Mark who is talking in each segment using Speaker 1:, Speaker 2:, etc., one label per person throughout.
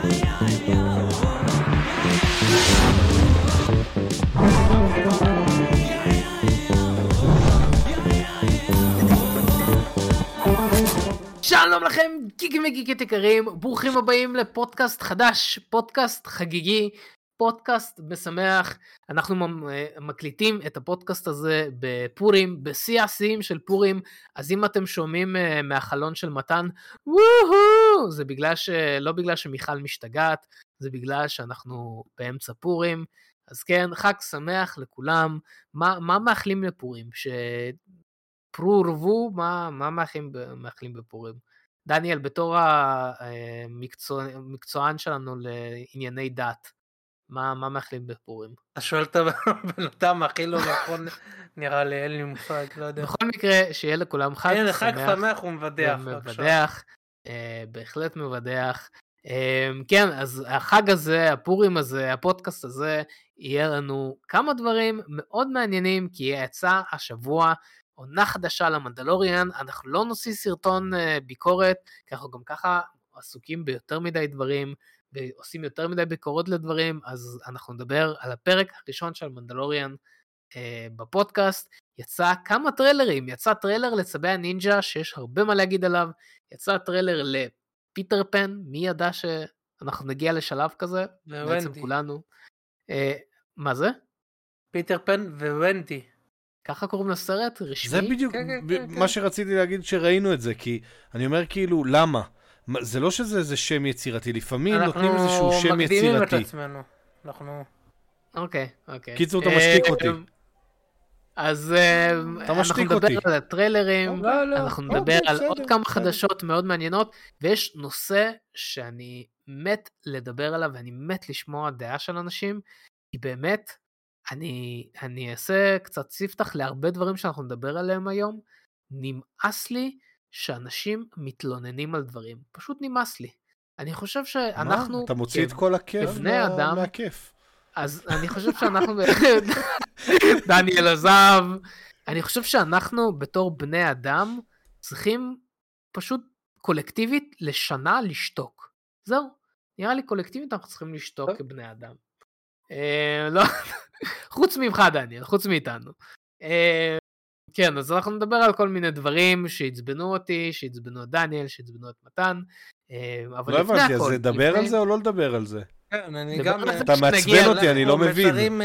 Speaker 1: שלום לכם גיקים וגיקית יקרים, ברוכים הבאים לפודקאסט חדש, פודקאסט חגיגי, פודקאסט משמח. אנחנו מקליטים את הפודקאסט הזה בפורים, בשיא השיאים של פורים, אז אם אתם שומעים מהחלון של מתן, וואו, זה לא בגלל שמיכל משתגעת, זה בגלל שאנחנו באמצע פורים. אז כן, חג שמח לכולם. מה מאחלים לפורים? פרו רבו, מה מאחלים בפורים? דניאל, בתור המקצוען שלנו לענייני דת, מה מאחלים בפורים?
Speaker 2: אתה שואל את הבן אדם, הכי לא נכון, נראה לי, אין לי מושג, לא יודע.
Speaker 1: בכל מקרה, שיהיה לכולם חג שמח.
Speaker 2: חג שמח ומבדח.
Speaker 1: ומבדח, בהחלט מבדח. כן, אז החג הזה, הפורים הזה, הפודקאסט הזה, יהיה לנו כמה דברים מאוד מעניינים, כי יצא השבוע עונה חדשה למנדלוריאן. אנחנו לא נוציא סרטון ביקורת, כי אנחנו גם ככה עסוקים ביותר מדי דברים, ועושים יותר מדי ביקורות לדברים, אז אנחנו נדבר על הפרק הראשון של מנדלוריאן בפודקאסט. יצא כמה טריילרים, יצא טריילר לצבי הנינג'ה, שיש הרבה מה להגיד עליו, יצא טריילר לפיטר פן, מי ידע שאנחנו נגיע לשלב כזה? בעצם כולנו. מה זה?
Speaker 2: פיטר פן וונדי.
Speaker 1: ככה קוראים לסרט? רשמי?
Speaker 3: זה בדיוק מה שרציתי להגיד שראינו את זה, כי אני אומר כאילו, למה? זה לא שזה איזה שם יצירתי, לפעמים נותנים איזשהו שם יצירתי.
Speaker 2: אנחנו מקדימים את עצמנו.
Speaker 1: אוקיי.
Speaker 3: קיצור, אתה משתיק אותי.
Speaker 1: אז אנחנו נדבר על הטריילרים, אנחנו נדבר על עוד כמה חדשות מאוד מעניינות, ויש נושא שאני מת לדבר עליו, ואני מת לשמוע דעה של אנשים, כי באמת, אני אעשה קצת ספתח להרבה דברים שאנחנו נדבר עליהם היום. נמאס לי שאנשים מתלוננים על דברים, פשוט נמאס לי. אני חושב שאנחנו...
Speaker 3: אתה מוציא את כל הכיף מהכיף.
Speaker 1: אז אני חושב שאנחנו... דניאל עזב. אני חושב שאנחנו בתור בני אדם צריכים פשוט קולקטיבית לשנה לשתוק. זהו, נראה לי קולקטיבית אנחנו צריכים לשתוק כבני אדם. לא, חוץ ממך דניאל, חוץ מאיתנו. כן, אז אנחנו נדבר על כל מיני דברים שהצבנו אותי, שהצבנו את דניאל, שהצבנו את מתן.
Speaker 3: לא הבנתי, אז לדבר על זה או לא לדבר על זה?
Speaker 2: כן, אני גם...
Speaker 3: אתה מעצבן אותי, אני לא מבין.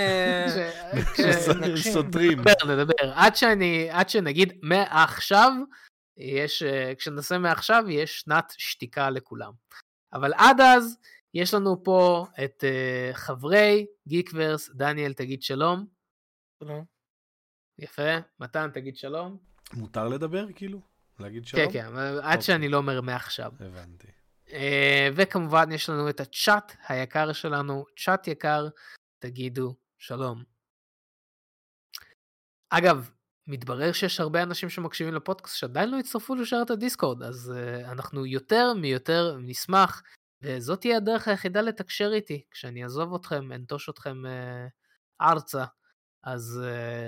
Speaker 3: סותרים.
Speaker 1: נדבר. עד שנגיד מעכשיו, כשנעשה מעכשיו, יש שנת שתיקה לכולם. אבל עד אז, יש לנו פה את חברי גיקוורס. דניאל, תגיד שלום.
Speaker 2: שלום.
Speaker 1: יפה. מתן, תגיד שלום.
Speaker 3: מותר לדבר כאילו? להגיד שלום?
Speaker 1: כן, עד שאני לא אומר מעכשיו.
Speaker 3: הבנתי.
Speaker 1: וכמובן יש לנו את הצ'אט היקר שלנו. צ'אט יקר, תגידו שלום. אגב, מתברר שיש הרבה אנשים שמקשיבים לפודקאסט שעדיין לא הצטרפו לשרת הדיסקורד, אז אנחנו יותר נשמח, וזאת תהיה הדרך היחידה לתקשר איתי, כשאני אעזוב אתכם, אנטוש אתכם ארצה, אז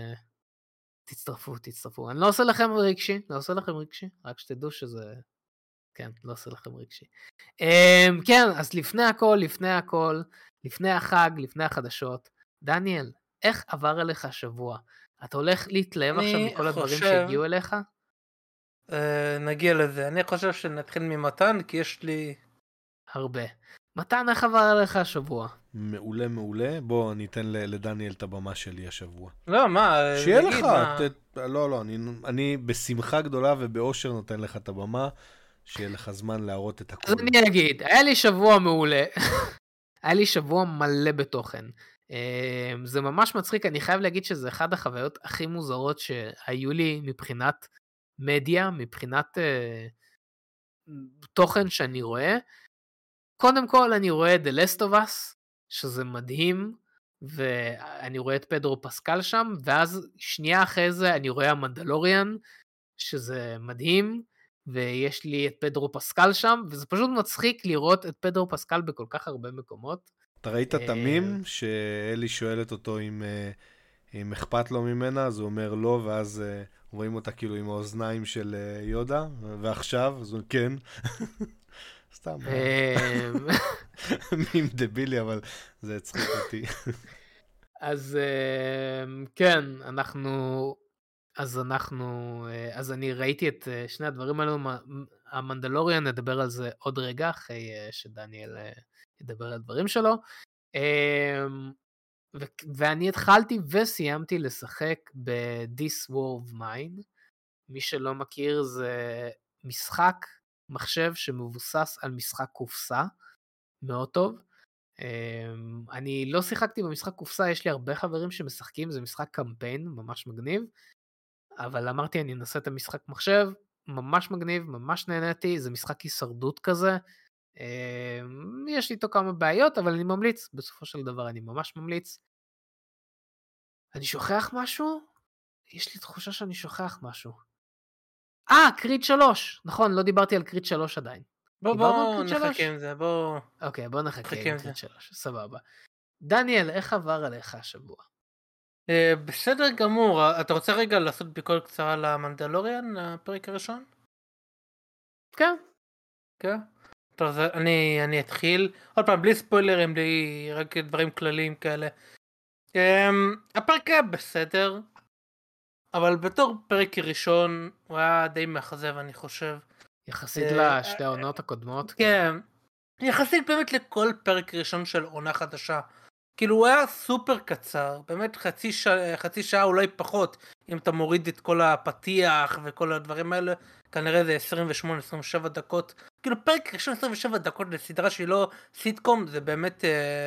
Speaker 1: תצטרפו. אני לא עושה לכם רגשי, רק שתדעו שזה, כן, לא עושה לכם רגשי. כן, אז לפני הכל, לפני החג, לפני החדשות, דניאל, איך עבר עליך השבוע? אתה הולך להתלהב עכשיו מכל הדברים שהגיעו אליך?
Speaker 2: נגיע לזה. אני חושב שנתחיל ממתן, כי יש לי...
Speaker 1: הרבה. מתן, איך עבר עליך השבוע?
Speaker 3: מעולה. בוא, אני אתן לדניאל את הבמה שלי השבוע.
Speaker 2: לא, מה?
Speaker 3: שיהיה לך. לא, אני בשמחה גדולה ובאושר נותן לך את הבמה, שיהיה לך זמן להראות את הכל.
Speaker 1: אז אני אגיד, היה לי שבוע מעולה. היה לי שבוע מלא בתוכן. זה ממש מצחיק, אני חייב להגיד שזה אחד החוויות הכי מוזרות שהיו לי מבחינת מדיה, מבחינת תוכן שאני רואה. קודם כל אני רואה The Last of Us, שזה מדהים, ואני רואה את פדרו פסקל שם, ואז שנייה אחרי זה אני רואה המנדלוריאן, שזה מדהים, ויש לי את פדרו פסקל שם, וזה פשוט מצחיק לראות את פדרו פסקל בכל כך הרבה מקומות.
Speaker 3: אתה ראית תמים שאלי שואלת אותו אם אכפת לו ממנה, אז הוא אומר לא, ואז רואים אותה כאילו עם האוזניים של יודה, ועכשיו, אז הוא כן. סתם. מים דבילי, אבל זה הצחיק אותי.
Speaker 1: אז כן, אז אני ראיתי את שני הדברים האלו, המנדלוריאן, נדבר על זה עוד רגע, אחרי שדניאל ידבר על הדברים שלו. ואני התחלתי וסיימתי לשחק ב-This War of Mine. מי שלא מכיר, זה משחק מחשב שמבוסס על משחק קופסה, מאוד טוב. אני לא שיחקתי במשחק קופסה, יש לי הרבה חברים שמשחקים, זה משחק קמפיין, ממש מגניב, אבל אמרתי אני אנסה את המשחק מחשב, ממש מגניב, ממש נהניתי, זה משחק הישרדות כזה, יש לי איתו כמה בעיות, אבל אני ממליץ, בסופו של דבר אני ממש ממליץ. אני שוכח משהו? יש לי תחושה שאני שוכח משהו. קריד 3, נכון, לא דיברתי על קריד 3 עדיין.
Speaker 2: בוא נחכה עם זה, בוא...
Speaker 1: אוקיי, בוא נחכה עם קריד 3, סבבה. דניאל, איך עבר עליך השבוע?
Speaker 2: בסדר גמור, אתה רוצה רגע לעשות ביקורת קצרה למנדלוריאן, הפרק הראשון?
Speaker 1: כן.
Speaker 2: כן? טוב, אז אני אתחיל, עוד פעם, בלי ספוילרים, בלי רק דברים כלליים כאלה. הפרק היה בסדר, אבל בתור פרק ראשון, הוא היה די מאכזב, אני חושב.
Speaker 1: יחסית לשתי העונות הקודמות.
Speaker 2: כן, יחסית באמת לכל פרק ראשון של עונה חדשה. כאילו הוא היה סופר קצר, באמת חצי שעה אולי פחות, אם אתה מוריד את כל הפתיח וכל הדברים האלה, כנראה זה 28-27 דקות. כאילו פרק ראשון 27 דקות לסדרה שהיא לא סיטקום, זה באמת,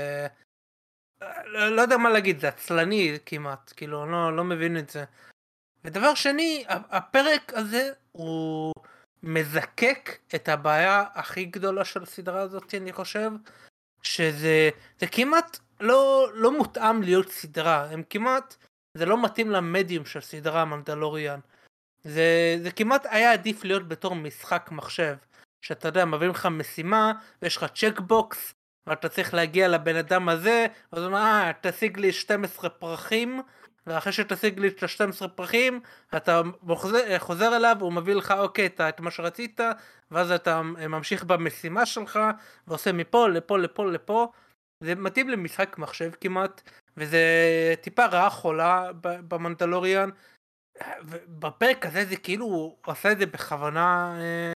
Speaker 2: לא יודע מה להגיד, זה עצלני כמעט, כאילו אני לא מבין את זה. ודבר שני, הפרק הזה הוא מזקק את הבעיה הכי גדולה של הסדרה הזאת, אני חושב, שזה כמעט לא מותאם להיות סדרה, הם כמעט, זה לא מתאים למדיום של סדרה המנדלוריאן. זה כמעט היה עדיף להיות בתור משחק מחשב, שאתה יודע, מביא לך משימה, ויש לך צ'קבוקס, ואתה צריך להגיע לבן אדם הזה, אז הוא אומר, תשיג לי 12 פרחים, ואחרי שתשיג לי את ה-12 פרחים, אתה חוזר אליו, הוא מביא לך, אוקיי, את מה שרצית, ואז אתה ממשיך במשימה שלך, ועושה מפה, לפה, לפה, לפה. זה מתאים למשחק מחשב כמעט, וזה טיפה רעה חולה במנדלוריאן. ובפרק הזה זה כאילו, הוא עושה את זה בכוונה,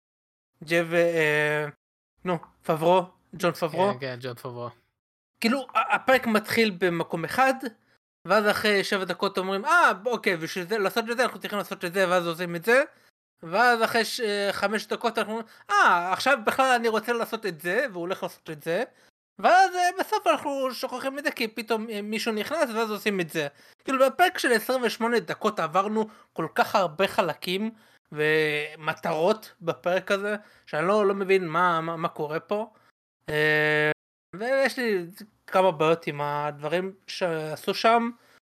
Speaker 2: פברו, ג'ון פברו.
Speaker 1: כן, ג'ון פברו.
Speaker 2: כאילו, הפרק מתחיל במקום אחד, ואז אחרי 7 דקות אומרים, אוקיי, בשביל זה, לעשות את זה, אנחנו צריכים לעשות את זה, ואז עושים את זה, ואז אחרי 5 דקות אנחנו אומרים, עכשיו בכלל אני רוצה לעשות את זה, והוא הולך לעשות את זה, ואז בסוף אנחנו שוכחים את זה, כי פתאום מישהו נכנס, ואז עושים את זה. כאילו, בפרק של 28 דקות עברנו כל כך הרבה חלקים, ומטרות בפרק הזה, שאני לא מבין מה קורה פה, ויש לי כמה בעיות עם הדברים שעשו שם.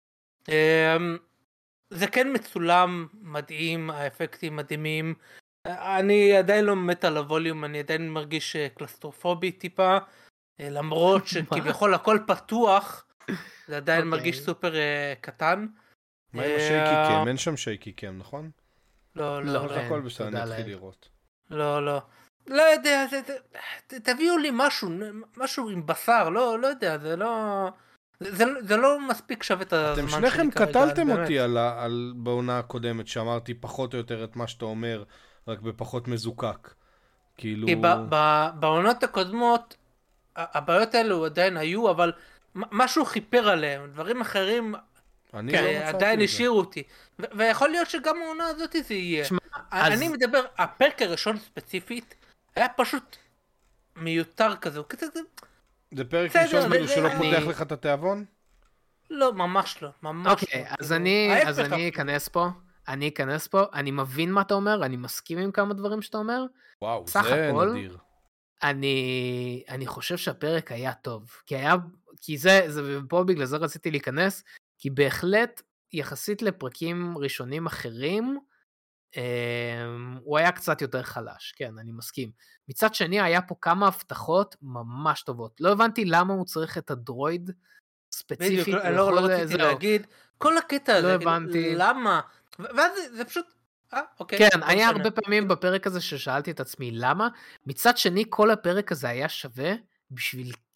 Speaker 2: זה כן מצולם מדהים, האפקטים מדהימים. אני עדיין לא מת על הווליום, אני עדיין מרגיש קלסטרופובי טיפה, למרות שכביכול הכל פתוח, זה עדיין מרגיש סופר קטן.
Speaker 3: מה עם השייקי קם? אין שם שייקי קם, נכון?
Speaker 2: לא,
Speaker 3: הכל בסדר, אני אתחיל לראות.
Speaker 2: לא יודע, תביאו לי משהו עם בשר, לא יודע, זה לא מספיק שווה את הזמן שלי כרגע.
Speaker 3: אתם שניכם קטלתם אותי בעונה הקודמת, שאמרתי פחות או יותר את מה שאתה אומר, רק בפחות מזוקק. כאילו...
Speaker 2: כי בעונות הקודמות, הבעיות האלו עדיין היו, אבל משהו חיפר עליהם, דברים אחרים עדיין השאירו אותי. ויכול להיות שגם העונה הזאת זה יהיה. אני מדבר, הפרק הראשון ספציפית, היה פשוט מיותר כזה.
Speaker 3: זה פרק ראשון שלא פותח לך את התיאבון?
Speaker 2: לא, ממש לא.
Speaker 1: אוקיי, אז אני אכנס פה, אני מבין מה אתה אומר, אני מסכים עם כמה דברים שאתה אומר.
Speaker 3: וואו, זה נדיר.
Speaker 1: אני חושב שהפרק היה טוב, כי זה פה בגלל זה רציתי להיכנס, כי בהחלט יחסית לפרקים ראשונים אחרים, הוא היה קצת יותר חלש, כן, אני מסכים. מצד שני, היה פה כמה הבטחות ממש טובות. לא הבנתי למה הוא צריך את הדרויד ספציפית.
Speaker 2: בדיוק, לא רציתי להגיד, כל הקטע הזה, למה? ואז זה פשוט, אוקיי.
Speaker 1: כן, היה הרבה פעמים בפרק הזה ששאלתי את עצמי למה. מצד שני, כל הפרק הזה היה שווה בשביל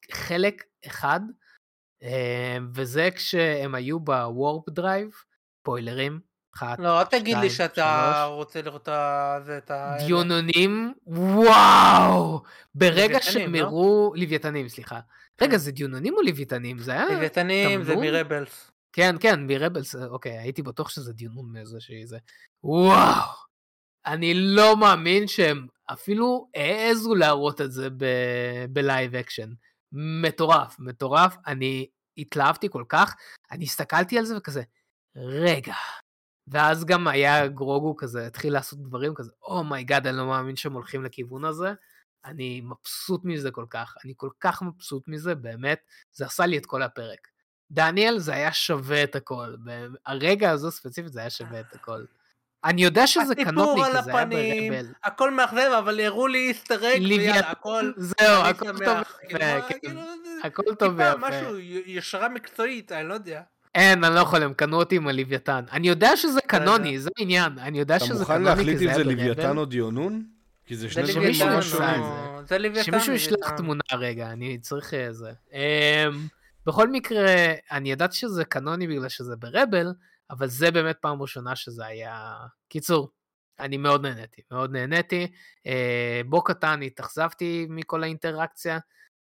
Speaker 1: חלק אחד, וזה כשהם היו בוורפ דרייב, פוילרים, 1,
Speaker 2: לא, אל תגיד לי
Speaker 1: 2,
Speaker 2: שאתה
Speaker 1: 3,
Speaker 2: רוצה לראות את ה...
Speaker 1: דיונונים, וואו! ברגע
Speaker 2: לוויתנים,
Speaker 1: שהם
Speaker 2: לא?
Speaker 1: הראו, לוויתנים, סליחה. רגע,
Speaker 2: כן.
Speaker 1: זה דיונונים או לוויתנים? זה היה
Speaker 2: לוויתנים זה
Speaker 1: תמנון?
Speaker 2: מרבלס.
Speaker 1: כן, כן, מרבלס, אוקיי, הייתי בטוח שזה דיונון מאיזה שהיא זה. וואו! אני לא מאמין שהם אפילו העזו להראות את זה בלייב אקשן. מטורף, מטורף. אני התלהבתי כל כך, אני הסתכלתי על זה וכזה, רגע. ואז גם היה גרוגו כזה, התחיל לעשות דברים כזה, אומייגאד, אני לא מאמין שהם הולכים לכיוון הזה. אני מבסוט מזה כל כך, אני כל כך מבסוט מזה, באמת, זה עשה לי את כל הפרק. דניאל, זה היה שווה את הכל. הרגע הזו ספציפית זה היה שווה את הכל. אני יודע שזה קנוני,
Speaker 2: הסיפור על
Speaker 1: כי זה היה
Speaker 2: הפנים,
Speaker 1: ברבל.
Speaker 2: הכל מאכזב, אבל הראו לי איסטר אג, ויאללה, הכל,
Speaker 1: זהו,
Speaker 2: אני
Speaker 1: הכל טוב
Speaker 2: שמח. כאילו,
Speaker 1: ויפה,
Speaker 2: מה,
Speaker 1: כן.
Speaker 2: כאילו,
Speaker 1: הכל טוב
Speaker 2: טיפה
Speaker 1: ויפה.
Speaker 2: משהו, ישרה מקצועית, אני לא יודע.
Speaker 1: אין, אני לא יכול, הם קנו אותי עם הלוויתן. אני יודע שזה קנוני, זה העניין. אני יודע
Speaker 3: אתה
Speaker 1: שזה
Speaker 3: מוכן
Speaker 1: קנוני,
Speaker 3: להחליט
Speaker 1: כי
Speaker 3: אם
Speaker 1: זה
Speaker 3: זה
Speaker 1: היה
Speaker 3: לוויתן
Speaker 1: ברבל.
Speaker 3: או דיונון? כי זה שני
Speaker 2: זה
Speaker 3: דברים
Speaker 1: שמישהו
Speaker 3: ממש
Speaker 1: ימצא
Speaker 3: שונים.
Speaker 1: את זה.
Speaker 2: זה לוויתן.
Speaker 1: שמישהו ישלח תמונה רגע, אני צריך זה. בכל מקרה, אני ידעתי שזה קנוני בגלל שזה ברבל, אבל זה באמת פעם ראשונה שזה היה... קיצור, אני מאוד נהניתי, מאוד נהניתי. בו קטן, התאכזבתי מכל האינטראקציה.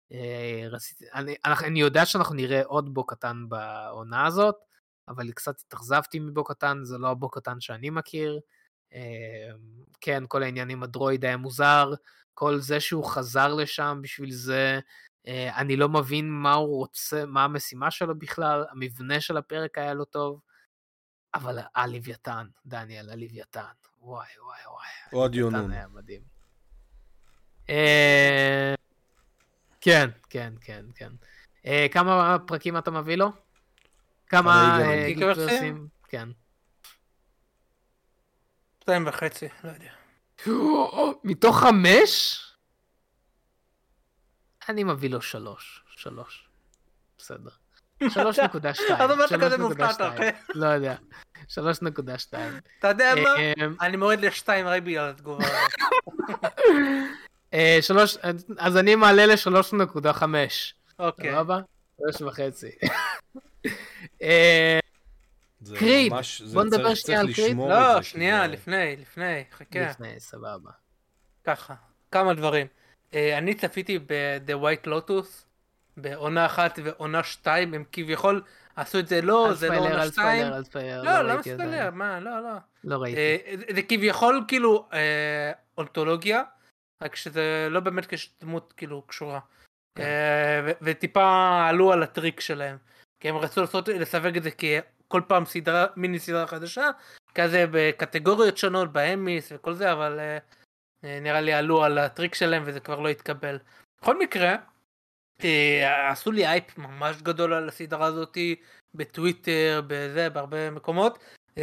Speaker 1: אני יודע שאנחנו נראה עוד בו קטן בעונה הזאת, אבל קצת התאכזבתי מבו קטן, זה לא הבו קטן שאני מכיר. כן, כל העניין עם הדרויד היה מוזר, כל זה שהוא חזר לשם בשביל זה, אני לא מבין מה הוא רוצה, מה המשימה שלו בכלל, המבנה של הפרק היה לא טוב, אבל הלוויתן, דניאל, הלוויתן, וואי וואי וואי,
Speaker 3: או
Speaker 1: הלוויתן
Speaker 3: הדיונון.
Speaker 1: היה מדהים. כן, כן, כן, כן. כמה פרקים אתה מביא לו? כמה גיקוורסים? כן.
Speaker 2: 2.5, לא יודע.
Speaker 1: מתוך 5? אני מביא לו 3. בסדר. 3.2.
Speaker 2: אז אמרת כזה מופתעת, אוקיי?
Speaker 1: לא יודע. 3.2.
Speaker 2: אתה יודע מה? אני מוריד ל-2 רק בגלל התגובה.
Speaker 1: אז אני מעלה ל-3.5.
Speaker 2: אוקיי.
Speaker 1: סבבה? 3.5. קריד, בוא נדבר שנייה על קריד.
Speaker 2: לא, שנייה, לפני, חכה.
Speaker 1: לפני, סבבה.
Speaker 2: ככה, כמה דברים. אני צפיתי ב-The White Lotus בעונה 1 ועונה 2, הם כביכול עשו את זה, לא, זה לא עונה 2.
Speaker 1: אל תספיילר,
Speaker 2: לא, לא מספיילר, מה, לא.
Speaker 1: לא ראיתי.
Speaker 2: זה כביכול כאילו אונתולוגיה, רק שזה לא באמת כשדמות כאילו קשורה. וטיפה עלו על הטריק שלהם, כי הם רצו לסווג את זה כל פעם מיני סדרה חדשה, כזה בקטגוריות שונות, באמיס וכל זה, אבל נראה לי עלו על הטריק שלהם וזה כבר לא התקבל. בכל מקרה, עשו לי אייפ ממש גדול על הסדרה הזאת, בטוויטר, בהרבה מקומות.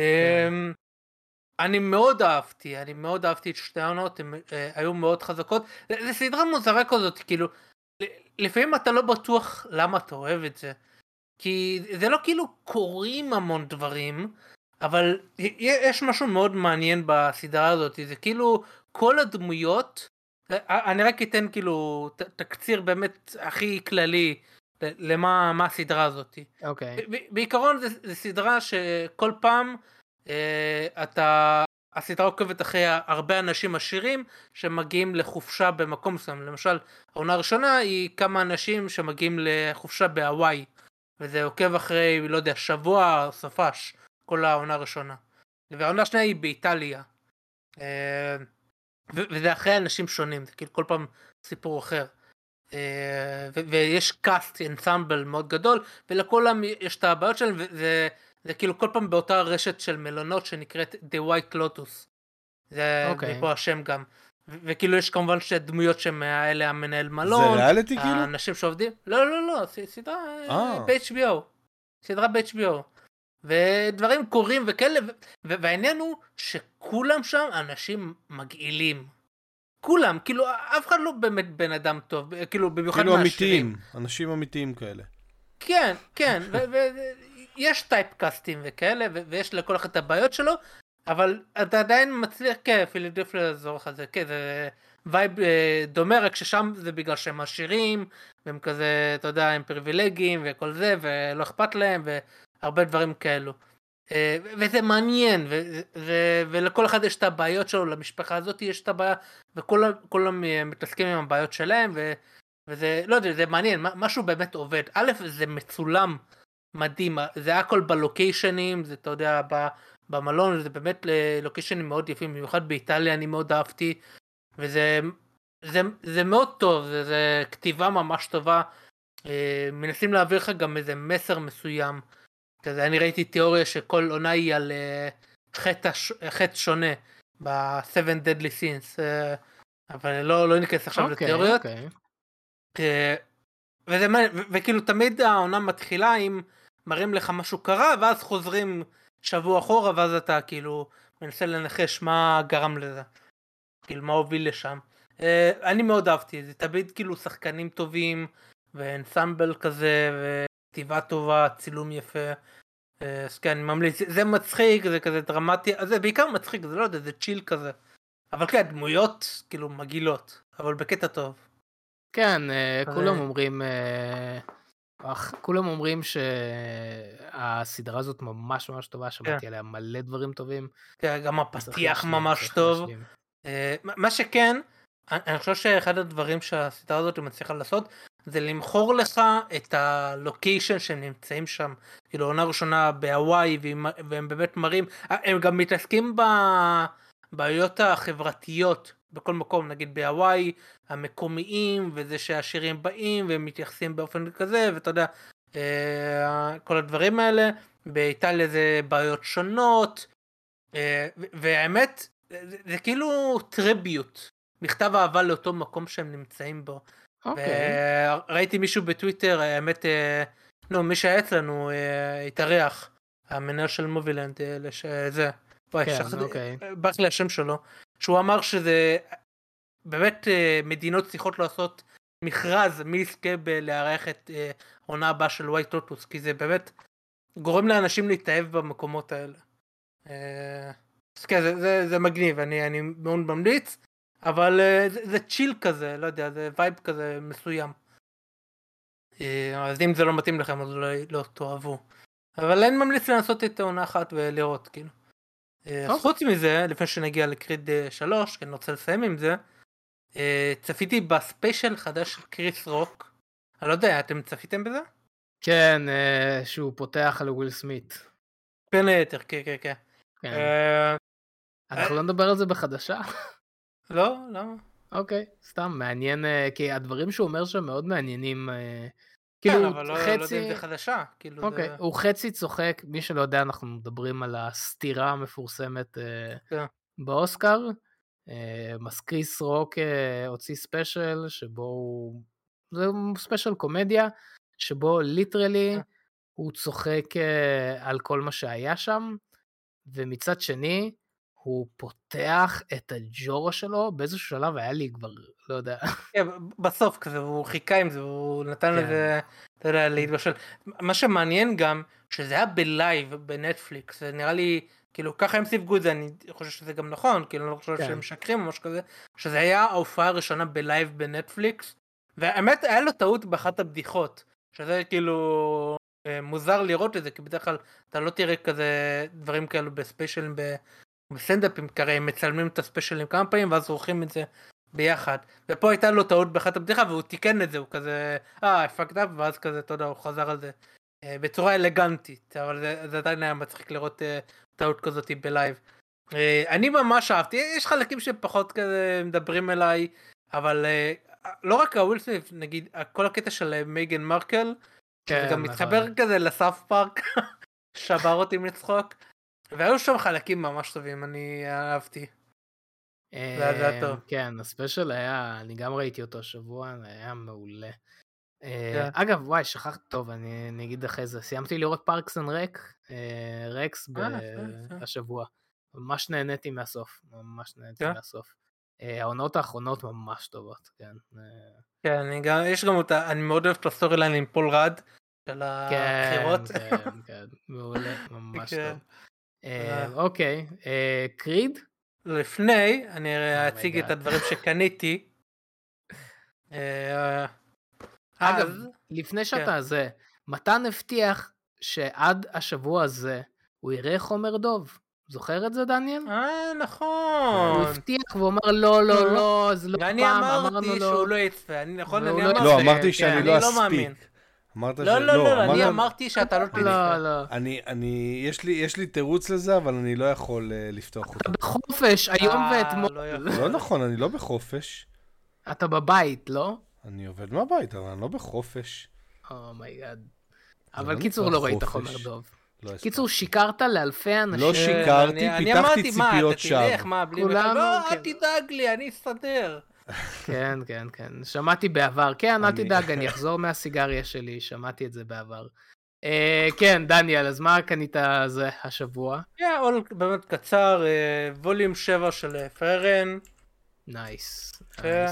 Speaker 2: אני מאוד אהבתי את שתי העונות, הן היו מאוד חזקות. זה סדרה מוזרה כזאת, כאילו, לפעמים אתה לא בטוח למה אתה אוהב את זה. כי זה לא כאילו קוראים המון דברים, אבל יש משהו מאוד מעניין בסדרה הזאת, זה כאילו כל הדמויות, אני רק אתן כאילו תקציר באמת הכי כללי למה הסדרה הזאת.
Speaker 1: אוקיי.
Speaker 2: בעיקרון זה סדרה שכל פעם הסדרה עוקבת אחרי הרבה אנשים עשירים שמגיעים לחופשה במקום מסוים. למשל, העונה הראשונה היא כמה אנשים שמגיעים לחופשה בהוואי, וזה עוקב אחרי, לא יודע, שבוע או סופש, כל העונה הראשונה. והעונה השנייה היא באיטליה. וזה אחרי אנשים שונים, זה כאילו כל פעם סיפור אחר. ויש קאסט, אנסמבל מאוד גדול, ולכולם יש את הבעיות שלהם, זה כאילו כל פעם באותה רשת של מלונות שנקראת The White Lotus. זה פה השם גם. וכאילו יש כמובן שתי דמויות שמאלה המנהל מלון.
Speaker 3: זה ריאליטי כאילו?
Speaker 2: האנשים שעובדים. לא, סדרה ב-HBO. סדרה ב-HBO. ודברים קורים וכאלה, והעניין הוא שכולם שם אנשים מגעילים. כולם, כאילו אף אחד לא באמת בן אדם טוב, כאילו במיוחד מהעשירים.
Speaker 3: אמיתיים, אנשים אמיתיים כאלה.
Speaker 2: כן, יש טייפקאסטים וכאלה, ויש לכל אחד את הבעיות שלו, אבל אתה עדיין מצליח, כן, פילדלפיה לעזור לך, זה וייב דומה, רק ששם זה בגלל שהם עשירים, והם כזה, אתה יודע, הם פריבילגיים וכל זה, ולא אכפת להם, והרבה דברים כאלו. וזה מעניין, ולכל אחד יש את הבעיות שלו, למשפחה הזאת יש את הבעיה, וכולם מתעסקים עם הבעיות שלהם, וזה, לא יודע, זה מעניין, משהו באמת עובד. א', זה מצולם מדהים, זה היה הכל בלוקיישנים, זה, אתה יודע, במלון, זה באמת לוקיישנים מאוד יפים, במיוחד באיטליה אני מאוד אהבתי, וזה מאוד טוב, זה כתיבה ממש טובה, מנסים להעביר לך גם איזה מסר מסוים, כזה, אני ראיתי תיאוריה שכל עונה היא על חטא שונה ב-7 Deadly Sins, אבל לא ניכנס עכשיו לתיאוריות. וכאילו תמיד העונה מתחילה עם מראים לך משהו קרה, ואז חוזרים שבוע אחורה, ואז אתה כאילו מנסה לנחש מה גרם לזה, כאילו מה הוביל לשם. אני מאוד אהבתי, זה תמיד כאילו שחקנים טובים, ואנסמבל כזה, וכתיבה טובה, צילום יפה. אז כן, אני ממליץ, זה מצחיק, זה כזה דרמטי, זה בעיקר מצחיק, זה לא יודע, זה צ'יל כזה. אבל כן, דמויות כאילו מגעילות, אבל בקטע טוב.
Speaker 1: כן, כולם אומרים שהסדרה הזאת ממש ממש טובה, שמעתי עליה מלא דברים טובים.
Speaker 2: כן, גם הפתיח ממש טוב. מה שכן, אני חושב שאחד הדברים שהסדרה הזאת מצליחה לעשות, זה למכור לך את הלוקיישן שהם נמצאים שם. כאילו, עונה ראשונה בהוואי, והם באמת מראים, הם גם מתעסקים בבעיות החברתיות בכל מקום, נגיד בהוואי, המקומיים, וזה שהשירים באים, והם מתייחסים באופן כזה, ואתה יודע, כל הדברים האלה. באיטליה זה בעיות שונות, והאמת, זה כאילו טריביוט, מכתב אהבה לאותו מקום שהם נמצאים בו. ראיתי מישהו בטוויטר, האמת, מי שהיה אצלנו התארח, המנהל של מובילנד, זה, ברח לי השם שלו, שהוא אמר שזה באמת מדינות צריכות לעשות מכרז מי יזכה בלארח את עונה הבאה של ווייט לוטוס, כי זה באמת גורם לאנשים להתאהב במקומות האלה. אז כן, זה מגניב, אני מאוד ממליץ, אבל זה צ'יל כזה, לא יודע, זה וייב כזה מסוים. אז אם זה לא מתאים לכם, אז לא תאהבו. אבל אין ממליץ לנסות את העונה אחת ולראות, כאילו. אז חוץ מזה, לפני שנגיע לקריד 3, כי אני רוצה לסיים עם זה, צפיתי בספיישל חדש של קריס רוק. אני לא יודע, אתם צפיתם בזה?
Speaker 1: כן, שהוא פותח על וויל סמית.
Speaker 2: בין היתר, כן.
Speaker 1: אנחנו לא נדבר על זה בחדשה?
Speaker 2: לא, למה?
Speaker 1: אוקיי, סתם, מעניין, כי הדברים שהוא אומר שם מאוד מעניינים.
Speaker 2: כן, אבל לא יודע אם זה חדשה.
Speaker 1: אוקיי, הוא חצי צוחק, מי שלא יודע, אנחנו מדברים על הסתירה המפורסמת באוסקר. אז קריס רוק הוציא ספיישל, שבו זה ספיישל קומדיה, שבו ליטרלי הוא צוחק על כל מה שהיה שם, ומצד שני, הוא פותח את הג'ורה שלו, באיזשהו שלב היה לי כבר, לא יודע.
Speaker 2: בסוף כזה, הוא חיכה עם זה, הוא נתן לזה, אתה יודע, להתבשל. מה שמעניין גם, שזה היה בלייב בנטפליקס, זה נראה לי, כאילו, ככה הם סיווגו את זה, אני חושב שזה גם נכון, כאילו, אני לא חושב שהם משקרים או משהו כזה, שזה היה ההופעה הראשונה בלייב בנטפליקס, והאמת, היה לו טעות באחת הבדיחות, שזה כאילו מוזר לראות את זה, כי בדרך כלל אתה לא תראה כזה דברים כאלו בספיישלים בסטנדאפים, כרי הם מצלמים את הספיישלים כמה פעמים ואז עורכים את זה ביחד, ופה הייתה לו טעות באחת הבדיחה והוא תיקן את זה, הוא כזה fucked up, ואז כזה, אתה יודע, הוא חזר על זה בצורה אלגנטית, אבל זה עדיין היה מצחיק לראות טעות כזאת בלייב. אני ממש אהבתי, יש חלקים שפחות כזה מדברים אליי, אבל לא רק הוויל סמית, נגיד כל הקטע של מייגן מרקל, שזה גם מתחבר כזה לסאוף פארק, שבר אותי מצחוק, והיו שם חלקים ממש טובים, אני אהבתי. זה היה טוב.
Speaker 1: כן, הספיישל היה, אני גם ראיתי אותו השבוע, היה מעולה. אגב, וואי, שכחת טוב, אני אגיד אחרי זה, סיימתי לראות פארקס אנד רקס השבוע. ממש נהניתי מהסוף, העונות האחרונות ממש טובות, כן.
Speaker 2: כן, יש גם אותה, אני מאוד אוהב את הסטורי ליין עם פול רד, של הבחירות.
Speaker 1: כן, מעולה, ממש טוב. אוקיי, קריד?
Speaker 2: לפני, אני אציג את הדברים שקניתי.
Speaker 1: אגב,
Speaker 2: אז,
Speaker 1: לפני שאתה זה, מתן הבטיח שעד השבוע הזה הוא יראה חומר דוב. זוכר את זה, דניאל? הוא
Speaker 2: נכון.
Speaker 1: הבטיח והוא אמר לא, לא, לא, זה לא
Speaker 2: ואני
Speaker 1: פעם,
Speaker 2: אמרתי
Speaker 1: אמרנו
Speaker 2: שהוא
Speaker 1: לו.
Speaker 2: לא יצפה, נכון?
Speaker 1: והוא
Speaker 2: אני
Speaker 1: לא
Speaker 2: אמרתי.
Speaker 3: לא,
Speaker 1: יצא,
Speaker 3: אמרתי
Speaker 1: כן.
Speaker 3: שאני
Speaker 2: אני
Speaker 3: לא
Speaker 2: לא מאמין.
Speaker 3: אספיק. אמרת
Speaker 2: לא, אני
Speaker 3: אמרת-
Speaker 2: אמרתי שאתה לא תצפה.
Speaker 1: לא, לא.
Speaker 3: יש לי תירוץ לזה, אבל אני לא יכול לפתוח אותו.
Speaker 1: אתה בחופש, היום ואתמול.
Speaker 2: לא יכול.
Speaker 3: לא נכון, אני לא בחופש.
Speaker 1: אתה בבית, לא?
Speaker 3: אני עובד מהבית, אבל אני לא בחופש.
Speaker 1: אומייגאד.
Speaker 3: זה
Speaker 1: אבל
Speaker 3: לא
Speaker 1: קיצור
Speaker 3: נקרא
Speaker 1: לא ראית
Speaker 3: חופש.
Speaker 1: חומר דוב.
Speaker 3: לא הספקתי.
Speaker 1: קיצור, שיקרת לאלפי אנשים.
Speaker 3: לא שיקרתי,
Speaker 2: אני
Speaker 3: פיתחתי
Speaker 2: אמרתי, מה,
Speaker 3: ציפיות
Speaker 2: אתה תלך,
Speaker 3: שווא.
Speaker 2: מה, בלי
Speaker 1: כולנו,
Speaker 2: בכלל? לא, אל
Speaker 1: כן.
Speaker 2: תדאג לי, אני אסתדר.
Speaker 1: כן, כן, כן. שמעתי בעבר. כן, אל
Speaker 3: אני-
Speaker 1: תדאג, אני אחזור מהסיגריה שלי, שמעתי את זה בעבר. כן, דניאל, אז מה קנית זה השבוע?
Speaker 2: כן, עוד באמת קצר, ווליום 7 של פרן,
Speaker 1: נייס.
Speaker 2: כן.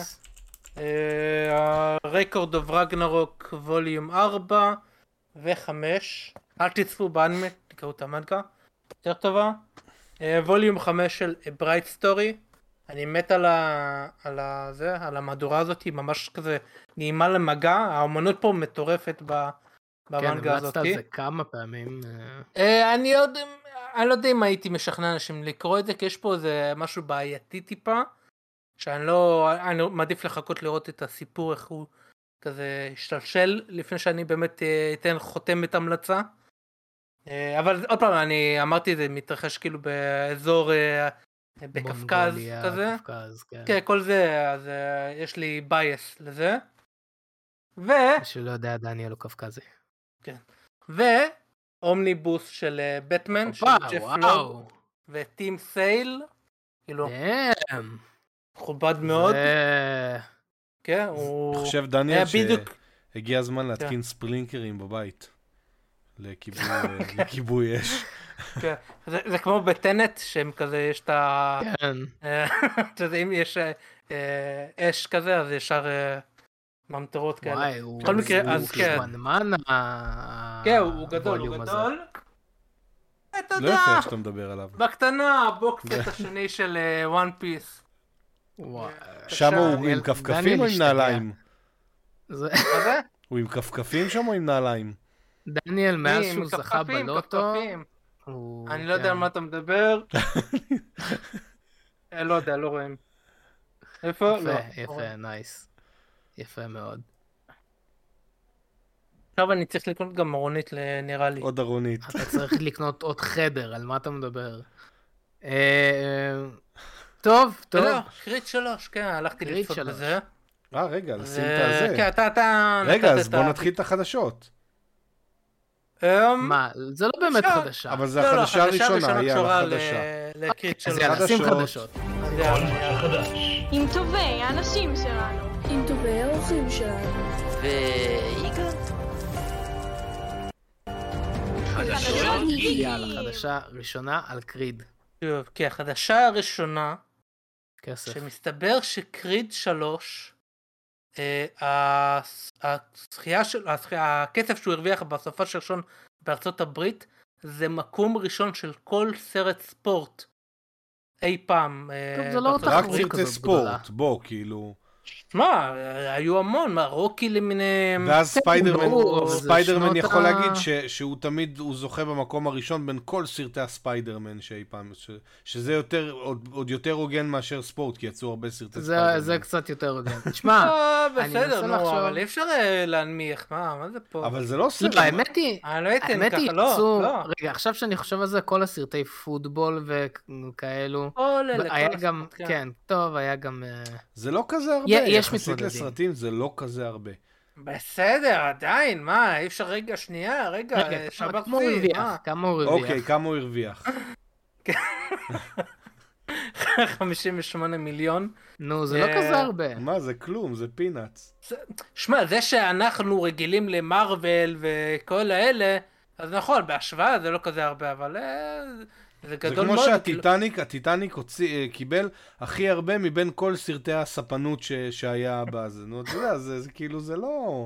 Speaker 2: הרקורד אוף רגנרוק ווליום 4 ו-5, אל תצפו באנימה, תקראו את המנגה, יותר טובה. ווליום 5 של ברייט סטורי, אני מת על המהדורה הזאת, היא ממש כזה נעימה למגע, האמנות פה מטורפת
Speaker 1: כן,
Speaker 2: במנגה הזאת.
Speaker 1: המלצת על זה כמה פעמים.
Speaker 2: אני לא יודע אם הייתי משכנע אנשים לקרוא את זה, כי יש פה איזה משהו בעייתי טיפה, אני מעדיף לחכות לראות את הסיפור, איך הוא כזה השתלשל, לפני שאני באמת אתן חותמת המלצה. אבל עוד פעם, אני אמרתי, זה מתרחש כאילו באזור בקפקז
Speaker 1: מונגוליה,
Speaker 2: כזה.
Speaker 1: קפקז, כן.
Speaker 2: כן, כל זה, אז יש לי בייס לזה.
Speaker 1: מי שלא יודע, דניאל הוא קפקזי.
Speaker 2: ואומניבוס של בטמן, של
Speaker 1: הופה,
Speaker 2: ג'ף לוג
Speaker 1: וואו.
Speaker 2: וטים סייל, כאילו
Speaker 1: דאם.
Speaker 2: מכובד מאוד,
Speaker 1: זה...
Speaker 2: כן,
Speaker 3: אני
Speaker 2: הוא
Speaker 3: חושב,
Speaker 2: היה
Speaker 3: דניאל,
Speaker 2: בדיוק,
Speaker 3: שהגיע הזמן להתקין ספרינקרים בבית. לכיבוי אש.
Speaker 2: כן, זה כמו בטנט, שהם כזה, יש את ה...
Speaker 1: כן.
Speaker 2: אתה יודע, אם יש אש כזה, אז ישר ממטרות כאלה.
Speaker 1: וואי, הוא...
Speaker 2: בכל מקרה,
Speaker 1: הוא
Speaker 2: אז כן.
Speaker 1: שמנמן
Speaker 2: כן, הוא גדול, הוא
Speaker 1: הווליום הזה.
Speaker 2: גדול. אתה
Speaker 3: לא
Speaker 2: יודע,
Speaker 3: יפה איך שאתה מדבר עליו.
Speaker 2: בקטנה, הבוקסט השני של וואן פיס.
Speaker 1: וואי.
Speaker 3: שם הוא
Speaker 1: דניאל-
Speaker 3: עם כפכפים
Speaker 1: דניאל
Speaker 3: או עם
Speaker 1: השתגע.
Speaker 3: נעליים?
Speaker 1: זה-
Speaker 2: מה זה?
Speaker 3: הוא עם כפכפים שם או עם נעליים?
Speaker 1: דניאל, מאז
Speaker 2: עם
Speaker 1: שהוא זכה
Speaker 2: כפכפים,
Speaker 1: בלוטו,
Speaker 2: כפכפים.
Speaker 1: הוא-
Speaker 2: אני לא יודע
Speaker 1: כן.
Speaker 2: על מה אתה מדבר. לא יודע, לא רואים. איפה? לא.
Speaker 1: יפה, יפה, נייס. יפה מאוד.
Speaker 2: עכשיו אני צריך לקנות גם ארונית, נראה לי.
Speaker 3: עוד ארונית.
Speaker 1: אתה צריך לקנות עוד חדר, על מה אתה מדבר? טוב, טוב.
Speaker 2: לא, קריט 3, כן, הלכתי
Speaker 1: קריט
Speaker 2: לצפות
Speaker 1: 3.
Speaker 2: בזה.
Speaker 3: רגע, לשים את הזה.
Speaker 2: כן, אתה...
Speaker 3: רגע,
Speaker 2: נתת
Speaker 3: אז
Speaker 2: את
Speaker 3: בוא
Speaker 2: ה-
Speaker 3: נתחיל את החדשות.
Speaker 1: מה, זה לא באמת
Speaker 2: אפשר.
Speaker 1: חדשה.
Speaker 3: אבל זה
Speaker 2: לא, לא,
Speaker 3: החדשה הראשונה,
Speaker 2: קשורה
Speaker 3: יאללה, חדשה.
Speaker 2: לקריט
Speaker 1: אז
Speaker 2: 3.
Speaker 1: יאללה, שים
Speaker 3: חדשות.
Speaker 1: חדשות.
Speaker 4: עם טובי האנשים שלנו.
Speaker 5: עם טובי האורחים שלנו.
Speaker 1: יאללה, חדשה ראשונה על קריד.
Speaker 2: כי החדשה הראשונה,
Speaker 1: כסף.
Speaker 2: שמסתבר שקריד 3, הכסף שהוא הרוויח בסופה של ראשון בארצות הברית, זה מקום ראשון של כל סרט ספורט אי פעם.
Speaker 1: טוב, זה לא
Speaker 2: בארצות
Speaker 1: תחרות
Speaker 3: רק
Speaker 2: הברית.
Speaker 1: כזאת
Speaker 3: סרטי
Speaker 1: גדולה.
Speaker 3: ספורט, בוא, כאילו.
Speaker 2: מה, היו המון, מה, רוקי למיניהם.
Speaker 3: ואז
Speaker 1: ברור, אבל זה
Speaker 3: ספיידרמן
Speaker 1: שנות
Speaker 3: יכול
Speaker 1: ה-
Speaker 3: להגיד שהוא תמיד, הוא זוכה במקום הראשון בין כל סרטי הספיידרמן שאי פעם, שזה יותר, עוד יותר הוגן מאשר ספורט, כי יצאו הרבה סרטי ספיידרמן.
Speaker 1: זה קצת יותר הוגן. תשמע, אני
Speaker 2: בסדר,
Speaker 1: מנסה
Speaker 2: נו,
Speaker 1: לחשוב.
Speaker 2: אבל אי אפשר להנמיך, מה זה פה?
Speaker 3: אבל זה לא סרט.
Speaker 1: לא, האמת היא,
Speaker 2: אני לא אתן
Speaker 1: האמת היא,
Speaker 2: ככה, לא,
Speaker 1: יצאו,
Speaker 2: לא.
Speaker 1: רגע, עכשיו שאני חושב על זה, כל הסרטי פוטבול וכאלו,
Speaker 2: כל אלה,
Speaker 1: היה
Speaker 2: כל
Speaker 1: גם,
Speaker 2: הסרט,
Speaker 1: כן, טוב, היה גם,
Speaker 3: זה לא כזה הרבה,
Speaker 1: יש
Speaker 3: יחסית
Speaker 1: מתמודדים.
Speaker 3: לסרטים זה לא כזה הרבה.
Speaker 2: בסדר, עדיין, מה, אי אפשר רגע, שנייה, רגע,
Speaker 1: רגע,
Speaker 2: שבר
Speaker 1: כמה הוא
Speaker 2: שיא,
Speaker 1: הרוויח?
Speaker 2: מה?
Speaker 1: כמה הוא הרוויח?
Speaker 3: אוקיי, כמה הוא הרוויח?
Speaker 2: 58 מיליון.
Speaker 1: נו, זה לא כזה הרבה.
Speaker 3: מה, זה כלום, זה פינאץ.
Speaker 2: שמע, זה שאנחנו רגילים למרוול וכל האלה, אז נכון, בהשוואה זה לא כזה הרבה, אבל זה
Speaker 3: זה
Speaker 2: גדול
Speaker 3: כמו
Speaker 2: מאוד.
Speaker 3: שהטיטניק קיבל הכי הרבה מבין כל סרטי הספנות שהיה בזה. נו, אתה יודע, זה כאילו, זה לא...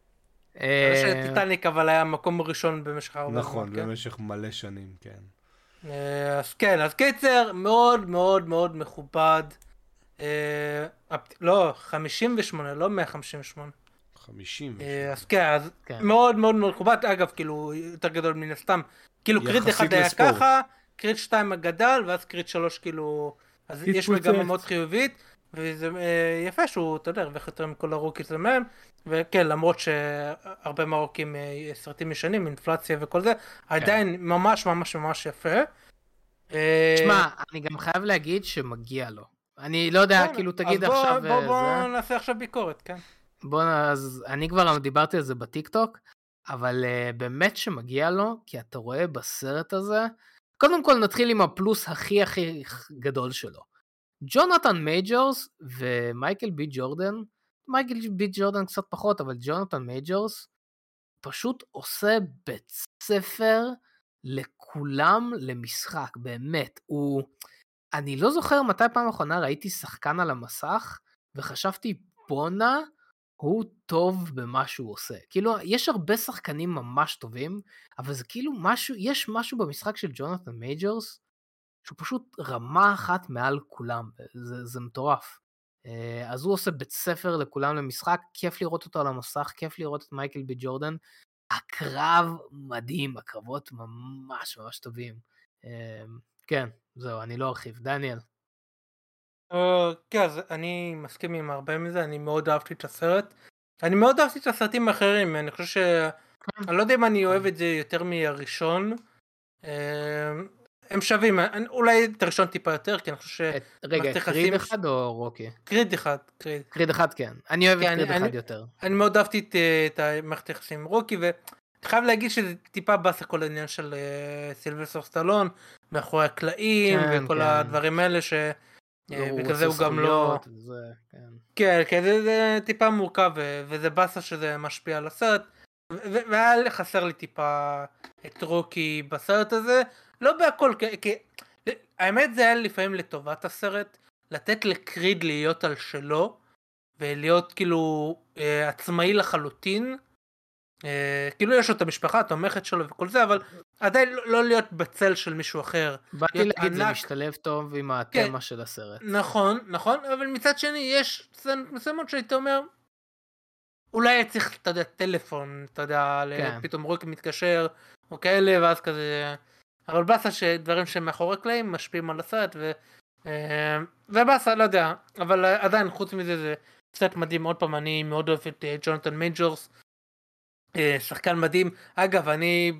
Speaker 2: זה שטיטניק אבל היה מקום ראשון במשך הרבה זמן,
Speaker 3: נכון,
Speaker 2: כן?
Speaker 3: במשך מלא שנים, כן.
Speaker 2: אז כן, אז קיצר מאוד מאוד מאוד מכובד. לא, 58, לא 158.
Speaker 3: 50.
Speaker 2: אז כן, אז
Speaker 1: כן.
Speaker 2: מאוד מאוד מאוד מכובד. אגב, כאילו, יותר גדול מן הסתם. כאילו קריד 1
Speaker 3: יחסית
Speaker 2: היה
Speaker 3: לספורט.
Speaker 2: ככה, קריד 2 גדל, ואז קריד 3 כאילו... אז יש מגמה מאוד חיובית, וזה יפה שהוא, אתה יודע, הרוויח יותר מכל הרוקיז מהם, וכן, למרות שהרבה מהרוקים סרטים ישנים, אינפלציה וכל זה, עדיין ממש ממש ממש יפה.
Speaker 1: תשמע, אני גם חייב להגיד שמגיע לו. אני לא יודע,
Speaker 2: כן,
Speaker 1: כאילו
Speaker 2: אז
Speaker 1: תגיד עכשיו...
Speaker 2: בוא נעשה עכשיו ביקורת, כן.
Speaker 1: אז אני כבר דיברתי על זה בטיקטוק, אבל באמת שמגיע לו, כי אתה רואה בסרט הזה, קודם כל נתחיל עם הפלוס הכי הכי גדול שלו. ג'ונתן מייג'ורס ומייקל בי ג'ורדן, מייקל בי ג'ורדן קצת פחות, אבל ג'ונתן מייג'ורס פשוט עושה בית ספר לכולם למשחק, באמת. אני לא זוכר מתי פעם אחרונה ראיתי שחקן על המסך, וחשבתי, בונה, הוא טוב במה שהוא עושה. כאילו, יש הרבה שחקנים ממש טובים, אבל זה כאילו משהו, יש משהו במשחק של ג'ונתן מייג'ורס, שהוא פשוט רמה אחת מעל כולם, זה מטורף. אז הוא עושה בית ספר לכולם למשחק, כיף לראות אותו על המסך, כיף לראות את מייקל בי ג'ורדן, הקרב מדהים, הקרבות ממש ממש טובים. כן, זהו, אני לא ארחיב. דניאל.
Speaker 2: כן, אז אני מסכים עם הרבה מזה, אני מאוד אהבתי את הסרט. אני מאוד אהבתי את הסרטים האחרים, אני חושב ש... אני לא יודע אם אני אוהב את זה יותר מהראשון. הם שווים, אולי את הראשון טיפה יותר, כי אני חושב ש...
Speaker 1: רגע, קריד אחד או רוקי?
Speaker 2: קריד אחד.
Speaker 1: קריד אחד, כן. אני אוהב את קריד אחד יותר.
Speaker 2: אני מאוד אהבתי את מערכת היחסים עם רוקי, ואני חייב להגיד שזה טיפה באס הכל העניין של סילבסטר סטלון, מאחורי הקלעים, וכל הדברים האלה ש... בגלל זה הוא גם לא... כן, זה טיפה מורכב, וזה באסה שזה משפיע על הסרט, והיה חסר לי טיפה את רוקי בסרט הזה, לא בהכל, כי האמת זה היה לפעמים לטובת הסרט, לתת לקריד להיות על שלו, ולהיות כאילו עצמאי לחלוטין, כאילו יש לו את המשפחה התומכת שלו וכל זה, אבל עדיין לא להיות בצל של מישהו אחר.
Speaker 1: באתי להגיד, זה משתלב טוב עם התמה של הסרט.
Speaker 2: נכון, אבל מצד שני יש סצנות מסוימות שהייתי אומר, אולי צריך, אתה יודע, טלפון, אתה יודע, פתאום רוקי מתקשר, או כאלה, ואז כזה, אבל באסה שדברים שמאחורי קלעים משפיעים על הסרט, ובאסה, לא יודע, אבל עדיין חוץ מזה זה סרט מדהים. עוד פעם, אני מאוד אוהב את ג'ונתן מייג'ורס, שחקן מדהים. אגב, אני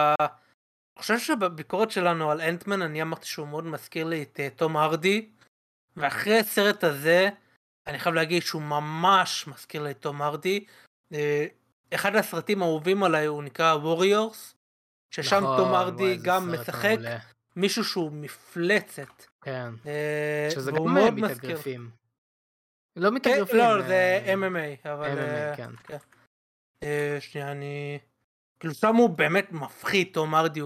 Speaker 2: חושב שבביקורת שלנו על אנטמן אני אמרתי שהוא מאוד מזכיר לי את תום הרדי, ואחרי הסרט הזה אני חייב להגיד שהוא ממש מזכיר לי את תום הרדי. אחד הסרטים האהובים עליי הוא נקרא Warriors, ששם תום הרדי גם משחק מישהו שהוא מפלצת.
Speaker 1: כן, שזה גם
Speaker 2: מאוד
Speaker 1: מתאגרפים. לא מתאגרפים.
Speaker 2: לא, זה MMA, אבל...
Speaker 1: כן.
Speaker 2: שנייה, כאילו שם הוא באמת מפחיד, תום הרדי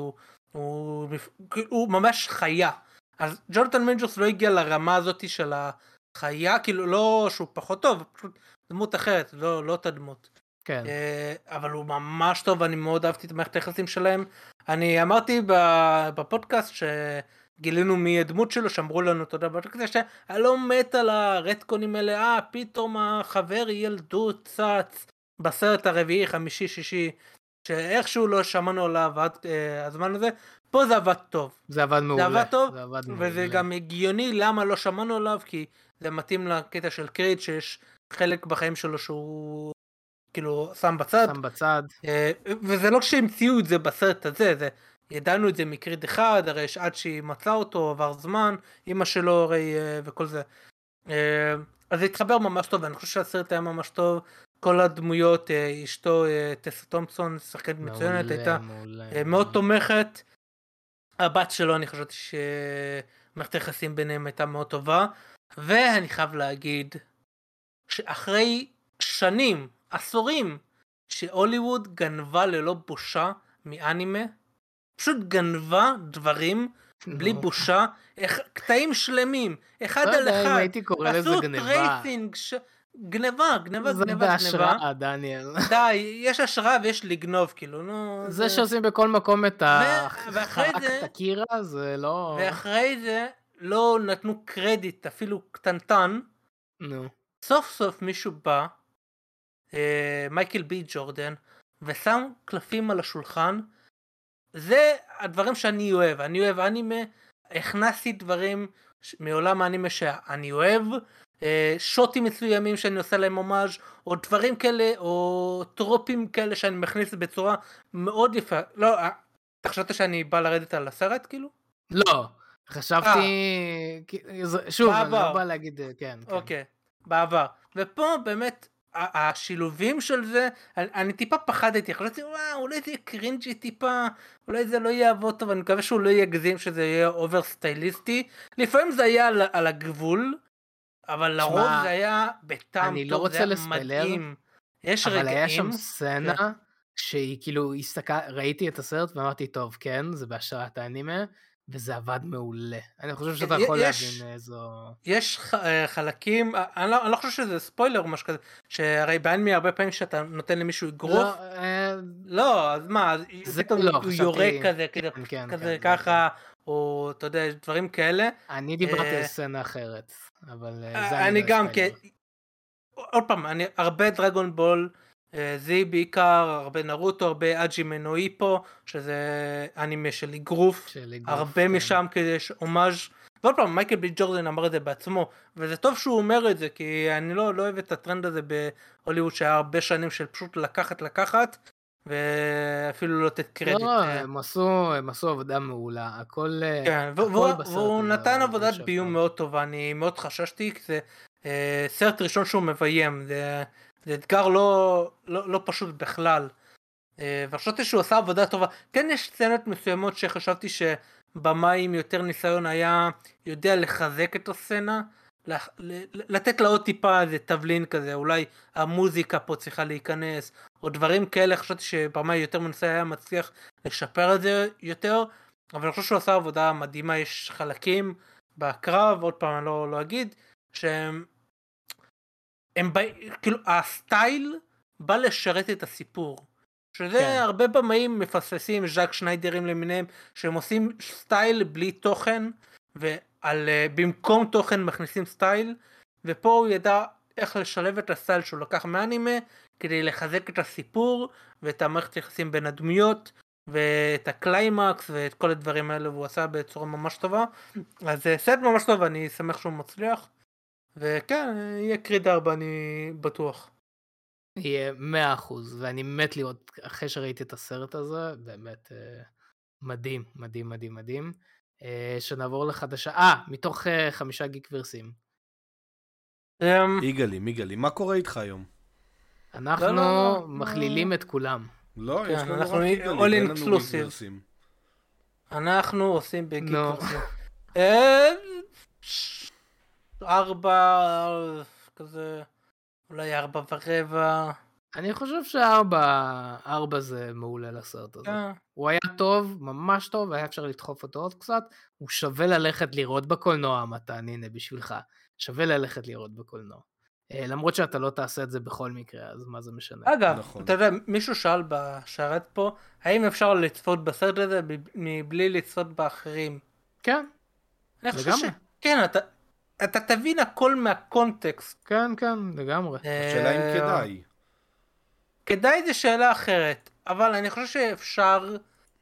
Speaker 2: הוא ממש חיה. אז ג'ונתן מייג'ורס לא הגיע לרמה הזאת של החיה, כאילו לא שהוא פחות טוב, פשוט דמות אחרת, לא אותה דמות.
Speaker 1: כן.
Speaker 2: אבל הוא ממש טוב, אני מאוד אהבתי את מערכת היחסים שלהם. אני אמרתי בפודקאסט שגילינו מי הדמות שלו, שאמרו לנו תודה בפודקאסט, שאני לא מת על הרטקונים האלה, פתאום החבר ילדות צץ בסרט הרביעי, חמישי, שישי, שאיכשהו לא שמענו עליו עד הזמן הזה. פה זה עבד טוב.
Speaker 1: זה עבד מעולה.
Speaker 2: זה עבד טוב, וזה גם הגיוני למה לא שמענו עליו, כי זה מתאים לקטע של קריד, שיש חלק בחיים שלו שהוא כאילו שם בצד. וזה לא שהמציאו את זה בסרט הזה, זה ידענו את זה מקריד אחד, הרי עד שהיא מצאה אותו, עבר זמן, אמא שלו הרי וכל זה. אז זה התחבר ממש טוב, ואני חושב שהסרט היה ממש טוב. כל הדמויות, אשתו טסה תומפסון, שחקנית מצוינת, הייתה מאוד תומכת. הבת שלו, אני חשבתי שמערכת היחסים ביניהם הייתה מאוד טובה. ואני חייב להגיד שאחרי שנים, עשורים, שהוליווד גנבה ללא בושה מאנימה, פשוט גנבה דברים בלי בושה, קטעים שלמים, אחד על אחד,
Speaker 1: הייתי קורא לזה גנבה. זה בהשראה, דניאל.
Speaker 2: די, יש השראה ויש לגנוב, כאילו, נו...
Speaker 1: זה שעושים בכל מקום את
Speaker 2: ואחרי
Speaker 1: החרק
Speaker 2: זה-
Speaker 1: תקירה, זה לא...
Speaker 2: ואחרי זה לא נתנו קרדיט אפילו קטנטן,
Speaker 1: נו.
Speaker 2: סוף סוף מישהו בא, מייקל בי ג'ורדן, ושם קלפים על השולחן. זה הדברים שאני אוהב. אני אוהב אנימה, הכנסתי דברים מעולם האנימה שאני אוהב, שוטים מסוימים שאני עושה להם הומאז' או דברים כאלה, או טרופים כאלה שאני מכניס בצורה מאוד יפה. לא, אתה חשבת שאני בא לרדת על הסרט כאילו?
Speaker 1: לא, חשבתי... שוב, אני
Speaker 2: בעבר.
Speaker 1: לא בא להגיד... כן.
Speaker 2: אוקיי, בעבר. ופה באמת השילובים של זה, אני טיפה פחדתי, חשבתי וואו, אולי זה יהיה קרינג'י טיפה, אולי זה לא יעבוד טוב, אני מקווה שהוא לא יגזים שזה יהיה אובר סטייליסטי. לפעמים זה היה על הגבול, אבל לרוב זה היה בטעם
Speaker 1: אני לא
Speaker 2: טוב, זה
Speaker 1: רוצה
Speaker 2: היה
Speaker 1: לספיילר,
Speaker 2: מדהים. יש
Speaker 1: אבל היה
Speaker 2: רגעים,
Speaker 1: שם סצנה שהיא כאילו ראיתי את הסרט ואמרתי טוב כן זה בהשראת האנימה וזה עבד מעולה. אני חושב שאתה יכול להבין איזו...
Speaker 2: יש חלקים, אני לא חושב שזה ספוילר או משהו כזה, שהרי באנימה הרבה פעמים שאתה נותן למישהו אגרוף, לא, אז מה, הוא יורה כזה, כזה ככה, או אתה יודע, דברים כאלה.
Speaker 1: אני דיברתי על סצנה אחרת, אבל
Speaker 2: אני גם, עוד פעם, הרבה דרגון בול, זה בעיקר, הרבה נרוטו, הרבה אג'ימה נו איפו, שזה אנימה של אגרוף, הרבה משם כדי יש הומאז'. ועוד פעם, מייקל בי ג'ורדן אמר את זה בעצמו, וזה טוב שהוא אומר את זה, כי אני לא אוהב את הטרנד הזה בהוליווד שהיה הרבה שנים של פשוט לקחת, ואפילו לא לתת קרדיט.
Speaker 1: לא, הם עשו עבודה מעולה, הכל בסרט.
Speaker 2: והוא נתן עבודת ביום מאוד טובה, אני מאוד חששתי, כי זה סרט ראשון שהוא מביים, זה אתגר לא פשוט בכלל. וחשבתי שהוא עשה עבודה טובה. כן יש סצנות מסוימות שחשבתי שבמאי עם יותר ניסיון היה יודע לחזק את הסצנה, לתת לה עוד טיפה איזה תבלין כזה, אולי המוזיקה פה צריכה להיכנס, או דברים כאלה. חשבתי שבמאי יותר מנסה היה מצליח לשפר את זה יותר, אבל אני חושב שהוא עשה עבודה מדהימה. יש חלקים בקרב, עוד פעם אני לא אגיד, שהם כאילו הסטייל בא לשרת את הסיפור, שזה הרבה במאים מפספסים, ז'אק שניידרים למיניהם, שהם עושים סטייל בלי תוכן, במקום תוכן מכניסים סטייל, ופה הוא ידע איך לשלב את הסטייל שהוא לקח מאנימה, כדי לחזק את הסיפור, ואת המערכת יחסים בין הדמויות, ואת הקליימקס, ואת כל הדברים האלה, והוא עשה בצורה ממש טובה. אז זה סט ממש טוב, אני שמח שהוא מצליח. וכן, יהיה קריד 4, אני בטוח.
Speaker 1: יהיה 100%, ואני מת לראות, אחרי שראיתי את הסרט הזה, באמת מדהים, מדהים, מדהים, מדהים. שנעבור לחדשה, מתוך 5 גיק ורסים.
Speaker 3: יגאלי, מה קורה איתך היום?
Speaker 1: אנחנו מכלילים את כולם.
Speaker 3: לא, יש לנו רק יגאלי,
Speaker 2: all
Speaker 3: אין לנו גיק
Speaker 2: inclusive.
Speaker 3: ורסים.
Speaker 2: אנחנו עושים בגיק ורסים. 4 כזה, אולי 4.25.
Speaker 1: אני חושב ש4 זה מעולה לסרט הזה. הוא היה טוב, ממש טוב, היה אפשר לדחוף אותו עוד קצת. הוא שווה ללכת לראות בקולנוע, מתן, הנה בשבילך. שווה ללכת לראות בקולנוע. למרות שאתה לא תעשה את זה בכל מקרה, אז מה זה משנה?
Speaker 2: אגב,
Speaker 3: נכון.
Speaker 2: אתה יודע, מישהו שאל בשרת פה, האם אפשר לצפות בסרט הזה מבלי לצפות באחרים?
Speaker 1: כן,
Speaker 2: אני חושב
Speaker 1: לגמרי.
Speaker 2: שכן, אתה תבין הכל מהקונטקסט.
Speaker 1: כן, לגמרי.
Speaker 3: השאלה אם כדאי.
Speaker 2: כדאי זה שאלה אחרת, אבל אני חושב שאפשר,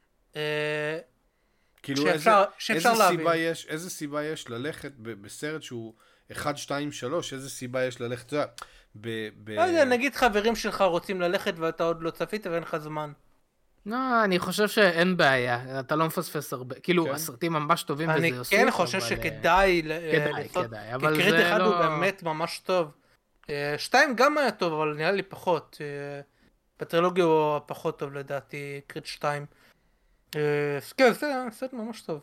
Speaker 3: כאילו
Speaker 2: שאפשר להבין.
Speaker 3: איזה סיבה יש ללכת בסרט שהוא 1, 2, 3, איזה סיבה יש ללכת, אתה יודע,
Speaker 2: לא יודע, נגיד חברים שלך רוצים ללכת ואתה עוד לא צפית ואין לך זמן.
Speaker 1: לא, אני חושב שאין בעיה, אתה לא מפספס הרבה, כאילו
Speaker 3: כן.
Speaker 1: הסרטים ממש טובים וזה
Speaker 2: אני
Speaker 1: יוסיף,
Speaker 2: כן חושב שכדאי
Speaker 1: כדאי, אבל
Speaker 2: כי קריט
Speaker 1: זה
Speaker 2: 1 הוא
Speaker 1: לא...
Speaker 2: באמת ממש טוב. 2 גם היה טוב, אבל נראה לי פחות. בטרילוגיה הוא פחות טוב לדעתי, קריט 2. כן, זה סרט ממש טוב.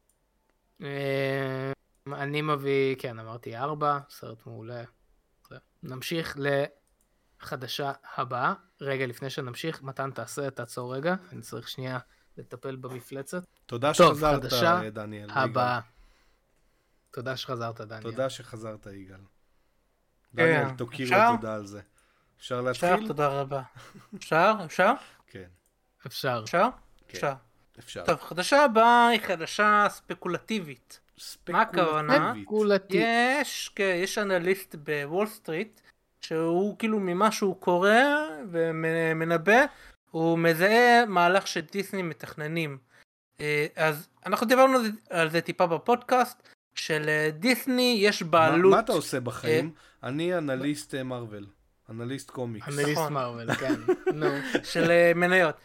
Speaker 1: אני מביא, כן, אמרתי 4, סרט מעולה. נמשיך לחדשה הבאה. רגע, לפני שנמשיך, מתן תעצור רגע, אני צריך שנייה לטפל במפלצת.
Speaker 3: תודה שחזרת, דניאל.
Speaker 1: הבאה. תודה שחזרת, דניאל.
Speaker 3: תודה שחזרת, יגאל. דניאל, תוקיר לו תודה על זה. אפשר להתחיל?
Speaker 2: תודה רבה. אפשר?
Speaker 3: כן.
Speaker 1: אפשר.
Speaker 3: אפשר.
Speaker 2: טוב, חדשה הבאה היא חדשה ספקולטיבית. מה הכוונה? יש אנליסט בוול סטריט, שהוא כאילו ממה שהוא קורא ומנבא, הוא מזהה מהלך שדיסני מתכננים. אז אנחנו דיברנו על זה טיפה בפודקאסט, שלדיסני יש בעלות...
Speaker 3: מה אתה עושה בחיים? אני אנליסט מרוול, אנליסט קומיקס.
Speaker 1: אנליסט מרוול, כן.
Speaker 2: של מניות.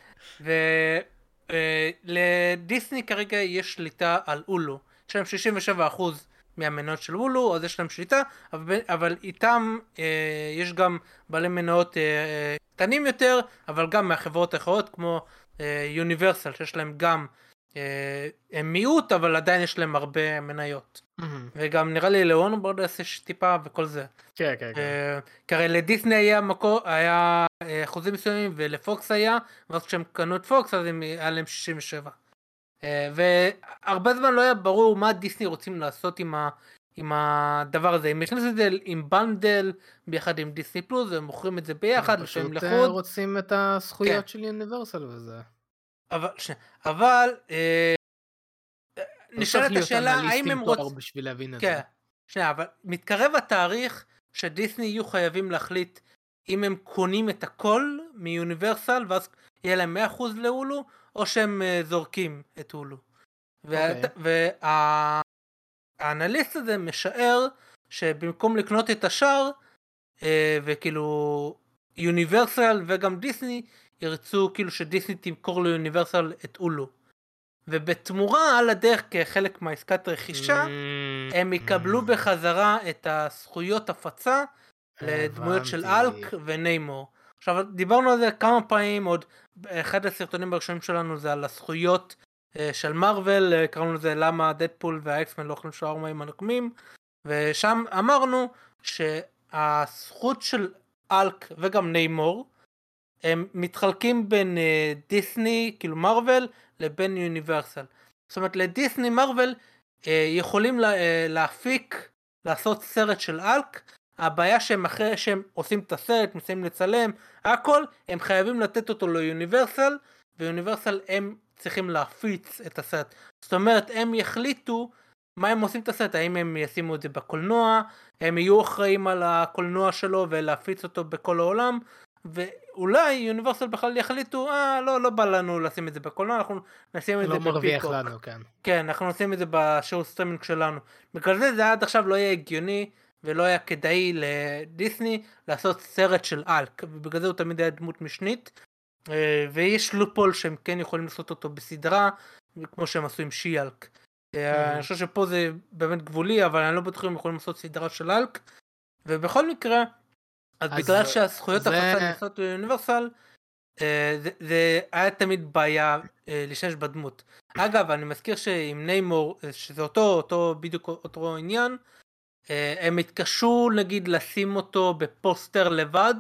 Speaker 2: ולדיסני כרגע יש שליטה על הולו. יש להם 67% מהמניות של הולו, אז יש להם שליטה, אבל איתם יש גם בעלי מניות קטנים יותר, אבל גם מהחברות האחרות כמו יוניברסל, שיש להם גם הם מיעוט, אבל עדיין יש להם הרבה מניות. וגם נראה לי לאון ברודרס יש טיפה וכל זה.
Speaker 1: כן.
Speaker 2: כי לדיסני היה אחוזים מסוימים ולפוקס היה, ואז כשהם קנו את פוקס אז היה להם 67. והרבה זמן לא היה ברור מה דיסני רוצים לעשות עם הדבר הזה. הם יכניסו את זה עם בנדל ביחד עם דיסני פלוס, והם מוכרים את זה ביחד לפעמים לחוד.
Speaker 1: פשוט רוצים את הזכויות של יוניברסל וזה.
Speaker 2: אבל נשאלת השאלה האם הם רוצים
Speaker 1: בשביל להבין את זה.
Speaker 2: שנייה, אבל מתקרב התאריך שדיסני יהיו חייבים להחליט אם הם קונים את הכל מיוניברסל ואז יהיה להם 100% להולו, או שהם זורקים את הולו. והאנליסט הזה משער שבמקום לקנות את השאר, וכאילו יוניברסל וגם דיסני ירצו כאילו שדיסני תמכור ליוניברסל את הולו. ובתמורה על הדרך כחלק מהעסקת רכישה, הם יקבלו בחזרה את הזכויות הפצה לדמויות של אלק וניימור. עכשיו דיברנו על זה כמה פעמים, עוד אחד הסרטונים הראשונים שלנו זה על הזכויות של מרוול, קראנו לזה למה דדפול והאקסמן לא אוכלים שווארמה הנוקמים, ושם אמרנו שהזכות של אלק וגם ניימור, הם מתחלקים בין דיסני, כאילו מרוול, לבין יוניברסל. זאת אומרת, לדיסני מרוול יכולים לעשות סרט של אלק, הבעיה שהם אחרי שהם עושים את הסרט, מסיימים לצלם, הכל, הם חייבים לתת אותו ליוניברסל, ויוניברסל הם צריכים להפיץ את הסרט. זאת אומרת, הם יחליטו מה הם עושים את הסרט, האם הם ישימו את זה בקולנוע, הם יהיו אחראים על הקולנוע שלו ולהפיץ אותו בכל העולם, ואולי יוניברסל בכלל יחליטו, לא בא לנו לשים את זה בקולנוע, אנחנו נשים את זה בפיקוק. לא מרוויח לנו, כן. כן, אנחנו נשים את זה בשירות סטרימינג שלנו. בגלל זה עד עכשיו לא יהיה הגיוני, ולא היה כדאי לדיסני לעשות סרט של אלק, ובגלל זה הוא תמיד היה דמות משנית, ויש לופול שהם כן יכולים לעשות אותו בסדרה, כמו שהם עשו עם שי-אלק. אני חושב שפה זה באמת גבולי, אבל אני לא בטוח אם יכולים לעשות סדרה של אלק, ובכל מקרה, אז בגלל שהזכויות הפצה נעשות לאוניברסל, זה היה תמיד בעיה לשנש בדמות. אגב, אני מזכיר שעם ניימור, שזה בדיוק אותו עניין, הם התקשו נגיד לשים אותו בפוסטר לבד,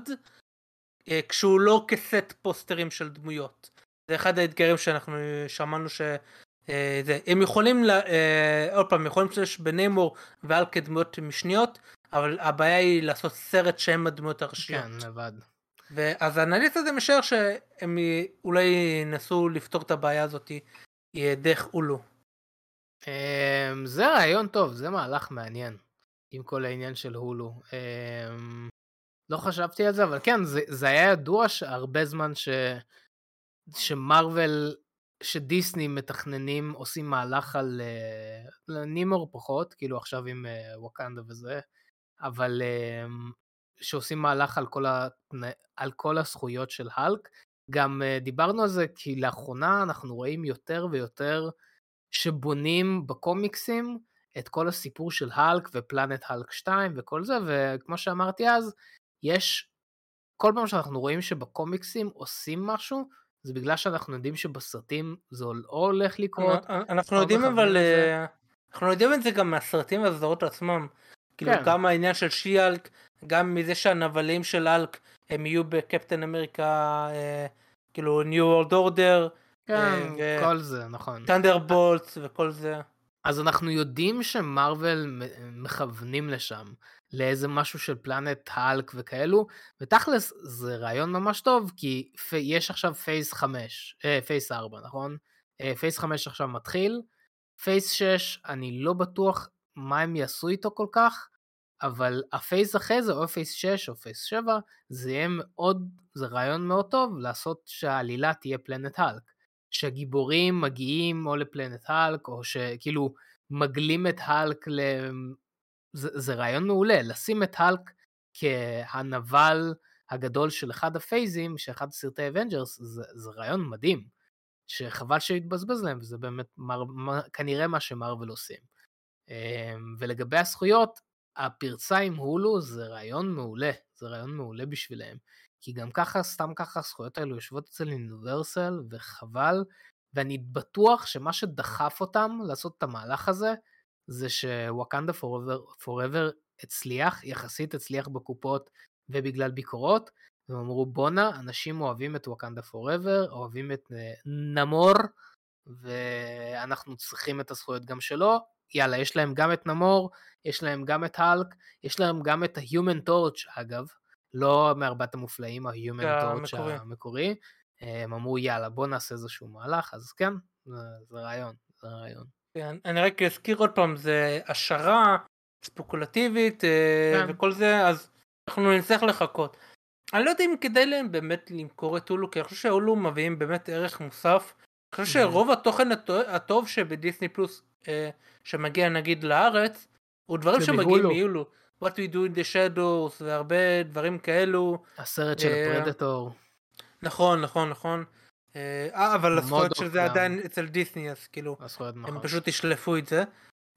Speaker 2: כשהוא לא כסט פוסטרים של דמויות. זה אחד האתגרים שאנחנו שמענו הם יכולים, עוד פעם, יכולים לשלש בניימור ועל כדמויות משניות, אבל הבעיה היא לעשות סרט שהם הדמויות הראשיות.
Speaker 1: כן, לבד.
Speaker 2: אז האנליסט הזה משער שהם אולי ינסו לפתור את הבעיה הזאת דרך הולו.
Speaker 1: זה רעיון טוב, זה מהלך מעניין. עם כל העניין של הולו. לא חשבתי על זה, אבל כן, זה היה ידוע שהרבה זמן שמרוול, שדיסני מתכננים, עושים מהלך על נימור פחות, כאילו עכשיו עם ווקנדה וזה, אבל שעושים מהלך על כל הזכויות של הלק. גם דיברנו על זה כי לאחרונה אנחנו רואים יותר ויותר שבונים בקומיקסים את כל הסיפור של הלק ופלנט הלק 2 וכל זה, וכמו שאמרתי אז, כל פעם שאנחנו רואים שבקומיקסים עושים משהו, זה בגלל שאנחנו יודעים שבסרטים זה לא הולך לקרות.
Speaker 2: אנחנו יודעים אנחנו יודעים את זה גם מהסרטים והסדרות עצמם. כאילו גם העניין של שי-אלק, גם מזה שהנבלים של אלק הם יהיו בקפטן אמריקה, כאילו ניו וורלד אורדר.
Speaker 1: כן, כל זה, נכון.
Speaker 2: תנדרבולטס וכל זה.
Speaker 1: אז אנחנו יודעים שמרוול מכוונים לשם. לאיזה משהו של פלנט האלק וכאלו, ותכלס זה רעיון ממש טוב, כי יש עכשיו פייס 5, פייס 4, נכון? פייס 5 עכשיו מתחיל, פייס 6 אני לא בטוח מה הם יעשו איתו כל כך, אבל הפייס אחרי זה, או פייס 6 או פייס 7, זה רעיון מאוד טוב לעשות שהעלילה תהיה פלנט האלק. שהגיבורים מגיעים או לפלנט האלק, או שכאילו מגלים את האלק זה רעיון מעולה, לשים את האלק כהנבל הגדול של אחד הפייזים, של אחד הסרטי אבנג'רס, זה רעיון מדהים, שחבל שיתבזבז להם, וזה באמת כנראה מה שמרוול עושים. ולגבי הזכויות, הפרצה עם הולו זה רעיון מעולה בשבילהם, כי גם ככה, סתם ככה, הזכויות האלו יושבות אצל יוניברסל, וחבל, ואני בטוח שמה שדחף אותם לעשות את המהלך הזה, זה שוואקנדה פוראבר יחסית הצליח בקופות ובגלל ביקורות, והם אמרו בונה, אנשים אוהבים את וואקנדה פוראבר, אוהבים את נמור, ואנחנו צריכים את הזכויות גם שלו, יאללה, יש להם גם את נמור, יש להם גם את האלק, יש להם גם את ה-Human Torch אגב, לא מארבעת המופלאים, ה-Human Torch המקורי, הם אמרו יאללה, בוא נעשה איזשהו מהלך, אז כן, זה רעיון.
Speaker 2: כן, אני רק אזכיר עוד פעם, זה השערה ספקולטיבית וכל זה, אז אנחנו נצטרך לחכות. אני לא יודע אם כדאי להם באמת למכור את הולו, כי אני חושב שהולו מביאים באמת ערך מוסף. אני חושב שרוב התוכן הטוב שבדיסני פלוס, שמגיע נגיד לארץ, הוא דברים שמגיעים מהולו. What we do in the shadows, והרבה דברים כאלו.
Speaker 1: הסרט של הפרדטור.
Speaker 2: נכון. אבל הזכויות של זה עדיין אצל דיסני, אז כאילו, הם פשוט ישלפו את זה.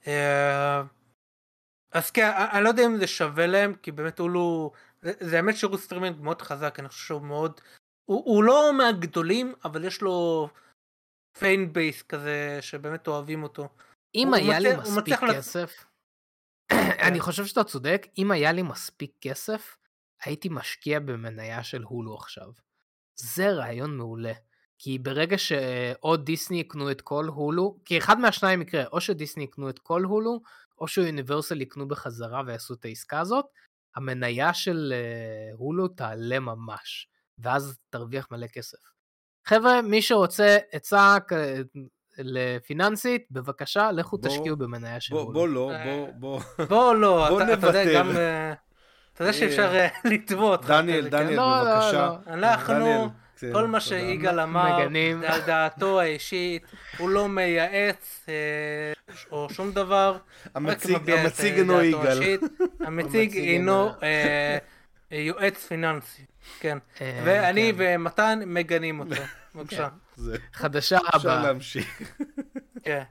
Speaker 2: אז כן, אני לא יודע אם זה שווה להם, כי באמת זה האמת שירות סטרימינג מאוד חזק, אני חושב שהוא מאוד, הוא לא מהגדולים, אבל יש לו פיין בייס כזה, שבאמת אוהבים אותו.
Speaker 1: אם היה לי מספיק כסף, אני חושב שאתה צודק, אם היה לי מספיק כסף, הייתי משקיע במניה של הולו עכשיו. זה רעיון מעולה. כי ברגע שאו דיסני יקנו את כל הולו, כי אחד מהשניים יקרה, או שדיסני יקנו את כל הולו, או שיוניברסל יקנו בחזרה ויעשו את העסקה הזאת, המניה של הולו תעלה ממש, ואז תרוויח מלא כסף. חבר'ה, מי שרוצה עצה לפיננסית, בבקשה, לכו תשקיעו במניה של הולו.
Speaker 3: בוא לא,
Speaker 2: אתה יודע גם, אתה יודע שאפשר לטבות.
Speaker 3: דניאל, בבקשה.
Speaker 2: אנחנו... כל מה שיגאל אמר, זה על דעתו האישית, הוא לא מייעץ או שום דבר.
Speaker 3: המציג אינו יגאל.
Speaker 2: המציג אינו יועץ פיננסי. כן. ואני ומתן מגנים אותו. בבקשה.
Speaker 1: חדשה הבאה.
Speaker 3: אפשר להמשיך.
Speaker 2: כן.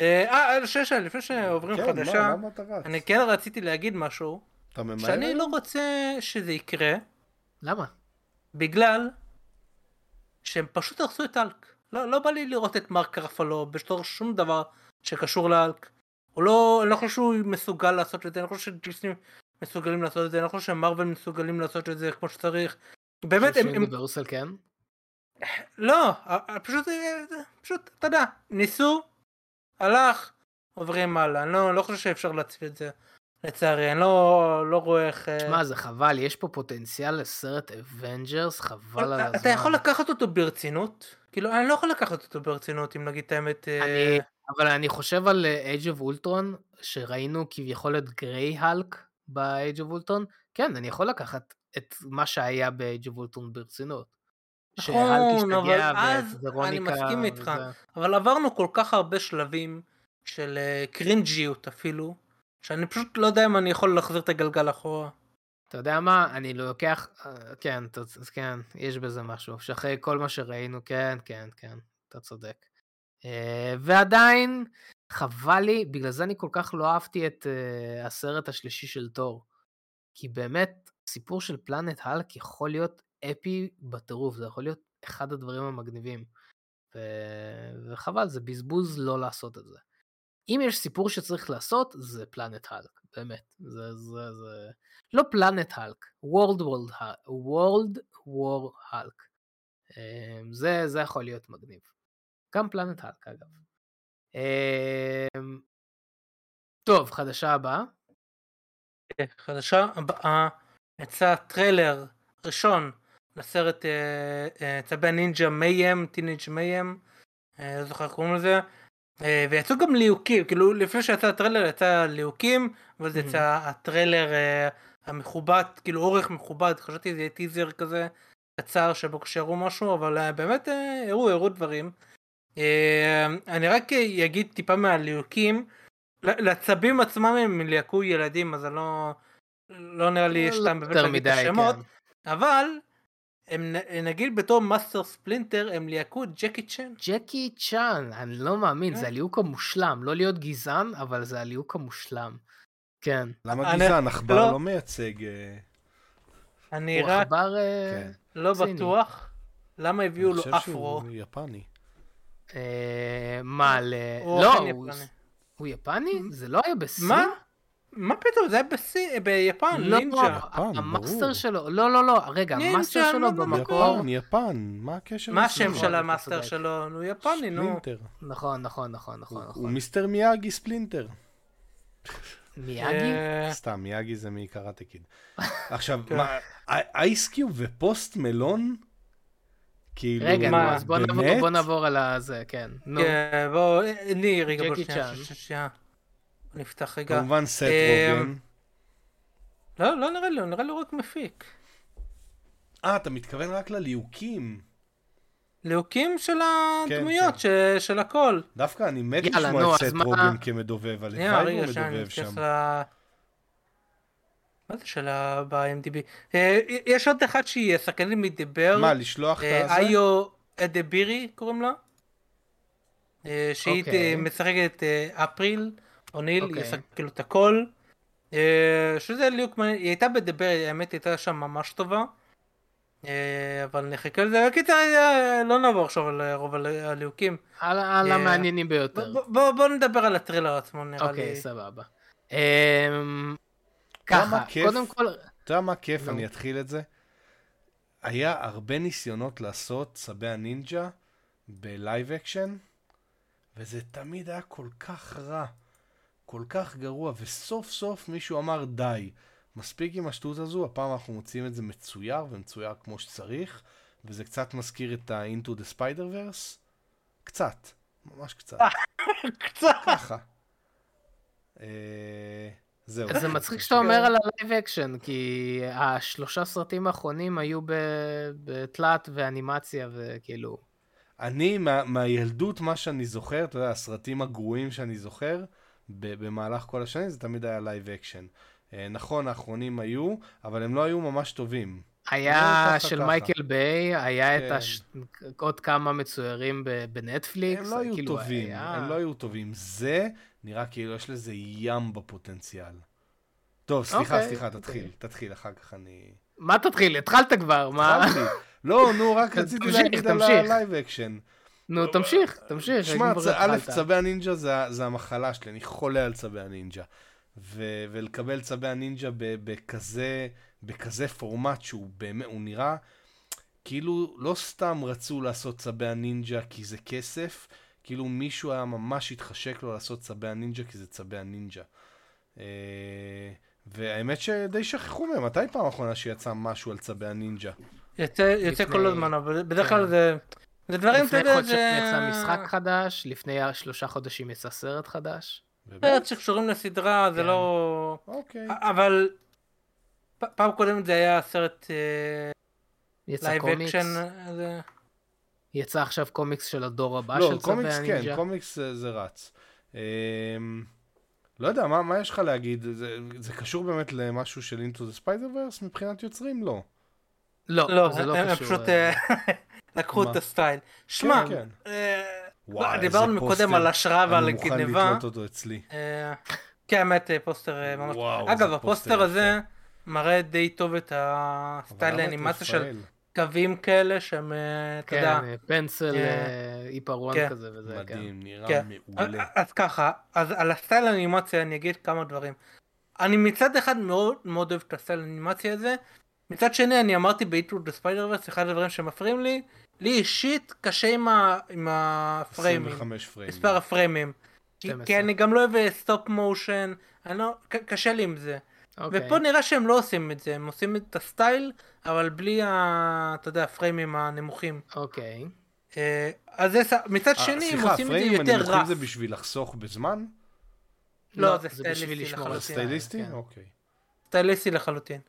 Speaker 2: לפני שעוברים חדשה, אני כן רציתי להגיד משהו, שאני לא רוצה שזה יקרה.
Speaker 1: למה?
Speaker 2: בגלל שהם פשוט הרסו את האלק. לא בא לי לראות את מרק רפלו בתור שום דבר שקשור לאלק. אני לא חושב שהוא מסוגל לעשות את זה, אני חושב שדיסני מסוגלים לעשות את זה, אני חושב שמרוול מסוגלים לעשות את זה כמו שצריך. באמת הם...
Speaker 1: יוניברסל כן?
Speaker 2: לא, פשוט, אתה יודע, ניסו, הלך, עוברים הלאה. אני לא חושב שאפשר להציל את זה. לצערי, אני לא רואה איך...
Speaker 1: תשמע, זה חבל, יש פה פוטנציאל לסרט אבנג'רס, חבל על הזמן.
Speaker 2: אתה יכול לקחת אותו ברצינות? כאילו, אני לא יכול לקחת אותו ברצינות, אם נגיד את האמת...
Speaker 1: אבל אני חושב על Age of Ultron, שראינו כביכול את גריי האלק ב-Age of Ultron, כן, אני יכול לקחת את מה שהיה ב-Age of Ultron ברצינות.
Speaker 2: נכון, אבל אז אני מסכים איתך, אבל עברנו כל כך הרבה שלבים של קרינג'יות אפילו, שאני פשוט לא יודע אם אני יכול להחזיר את הגלגל אחורה.
Speaker 1: אתה יודע מה, אני לא לוקח, כן, יש בזה משהו, שאחרי כל מה שראינו, כן, אתה צודק. ועדיין, חבל לי, בגלל זה אני כל כך לא אהבתי את הסרט השלישי של תור, כי באמת, סיפור של פלנט האלק יכול להיות אפי בטירוף, זה יכול להיות אחד הדברים המגניבים, וחבל, זה בזבוז לא לעשות את זה. אם יש סיפור שצריך לעשות, זה פלנט האלק, באמת. זה לא פלנט האלק, World War האלק. זה יכול להיות מגניב. גם פלנט האלק, אגב. טוב, חדשה הבאה.
Speaker 2: חדשה הבאה, יצא טריילר ראשון לסרט צבי הנינג'ה מיים, טינג' מיים, לא זוכר איך קוראים לזה, ויצאו גם ליהוקים, כאילו לפני שיצא הטריילר יצא ליהוקים, ואז יצא הטריילר המכובד, כאילו אורך מכובד, חשבתי זה יהיה טיזר כזה קצר שבו קשרו משהו, אבל באמת הראו דברים. אני רק אגיד טיפה מהליהוקים, לצבים עצמם הם ליהקו ילדים, אז אני לא נראה לי יש טעם באמת להגיד את השמות, אבל הם נגיד בתור מאסטר ספלינטר הם ליהקו את ג'קי צ'אן.
Speaker 1: ג'קי צ'אן, אני לא מאמין, זה הליהוק המושלם, לא להיות גזען, אבל זה הליהוק המושלם. כן.
Speaker 3: למה גזען? עכבר לא מייצג...
Speaker 2: אני
Speaker 1: הוא
Speaker 2: רק
Speaker 1: עכבר
Speaker 2: לא
Speaker 1: ציני.
Speaker 2: בטוח למה הביאו לו
Speaker 3: אני חושב
Speaker 2: אפרו.
Speaker 3: שהוא יפני.
Speaker 1: מה,
Speaker 2: הוא
Speaker 1: לא,
Speaker 2: אכן יפני.
Speaker 1: הוא יפני? זה לא היה בסין?
Speaker 2: מה פתאום? זה היה ביפן,
Speaker 1: לא,
Speaker 2: נינג'ה.
Speaker 1: המאסטר
Speaker 3: ברור.
Speaker 1: שלו, לא, רגע,
Speaker 2: נינג'ה,
Speaker 1: המאסטר שלו
Speaker 2: לא,
Speaker 1: במקור,
Speaker 3: יפן, מה הקשר?
Speaker 2: מה השם
Speaker 1: נכון,
Speaker 2: של
Speaker 1: אתה
Speaker 2: המאסטר
Speaker 1: צודק.
Speaker 2: שלו? הוא יפני, נו.
Speaker 3: ספלינטר.
Speaker 1: נכון.
Speaker 3: הוא מיסטר מיאגי ספלינטר.
Speaker 1: מיאגי?
Speaker 3: סתם, מיאגי זה מקראטה קיד. עכשיו, אייסקיוב ופוסט מלון? כאילו,
Speaker 1: רגע, נו, אז בוא
Speaker 3: באמת?
Speaker 1: נעבור על הזה, כן. נו,
Speaker 2: כן, בואו, רגע, בוא
Speaker 1: ג'קי
Speaker 2: שנייה. נפתח רגע.
Speaker 3: כמובן סט רוגן.
Speaker 2: לא נראה לי, הוא נראה לי רק מפיק.
Speaker 3: אתה מתכוון רק לליהוקים.
Speaker 2: ליהוקים של
Speaker 3: כן,
Speaker 2: הדמויות, של הכל.
Speaker 3: דווקא אני מת
Speaker 1: יאללה,
Speaker 3: לשמוע
Speaker 1: נו,
Speaker 3: את
Speaker 1: אז
Speaker 3: סט
Speaker 1: מה-
Speaker 3: רוגן כמדובב, הלוואי הוא מדובב שם.
Speaker 2: מה זה שלה ב-IMDb? יש עוד אחד שהיא שחקנית מדיבר.
Speaker 3: מה, לשלוח את הזה?
Speaker 2: איו אדבירי קוראים לה. שהיא
Speaker 1: אוקיי.
Speaker 2: משחקת אפריל, אוניל, היא
Speaker 1: אוקיי.
Speaker 2: עושה כאילו את הכל. שזה ליהוק מעניין, היא הייתה בדבר, האמת הייתה שם ממש טובה. אבל נחכה לזה, קיצר, לא נעבור עכשיו על רוב הליהוקים.
Speaker 1: על המעניינים ביותר.
Speaker 2: בוא נדבר על הטרילר עצמו, נראה לי.
Speaker 1: אוקיי, סבבה.
Speaker 3: מה
Speaker 1: ככה,
Speaker 3: כיף?
Speaker 1: קודם כל,
Speaker 3: אתה יודע מה כיף?
Speaker 1: נו.
Speaker 3: אני אתחיל את זה. היה הרבה ניסיונות לעשות צבי הנינג'ה בלייב אקשן, וזה תמיד היה כל כך רע, כל כך גרוע, וסוף סוף מישהו אמר די, מספיק עם השטות הזו, הפעם אנחנו מוצאים את זה מצויר, ומצויר כמו שצריך, וזה קצת מזכיר את ה-Into the Spider-Verse, קצת, ממש קצת,
Speaker 2: קצת.
Speaker 3: ככה. זהו.
Speaker 1: זה מצחיק שאתה אומר על הלייב אקשן, כי השלושה סרטים האחרונים היו בתלת ואנימציה וכאילו...
Speaker 3: אני, מהילדות, מה שאני זוכר, אתה יודע, הסרטים הגרועים שאני זוכר, במהלך כל השנים, זה תמיד היה לייב אקשן. נכון, האחרונים היו, אבל הם לא היו ממש טובים.
Speaker 1: היה
Speaker 3: ככה,
Speaker 1: של
Speaker 3: ככה.
Speaker 1: מייקל ביי, היה את
Speaker 3: כן.
Speaker 1: עוד כמה מצוירים בנטפליקס.
Speaker 3: הם לא היו
Speaker 1: כאילו,
Speaker 3: טובים,
Speaker 1: היה-
Speaker 3: הם לא היו טובים. זה נראה כאילו יש לזה ים בפוטנציאל. טוב, סליחה,
Speaker 1: אוקיי.
Speaker 3: תתחיל, אחר כך אני...
Speaker 1: מה תתחיל? התחלת כבר, מה?
Speaker 3: התחלתי. לא, נו, רק רציתי
Speaker 1: תמשיך,
Speaker 3: להגיד על
Speaker 1: תמשיך.
Speaker 3: הלייב אקשן.
Speaker 1: נו, תמשיך.
Speaker 3: שמע,
Speaker 1: כבר
Speaker 3: א',
Speaker 1: התחלת.
Speaker 3: צבי הנינג'ה זה המחלה שלי, אני חולה על צבי הנינג'ה. ולקבל צבי הנינג'ה בכזה פורמט שהוא באמת, הוא נראה, כאילו לא סתם רצו לעשות צבי הנינג'ה כי זה כסף, כאילו מישהו היה ממש התחשק לו לעשות צבי הנינג'ה כי זה צבי הנינג'ה. והאמת שדי שכחו מהם, מתי פעם האחרונה שיצא משהו על צבי הנינג'ה?
Speaker 2: יוצא כל הזמן, אבל בדרך כלל זה דברים, אתה
Speaker 1: לפני
Speaker 2: יודע,
Speaker 1: חודשיים יצא משחק חדש, לפני 3 חודשים יצא סרט חדש.
Speaker 2: סרט שקשורים לסדרה, זה
Speaker 1: כן.
Speaker 2: לא...
Speaker 3: אוקיי.
Speaker 2: אבל פעם קודמת זה היה סרט
Speaker 1: יצא
Speaker 2: לייב
Speaker 1: קומיקס,
Speaker 2: אקשן.
Speaker 1: יצא עכשיו קומיקס של הדור הבא
Speaker 3: לא,
Speaker 1: של צבי
Speaker 3: קומיקס
Speaker 1: הנינג'ה.
Speaker 3: כן, קומיקס זה רץ. לא יודע, מה יש לך להגיד? זה קשור באמת למשהו של Into the Spider-Verse מבחינת יוצרים? לא.
Speaker 1: לא, זה לא
Speaker 2: הם
Speaker 1: קשור.
Speaker 2: פשוט לקחו את
Speaker 3: מה?
Speaker 2: הסטייל. שמע,
Speaker 3: כן.
Speaker 2: לא, דיברנו מקודם על השראה ועל
Speaker 3: אני מוכן
Speaker 2: גניבה.
Speaker 3: לקלוט אותו אצלי.
Speaker 2: כן, האמת, פוסטר ממש...
Speaker 3: וואו,
Speaker 2: אגב,
Speaker 3: זה
Speaker 2: הפוסטר
Speaker 3: פוסטר
Speaker 2: הזה מראה די טוב את הסטייל האנימציה של קווים כאלה שהם, אתה יודע...
Speaker 1: כן, פנסל, עיפרון
Speaker 2: כן.
Speaker 1: כזה וזה, כן.
Speaker 3: מדהים, נראה
Speaker 2: כן.
Speaker 3: מעולה.
Speaker 2: אז ככה, אז על הסטייל האנימציה אני אגיד כמה דברים. אני מצד אחד מאוד מאוד אוהב את הסטייל האנימציה הזה, מצד שני אני אמרתי ב-Into the Spider-Verse, אחד הדברים שמפריעים לי אישית קשה עם הפריימים,
Speaker 3: 25 פריימים.
Speaker 2: מספר הפריימים. כי
Speaker 1: 12.
Speaker 2: אני גם לא אוהב סטופ מושן, קשה לי עם זה.
Speaker 1: אוקיי.
Speaker 2: ופה נראה שהם לא עושים את זה, הם עושים את הסטייל, אבל בלי אתה יודע, הפריימים הנמוכים.
Speaker 1: אוקיי.
Speaker 2: אז מצד שני, הם
Speaker 3: סליחה,
Speaker 2: עושים את זה
Speaker 3: הפריימים
Speaker 2: יותר
Speaker 3: הנמוכים
Speaker 2: רף.
Speaker 3: זה בשביל לחסוך בזמן?
Speaker 2: לא, זה
Speaker 1: בשביל
Speaker 2: סטייליסטי
Speaker 1: לשמור על
Speaker 2: לחלוטין.
Speaker 3: סטייליסטי?
Speaker 1: כן.
Speaker 3: אוקיי.
Speaker 2: סטייליסטי לחלוטין.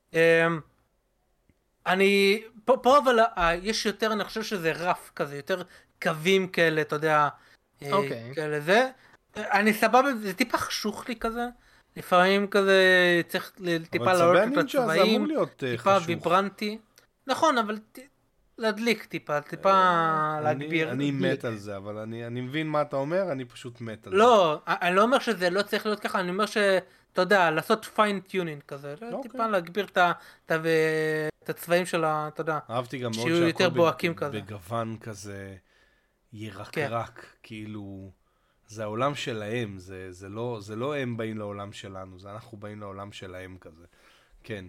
Speaker 2: אני, פה אבל יש יותר, אני חושב שזה רף כזה, יותר קווים כאלה, אתה יודע,
Speaker 1: אוקיי.
Speaker 2: כאלה זה. אני סבבה, זה טיפה חשוך לי כזה. לפעמים כזה צריך טיפה
Speaker 3: אבל
Speaker 2: לעלות
Speaker 3: צבי
Speaker 2: את
Speaker 3: הנינג'ה זה אמור
Speaker 2: הצבעים,
Speaker 3: להיות
Speaker 2: טיפה
Speaker 3: חשוך.
Speaker 2: ויברנטי. נכון, אבל להדליק טיפה להגביר.
Speaker 3: אני מת על זה, אבל אני מבין מה אתה אומר, אני פשוט מת על זה.
Speaker 2: לא, אני לא אומר שזה לא צריך להיות ככה, אני אומר אתה יודע, לעשות פיין-טיונינג כזה, טיפה להגביר את הצבעים של אתה יודע,
Speaker 3: אהבתי גם מאוד
Speaker 2: שיהיו יותר בוהקים
Speaker 3: שהכל
Speaker 2: כזה.
Speaker 3: בגוון כזה ירקרק, כאילו זה העולם שלהם, זה לא הם באים לעולם שלנו, זה אנחנו באים לעולם שלהם כזה, כן.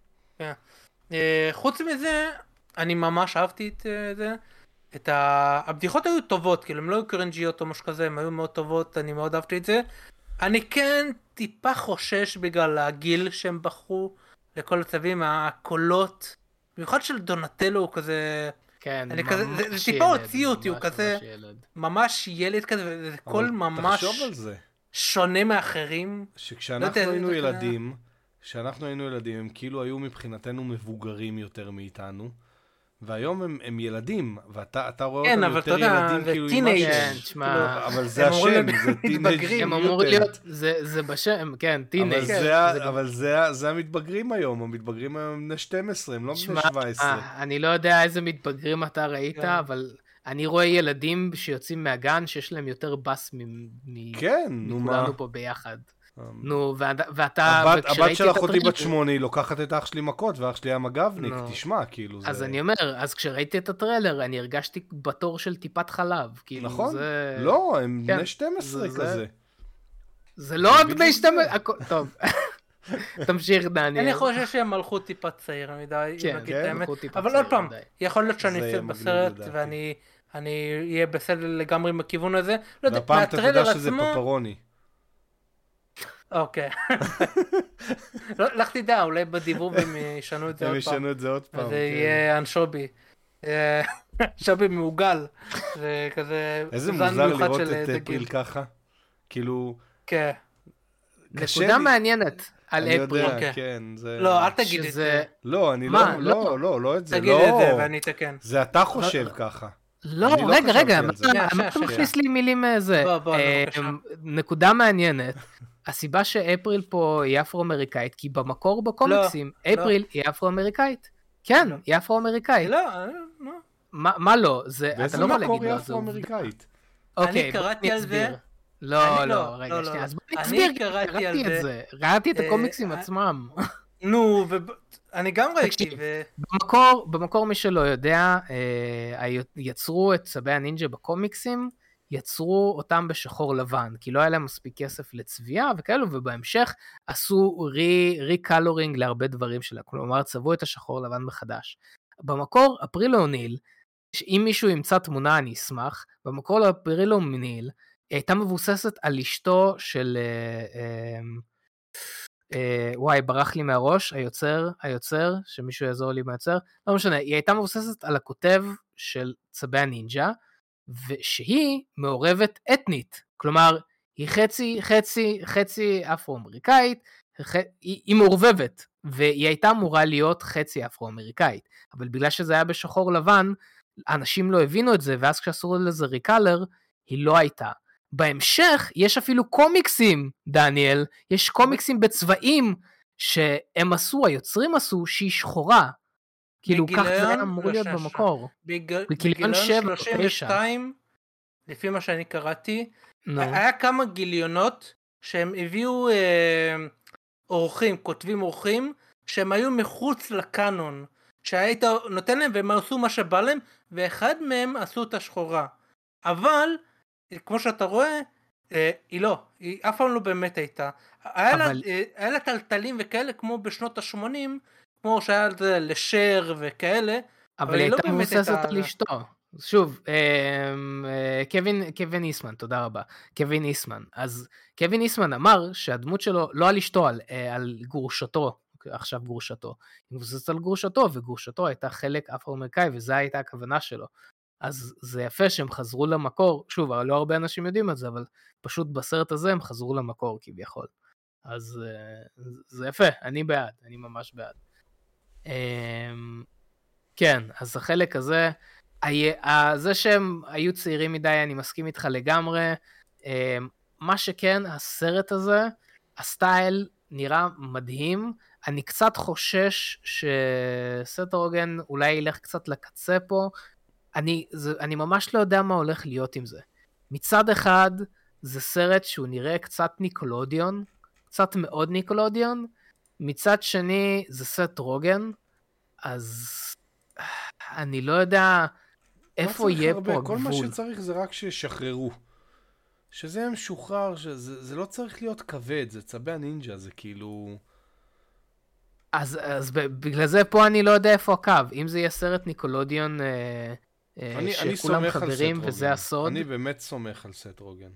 Speaker 2: חוץ מזה, אני ממש אהבתי את זה, הבדיחות היו טובות, כאילו הם לא היו קרנג'יות או משהו כזה, הם היו מאוד טובות, אני מאוד אהבתי את זה. אני כן טיפה חושש בגלל הגיל שהם בחרו לכל הצווים, הקולות, במיוחד של דונטלו הוא כזה,
Speaker 1: כן,
Speaker 2: זה טיפה הוציא אותי, הוא כזה ממש ילד כזה, וזה קול ממש
Speaker 3: תחשוב על זה.
Speaker 2: שונה מאחרים.
Speaker 3: שכשאנחנו היינו ילדים, הם כאילו היו מבחינתנו מבוגרים יותר מאיתנו, והיום הם ילדים, ואתה רואה אותם יותר ילדים כאילו עם
Speaker 1: משהו.
Speaker 3: אבל זה השם, זה טינג'
Speaker 1: הם אמורים להיות, זה בשם, כן, טינג'.
Speaker 3: אבל זה המתבגרים היום, המתבגרים היום הם בני 12, הם לא בני 17.
Speaker 1: אני לא יודע איזה מתבגרים אתה ראית, אבל אני רואה ילדים שיוצאים מהגן שיש להם יותר בס מכולנו פה ביחד. נו, ואתה...
Speaker 3: הבת של אחותי בת 8, היא לוקחת את אח שלי מכות, ואח שלי היה מג"בניק, תשמע, כאילו זה...
Speaker 1: אז אני אומר, אז כשראיתי את הטריילר, אני הרגשתי בתור של טיפת חלב, כאילו
Speaker 3: נכון,
Speaker 1: זה...
Speaker 3: לא, הם בני 12 כזה.
Speaker 1: זה לא עוד בני 12, טוב. תמשיך, דניאל.
Speaker 2: אני חושב שהם הלכו טיפה צעיר מדי,
Speaker 1: כן,
Speaker 2: אבל עוד פעם, יכול להיות שאני אצא בסרט, ואני אהיה בסדר לגמרי עם הכיוון הזה.
Speaker 3: והפעם אתה תדע שזה פפרוני.
Speaker 2: אוקיי. לך תדע, אולי בדיבוב הם ישנו את זה עוד פעם.
Speaker 3: הם ישנו את זה עוד פעם.
Speaker 2: זה יהיה אנשובי. אנשובי מעוגל. זה כזה...
Speaker 3: איזה מוזר לראות את אפריל ככה. כאילו...
Speaker 2: כן.
Speaker 1: נקודה מעניינת על אפריל.
Speaker 3: אני יודע, כן.
Speaker 2: לא, אל תגיד את זה.
Speaker 3: לא, אני לא את זה.
Speaker 2: תגיד את זה ואני אתקן.
Speaker 3: זה אתה חושב ככה.
Speaker 1: לא, רגע, מה אתה מכניס לי מילים זה? נקודה מעניינת. הסיבה שאפריל פה היא אפרו-אמריקאית, כי במקור בקומיקסים, אפריל היא אפרו-אמריקאית. כן, היא אפרו-אמריקאית.
Speaker 2: לא.
Speaker 1: מה לא? אתה לא יכול להגיד
Speaker 3: מקור היא
Speaker 1: לא,
Speaker 3: אפרו-אמריקאית?
Speaker 2: אני קראתי על זה.
Speaker 1: לא, רגע, שנייה, אז בוא נסביר, קראתי את זה. ראיתי את הקומיקסים עצמם.
Speaker 2: נו, אני גם ראיתי.
Speaker 1: במקור מי שלא יודע, יצרו את צבי הנינג'ה בקומיקסים, יצרו אותם בשחור לבן, כי לא היה להם מספיק כסף לצביעה וכאלו, ובהמשך עשו ריקלורינג להרבה דברים שלה, כלומר צבעו את השחור לבן מחדש. במקור, אפריל אוניל, אם מישהו ימצא תמונה אני אשמח, במקור אפריל אוניל, הייתה מבוססת על אשתו של, וואי, ברח לי מהראש, היוצר, שמישהו יעזור לי מהיוצר, לא משנה, היא הייתה מבוססת על הכותב של צבי הנינג'ה, ושהיא מעורבת אתנית, כלומר, היא חצי אפרו-אמריקאית, היא מעורבבת, והיא הייתה אמורה להיות חצי אפרו-אמריקאית, אבל בגלל שזה היה בשחור לבן, אנשים לא הבינו את זה, ואז כשעשו לזה ריקלר, היא לא הייתה. בהמשך, יש אפילו קומיקסים, דניאל, יש קומיקסים בצבעים, שהם עשו, היוצרים עשו, שהיא שחורה, כאילו כך זה היה אמור להיות במקור.
Speaker 2: בגיליון 32, לפי מה שאני קראתי, היה כמה גיליונות שהם הביאו כותבים אורחים, שהם היו מחוץ לקאנון, שהיית נותן להם והם עשו מה שבא להם, ואחד מהם עשו את השחורה. אבל, כמו שאתה רואה, היא אף פעם לא באמת הייתה. היה לה טלטלים וכאלה כמו בשנות ה-80, כמו שהיה לשר וכאלה,
Speaker 1: אבל היא הייתה מבוססת על אשתו. שוב, קווין איסמן, תודה רבה. קווין איסמן. אז קווין איסמן אמר שהדמות שלו, לא על אשתו, על גרושתו, עכשיו גרושתו. היא מבוססת על גרושתו, וגרושתו הייתה חלק אפרו-אמריקאי, וזו הייתה הכוונה שלו. אז זה יפה שהם חזרו למקור, שוב, לא הרבה אנשים יודעים את זה, אבל פשוט בסרט הזה הם חזרו למקור כביכול. אז זה יפה, אני בעד, אני ממש בעד. כן, אז החלק הזה, זה שהם היו צעירים מדי, אני מסכים איתך לגמרי. מה שכן, הסרט הזה, הסטייל נראה מדהים. אני קצת חושש שסט רוגן אולי ילך קצת לקצה פה. אני ממש לא יודע מה הולך להיות עם זה. מצד אחד, זה סרט שהוא נראה קצת ניקולודיון, קצת מאוד ניקולודיון. מצד שני, זה סט רוגן, אז אני לא יודע איפה יהיה פה הגבול.
Speaker 3: כל מה שצריך זה רק שישחררו. שזה יהיה משוחרר, זה לא צריך להיות כבד, זה צבי הנינג'ה, זה כאילו...
Speaker 1: אז בגלל זה פה אני לא יודע איפה הקו. אם זה יהיה סרט ניקולודיון שכולם חברים וזה הסוד.
Speaker 3: אני באמת סומך על סט רוגן.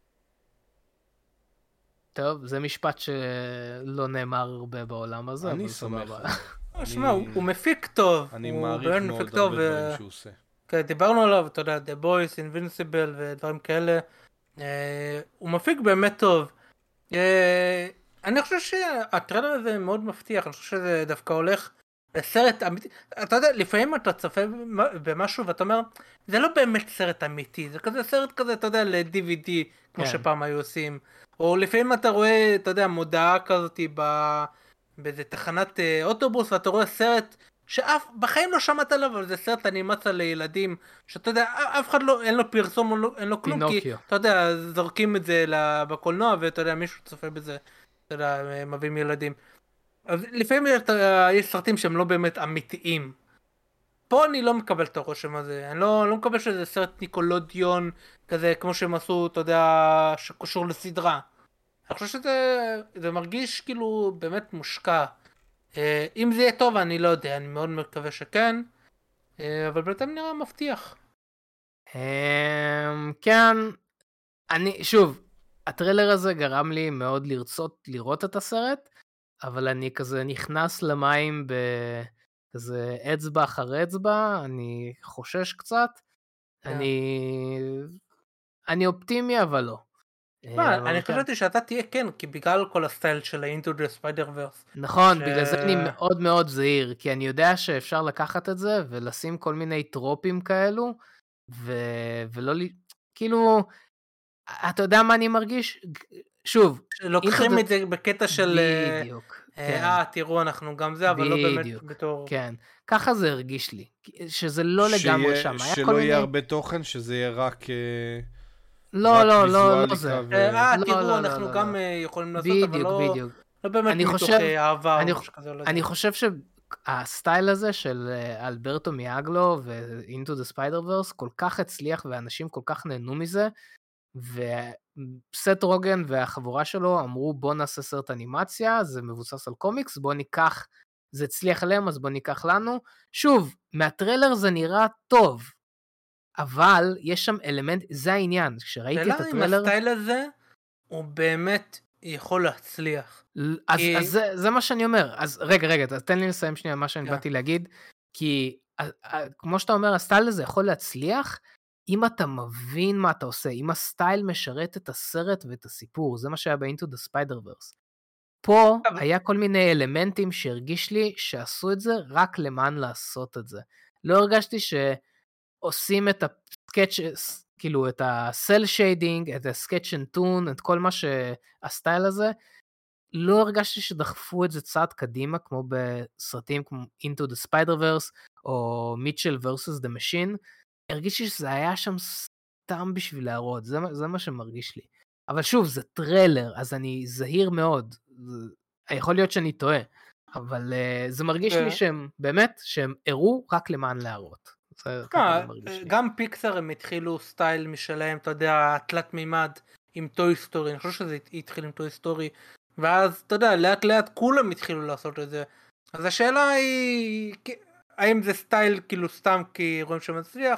Speaker 1: טוב, זה משפט שלא נאמר הרבה בעולם הזה.
Speaker 3: אני סומך.
Speaker 2: שמע, הוא מפיק טוב.
Speaker 3: אני מעריך מאוד הרבה דברים שהוא עושה.
Speaker 2: דיברנו עליו, אתה יודע, The Boys, Invincible ודברים כאלה. הוא מפיק באמת טוב. אני חושב שהטריילר הזה מאוד מבטיח, אני חושב שזה דווקא הולך לסרט אמיתי. אתה יודע, לפעמים אתה צופה במשהו ואתה אומר, זה לא באמת סרט אמיתי, זה כזה סרט כזה, אתה יודע, ל-DVD, כמו שפעם היו עושים. או לפעמים אתה רואה, אתה יודע, מודעה כזאת באיזה תחנת אוטובוס, ואתה רואה סרט שאף בחיים לא שמעת עליו, אבל זה סרט אנימציה לילדים, שאתה יודע, אף אחד לא, אין לו פרסום, אין לו כלום, כי אתה יודע, זורקים את זה בקולנוע, ואתה יודע, מישהו צופה בזה, אתה יודע, מביאים ילדים. אז לפעמים יש סרטים שהם לא באמת אמיתיים. פה אני לא מקבל את הרושם הזה, אני לא מקבל שזה סרט ניקולודיון, כזה כמו שהם עשו, אתה יודע, שקשור לסדרה. אני חושב שזה מרגיש כאילו באמת מושקע. אם זה יהיה טוב אני לא יודע, אני מאוד מקווה שכן, אבל בינתיים נראה מבטיח.
Speaker 1: כן, שוב, הטריילר הזה גרם לי מאוד לרצות לראות את הסרט, אבל אני כזה נכנס למים בכזה אצבע אחר אצבע, אני חושש קצת, אני אופטימי אבל לא.
Speaker 2: אני חשבתי שאתה תהיה כן, כי בגלל כל הסטייל של ה-Into the Spider-Verse.
Speaker 1: נכון, בגלל זה אני מאוד מאוד זהיר, כי אני יודע שאפשר לקחת את זה ולשים כל מיני טרופים כאלו, ולא, כאילו, אתה יודע מה אני מרגיש? שוב.
Speaker 2: לוקחים את זה בקטע של...
Speaker 1: בדיוק.
Speaker 2: תראו, אנחנו גם זה, אבל לא באמת בתור...
Speaker 1: כן, ככה זה הרגיש לי, שזה לא לגמרי שם.
Speaker 3: שלא יהיה הרבה תוכן, שזה יהיה רק...
Speaker 1: לא זה.
Speaker 2: תראו, אנחנו גם יכולים לעשות, אבל לא באמת מתוך אהבה.
Speaker 1: אני חושב שהסטייל הזה של אלברטו מיאגלו ו-Into the Spider-Verse כל כך הצליח, ואנשים כל כך נהנו מזה, וסט רוגן והחבורה שלו אמרו בוא נעשה סרט אנימציה, זה מבוסס על קומיקס, בוא ניקח, זה הצליח עליהם, אז בוא ניקח לנו. שוב, מהטריילר זה נראה טוב, אבל יש שם אלמנט, זה העניין, כשראיתי את הטריילר...
Speaker 2: אם הסטייל הזה, הוא באמת יכול להצליח.
Speaker 1: אז זה מה שאני אומר, אז רגע, תן לי לסיים שנייה מה שאני באתי להגיד, כי כמו שאתה אומר, הסטייל הזה יכול להצליח, אם אתה מבין מה אתה עושה, אם הסטייל משרת את הסרט ואת הסיפור, זה מה שהיה ב-Into the Spider-Verse. פה היה כל מיני אלמנטים שהרגיש לי שעשו את זה רק למען לעשות את זה. לא הרגשתי שעושים את הסקאץ', כאילו את הסל שיידינג, את הסקאץ' אנד טון, את כל מה שהסטייל הזה, לא הרגשתי שדחפו את זה צעד קדימה, כמו בסרטים כמו Into the Spider-Verse, או Mitchell vs. The Machine, הרגישתי שזה היה שם סתם בשביל להראות, זה מה שמרגיש לי. אבל שוב, זה טריילר, אז אני זהיר מאוד, יכול להיות שאני טועה, אבל זה מרגיש לי שהם, באמת, שהם הראו רק למען להראות.
Speaker 2: גם פיקסר הם התחילו סטייל משלהם, אתה יודע, תלת מימד עם טוי סטורי, אני חושב שזה התחיל עם טוי סטורי, ואז, אתה יודע, לאט לאט כולם התחילו לעשות את זה. אז השאלה היא, האם זה סטייל כאילו סתם כי רואים שמצליח,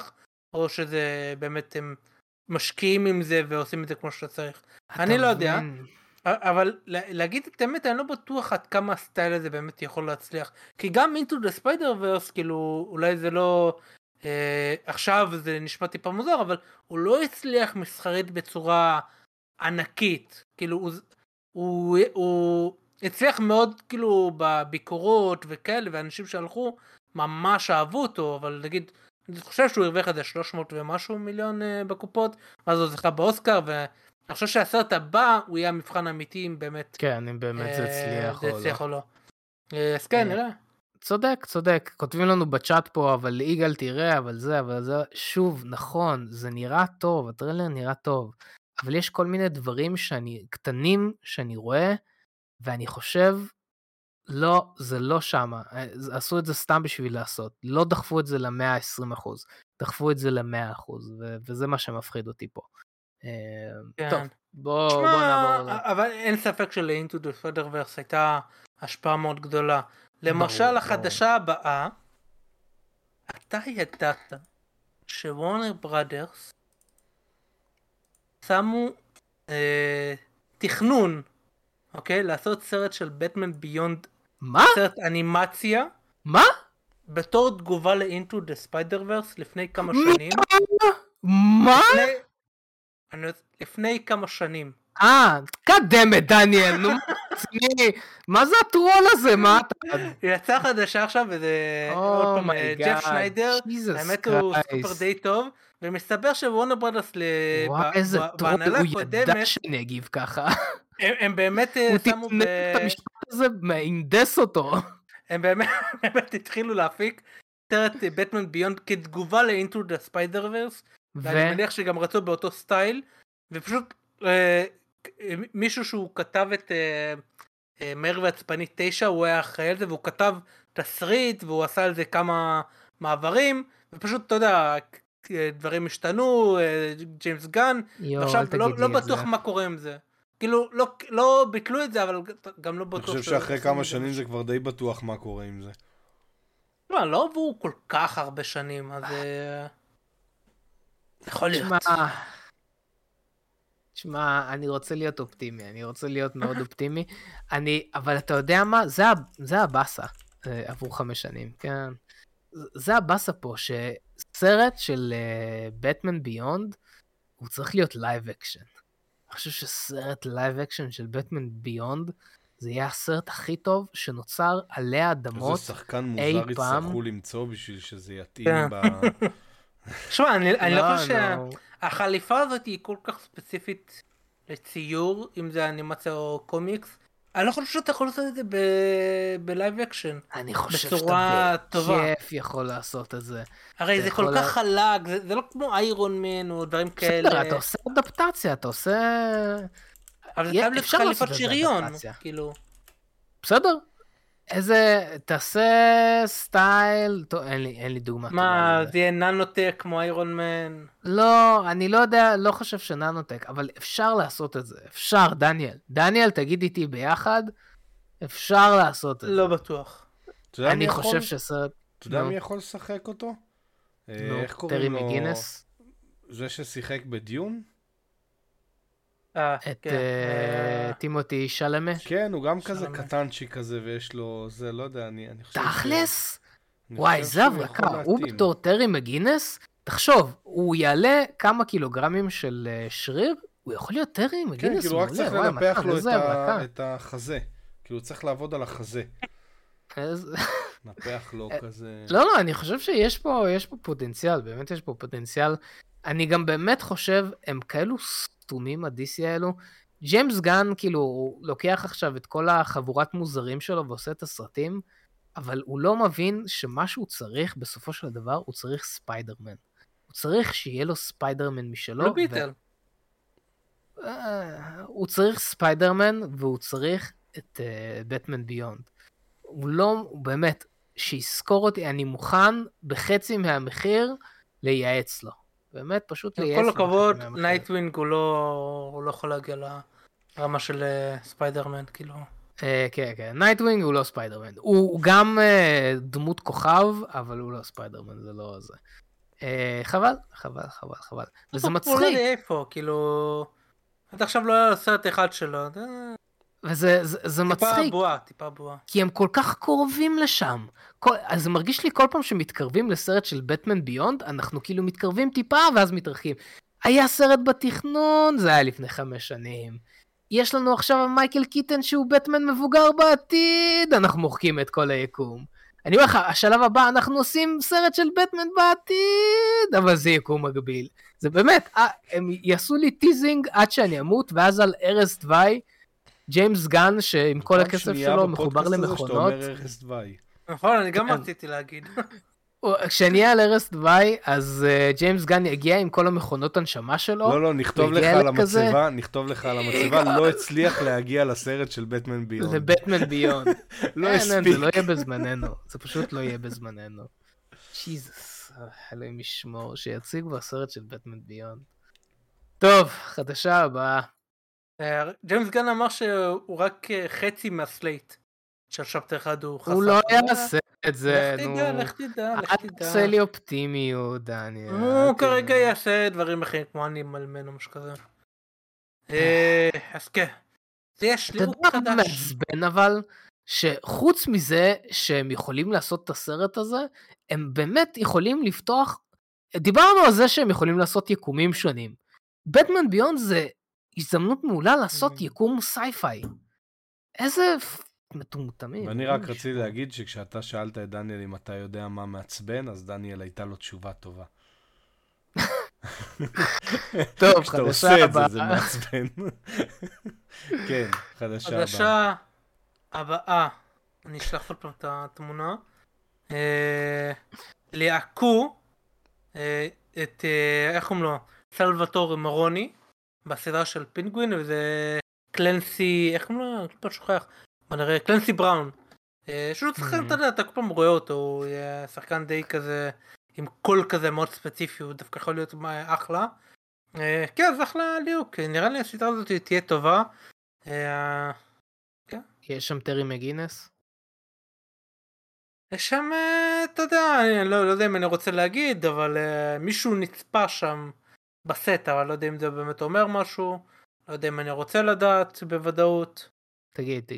Speaker 2: או שזה באמת הם משקיעים עם זה ועושים את זה כמו שצריך. אני לא יודע, אבל להגיד את האמת, אני לא בטוח עד כמה הסטייל הזה באמת יכול להצליח. כי גם Into the Spider-Verse, כאילו, אולי זה לא... עכשיו זה נשמע טיפה מוזר, אבל הוא לא הצליח מסחרית בצורה ענקית. כאילו, הוא הצליח מאוד, כאילו, בביקורות וכאלה, ואנשים שהלכו ממש אהבו אותו, אבל נגיד, אני חושב שהוא הרוויח את זה 300 ומשהו מיליון בקופות, ואז הוא זכה באוסקר, ואני חושב שהסרט הבא הוא יהיה המבחן האמיתי אם באמת...
Speaker 1: כן, אם באמת זה הצליח
Speaker 2: או לא. אז כן, נראה.
Speaker 1: צודק, כותבים לנו בצ'אט פה, אבל יגאל תראה, אבל זה, שוב, נכון, זה נראה טוב, הטריילר נראה טוב, אבל יש כל מיני דברים קטנים שאני רואה, ואני חושב, לא, זה לא שמה, עשו את זה סתם בשביל לעשות, לא דחפו את זה ל-120%, דחפו את זה ל-100%, וזה מה שמפחיד אותי פה. טוב, בוא נעבור.
Speaker 2: אבל אין ספק של-Into the Spider-Verse הייתה השפעה מאוד גדולה. למשל, החדשה הבאה, אתה ידעת שוורנר בראדרס שמו תכנון, אוקיי? לעשות סרט של בטמן ביונד, סרט אנימציה.
Speaker 1: מה?
Speaker 2: בתור תגובה ל-Into the Spider-Verse לפני כמה שנים.
Speaker 1: מה?
Speaker 2: לפני כמה שנים.
Speaker 1: קדמת דניאל, נו מה זה הטרול הזה, מה אתה?
Speaker 2: יצא חדשה עכשיו וזה עוד פעם ג'ף שניידר, האמת הוא סופר די טוב, ומסתבר שוורנר ברודרס
Speaker 1: איזה טרול, הוא ידע שאני אגיב ככה.
Speaker 2: הם באמת שמו
Speaker 1: הוא תתנק את המשפט הזה, מאינדס אותו.
Speaker 2: הם באמת התחילו להפיק סרט בטמן ביונד כתגובה ל-Into the Spider-Verse, ואני מניח שגם רצו באותו סטייל, ופשוט מישהו שהוא כתב את מהר ועצבני 9, הוא היה אחראי על זה, והוא כתב תסריט, והוא עשה על זה כמה מעברים, ופשוט, אתה יודע, דברים השתנו, ג'יימס גן, ועכשיו לא בטוח מה קורה עם זה. כאילו, לא ביטלו את זה, אבל גם לא בטוח.
Speaker 3: אני חושב שאחרי כמה שנים זה כבר די בטוח מה קורה עם זה.
Speaker 2: לא עברו כל כך הרבה שנים, אז יכול להיות.
Speaker 1: תשמע, אני רוצה להיות אופטימי, אני רוצה להיות מאוד אופטימי, אבל אתה יודע מה? זה הבאסה עבור 5 שנים, כן? זה הבאסה פה, שסרט של בטמן ביונד, הוא צריך להיות לייב אקשן. אני חושב שסרט לייב אקשן של בטמן ביונד, זה יהיה הסרט הכי טוב שנוצר עלי אדמות
Speaker 3: איזה שחקן מוזר יצטרכו למצוא בשביל שזה יתאים
Speaker 2: שמע, אני לא חושב שהחליפה הזאת היא כל כך ספציפית לציור, אם זה אנימציה או קומיקס. אני לא חושב שאתה יכול לעשות את זה בלייב אקשן.
Speaker 1: אני חושב שאתה בכיף יכול לעשות את זה.
Speaker 2: הרי זה כל כך חלק, זה לא כמו איירון מן או דברים כאלה.
Speaker 1: בסדר, אתה עושה אדפטציה, אתה עושה...
Speaker 2: אבל זה חייב לחליפת שריון, כאילו.
Speaker 1: בסדר. תעשה סטייל, טוב, אין לי דוגמה.
Speaker 2: מה, זה יהיה ננוטק כמו איירון מן?
Speaker 1: לא, אני לא יודע, לא חושב שננוטק, אבל אפשר לעשות את זה, אפשר, דניאל, תגיד איתי ביחד, אפשר לעשות את זה.
Speaker 2: לא בטוח.
Speaker 1: אני חושב שסרט...
Speaker 3: אתה יודע מי יכול לשחק אותו? איך קוראים לו?
Speaker 1: טרי מגינס?
Speaker 3: זה ששיחק בדיון?
Speaker 1: את טימותי שלמה?
Speaker 3: כן, הוא גם כזה קטנצ'י כזה, ויש לו, זה לא יודע, אני חושב...
Speaker 1: תכלס? וואי, זה הברקה, הוא בתור טרי מגינס? תחשוב, הוא יעלה כמה קילוגרמים של שריר, הוא יכול להיות טרי מגינס?
Speaker 3: כן, כאילו רק צריך לנפח לו את החזה, כאילו צריך לעבוד על החזה. נפח לו כזה...
Speaker 1: לא, אני חושב שיש פה פוטנציאל, באמת יש פה פוטנציאל. אני גם באמת חושב, הם כאלו סתומים, ה-DC האלו. ג'יימס גן, כאילו, הוא לוקח עכשיו את כל החבורת מוזרים שלו ועושה את הסרטים, אבל הוא לא מבין שמה שהוא צריך, בסופו של דבר, הוא צריך ספיידרמן. הוא צריך שיהיה לו ספיידרמן משלו.
Speaker 2: לא ביטל.
Speaker 1: הוא צריך ספיידרמן, והוא צריך את בטמן ביונד. הוא באמת, שיזכור אותי, אני מוכן בחצי מהמחיר לייעץ לו. באמת, פשוט לייעץ לו.
Speaker 2: כל הכבוד, נייטווינג הוא לא יכול להגיע לרמה של ספיידרמן, כאילו.
Speaker 1: כן, נייטווינג הוא לא ספיידרמן. הוא גם דמות כוכב, אבל הוא לא ספיידרמן, זה לא זה. חבל. וזה מצחיק.
Speaker 2: איפה, כאילו... עד עכשיו לא היה סרט אחד שלו.
Speaker 1: וזה מצחיק.
Speaker 2: טיפה בועה.
Speaker 1: כי הם כל כך קרובים לשם. אז זה מרגיש לי כל פעם שמתקרבים לסרט של בטמן ביונד, אנחנו כאילו מתקרבים טיפה ואז מתרחקים. היה סרט בתכנון, זה היה לפני 5 שנים. יש לנו עכשיו מייקל קיטן שהוא בטמן מבוגר בעתיד, אנחנו מוחקים את כל היקום. אני אומר לך, השלב הבא אנחנו עושים סרט של בטמן בעתיד, אבל זה יקום מגביל. זה באמת, הם יעשו לי טיזינג עד שאני אמות, ואז על ארז דווי, ג'יימס גן, שעם כל הכסף שלו מחובר למכונות.
Speaker 2: נכון, אני גם רציתי להגיד.
Speaker 1: כשאני אהיה על ארז דווי, אז ג'יימס גן יגיע עם כל המכונות הנשמה שלו.
Speaker 3: לא, נכתוב לך על המצבה, לא הצליח להגיע לסרט של בטמן ביונד.
Speaker 1: לבטמן ביונד.
Speaker 3: לא הספיק.
Speaker 1: זה לא יהיה בזמננו, זה פשוט לא יהיה בזמננו. ג'יזוס, אלוהים ישמור, שיציגו בסרט של בטמן ביונד. טוב, חדשה הבאה.
Speaker 2: ג'יימס גן אמר שהוא רק חצי מהסלייט. שעכשיו אחד הוא חסר.
Speaker 1: הוא לא יעשה את זה,
Speaker 2: לך תדע.
Speaker 1: אל תעשה לי אופטימיות, דניאל.
Speaker 2: הוא כרגע יעשה דברים אחרים, כמו אני מלמן או משהו כזה. אז כן. יש לי
Speaker 1: אתה יודע מעצבן אבל, שחוץ מזה שהם יכולים לעשות את הסרט הזה, הם באמת יכולים לפתוח, דיברנו על זה שהם יכולים לעשות יקומים שונים. בטמן ביונד זה הזדמנות מעולה לעשות יקום סייפיי. איזה מטומטמים.
Speaker 3: ואני רק רציתי להגיד שכשאתה שאלת את דניאל אם אתה יודע מה מעצבן, אז דניאל הייתה לו תשובה טובה.
Speaker 1: טוב,
Speaker 3: כשאתה
Speaker 1: חדשה
Speaker 3: עושה את
Speaker 1: הבאה.
Speaker 3: זה מעצבן. כן, חדשה הבאה.
Speaker 2: חדשה הבאה. אני אשלח עוד פעם את התמונה. ליעקו את, איך קוראים לו? סלווטור מרוני, בסדרה של פינגווין, וזה קלנסי, איך קוראים לו? אני שוכח. נראה קלנסי בראון. שהוא שחקן, אתה יודע, אתה כל פעם רואה אותו, הוא שחקן די כזה, עם קול כזה מאוד ספציפי, הוא דווקא יכול להיות אחלה. כן, אז אחלה ליהוק, נראה לי הסדרה הזאת תהיה טובה.
Speaker 1: יש שם טרי מגינס?
Speaker 2: יש שם, אתה יודע, אני לא יודע אם אני רוצה להגיד, אבל מישהו נצפה שם בסט, אבל לא יודע אם זה באמת אומר משהו, לא יודע אם אני רוצה לדעת בוודאות.
Speaker 1: תגיד.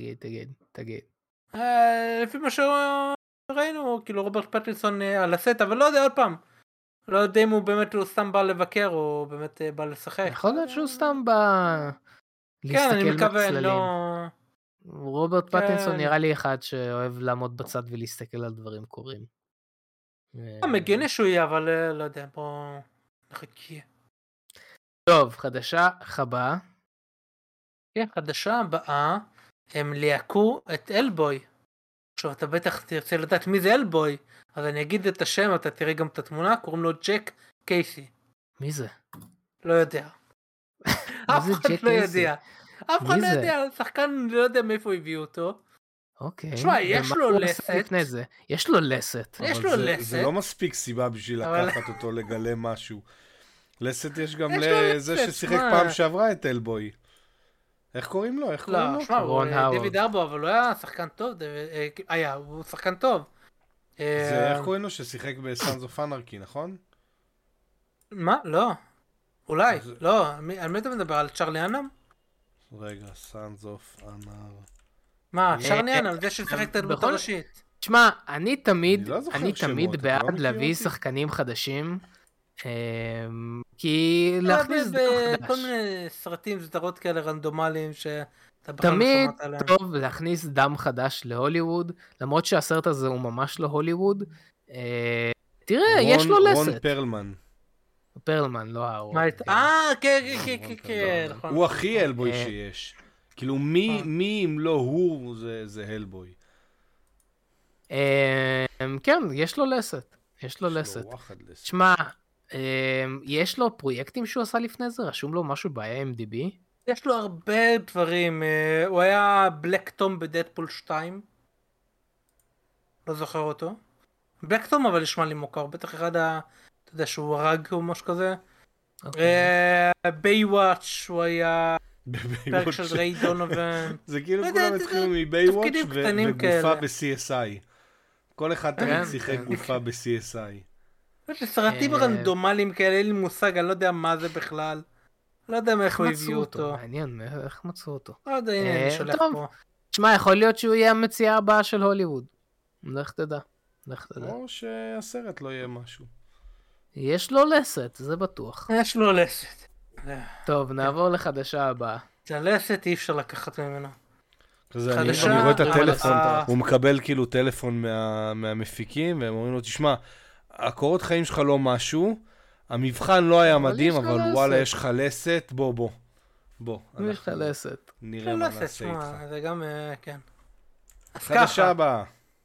Speaker 2: לפי מה שראינו, כאילו רוברט פטינסון על הסט, אבל לא יודע עוד פעם. לא יודע אם הוא באמת סתם בא לבקר, או באמת בא לשחק.
Speaker 1: יכול להיות שהוא סתם בא
Speaker 2: כן, אני
Speaker 1: להסתכל
Speaker 2: מקווה,
Speaker 1: בצללים.
Speaker 2: לא...
Speaker 1: רוברט פטינסון נראה לי אחד שאוהב לעמוד בצד ולהסתכל על דברים קורים.
Speaker 2: מגיע שהוא יהיה, אבל לא יודע, בוא נחכה.
Speaker 1: טוב, חדשה הבאה.
Speaker 2: כן, חדשה הבאה, הם ליעקו את אלבוי. עכשיו אתה בטח תרצה לדעת מי זה אלבוי, אז אני אגיד את השם, אתה תראה גם את התמונה, קוראים לו ג'ק קייסי.
Speaker 1: מי זה?
Speaker 2: לא יודע. אף אחד לא יודע. אף אחד לא יודע, שחקן לא יודע מאיפה הביאו אותו.
Speaker 1: אוקיי.
Speaker 2: תשמע, יש לו לסת.
Speaker 1: יש לו לסת.
Speaker 2: יש לו לסת.
Speaker 3: זה לא מספיק סיבה בשביל לקחת אותו לגלם משהו. לסת יש גם לזה ששיחק פעם שעברה את אלבוי. איך קוראים לו?
Speaker 2: לא, שמע, הוא דיוויד ארבו, אבל הוא היה שחקן טוב. הוא שחקן טוב.
Speaker 3: זה איך קוראים לו? ששיחק בסאנס אוף אנרקי, נכון?
Speaker 2: מה? לא. אולי. לא. על מי אתה מדבר? על צ'רלי אנם?
Speaker 3: רגע, סאנס אוף אנר...
Speaker 2: מה? צ'רלי אנם, זה ששיחק את הדמות הראשית.
Speaker 1: תשמע, אני תמיד בעד להביא שחקנים חדשים. כי להכניס דם חדש.
Speaker 2: כל מיני סרטים, סדרות כאלה רנדומליים
Speaker 1: תמיד טוב להכניס דם חדש להוליווד, למרות שהסרט הזה הוא ממש לא הוליווד. תראה, יש לו לסת.
Speaker 3: רון פרלמן.
Speaker 1: פרלמן, לא האור.
Speaker 2: כן.
Speaker 3: הוא הכי הלבוי שיש. כאילו מי אם לא הוא זה הלבוי.
Speaker 1: כן, יש לו לסת. תשמע, יש לו פרויקטים שהוא עשה לפני זה? רשום לו משהו ב-IMDb?
Speaker 2: יש לו הרבה דברים. הוא היה בלק תום בדדפול 2. לא זוכר אותו. בלק תום אבל נשמע לי מוכר. בטח אחד אתה יודע שהוא הרג או משהו כזה. ביי-וואץ' הוא היה פרק של ריי דונובן.
Speaker 3: זה כאילו כולם התחילו מביי-וואץ' וגופה ב-CSI. כל אחד תמיד שיחק גופה ב-CSI.
Speaker 2: יש לי סרטים רנדומליים כאלה, אין לי מושג, אני לא יודע מה זה בכלל. לא יודע מאיפה הביאו אותו.
Speaker 1: מעניין, איך מצאו אותו?
Speaker 2: לא יודע, הנה, אני שולח
Speaker 1: טוב.
Speaker 2: פה.
Speaker 1: תשמע, יכול להיות שהוא יהיה המציאה הבאה של הוליווד. לך תדע.
Speaker 3: או שהסרט לא יהיה משהו.
Speaker 1: יש לו לסת, זה בטוח.
Speaker 2: יש לו לסת.
Speaker 1: טוב, נעבור לחדשה הבאה.
Speaker 2: את הלסת אי אפשר לקחת ממנו.
Speaker 3: כזה,
Speaker 2: חדשה,
Speaker 3: אני רואה את הטלפון,
Speaker 2: אבל-
Speaker 3: הוא מקבל כאילו טלפון מהמפיקים, והם אומרים לו, תשמע, הקורות חיים שלך לא משהו, המבחן לא היה מדהים,
Speaker 1: יש לך
Speaker 3: אבל
Speaker 1: לסת."
Speaker 3: וואלה, יש לך לסת, בוא.
Speaker 1: יש לך לסת.
Speaker 3: נראה מה
Speaker 2: לסת,
Speaker 3: נעשה איתך.
Speaker 2: שמע, זה גם, כן. אז
Speaker 3: חדשה
Speaker 2: ככה,
Speaker 3: הבאה.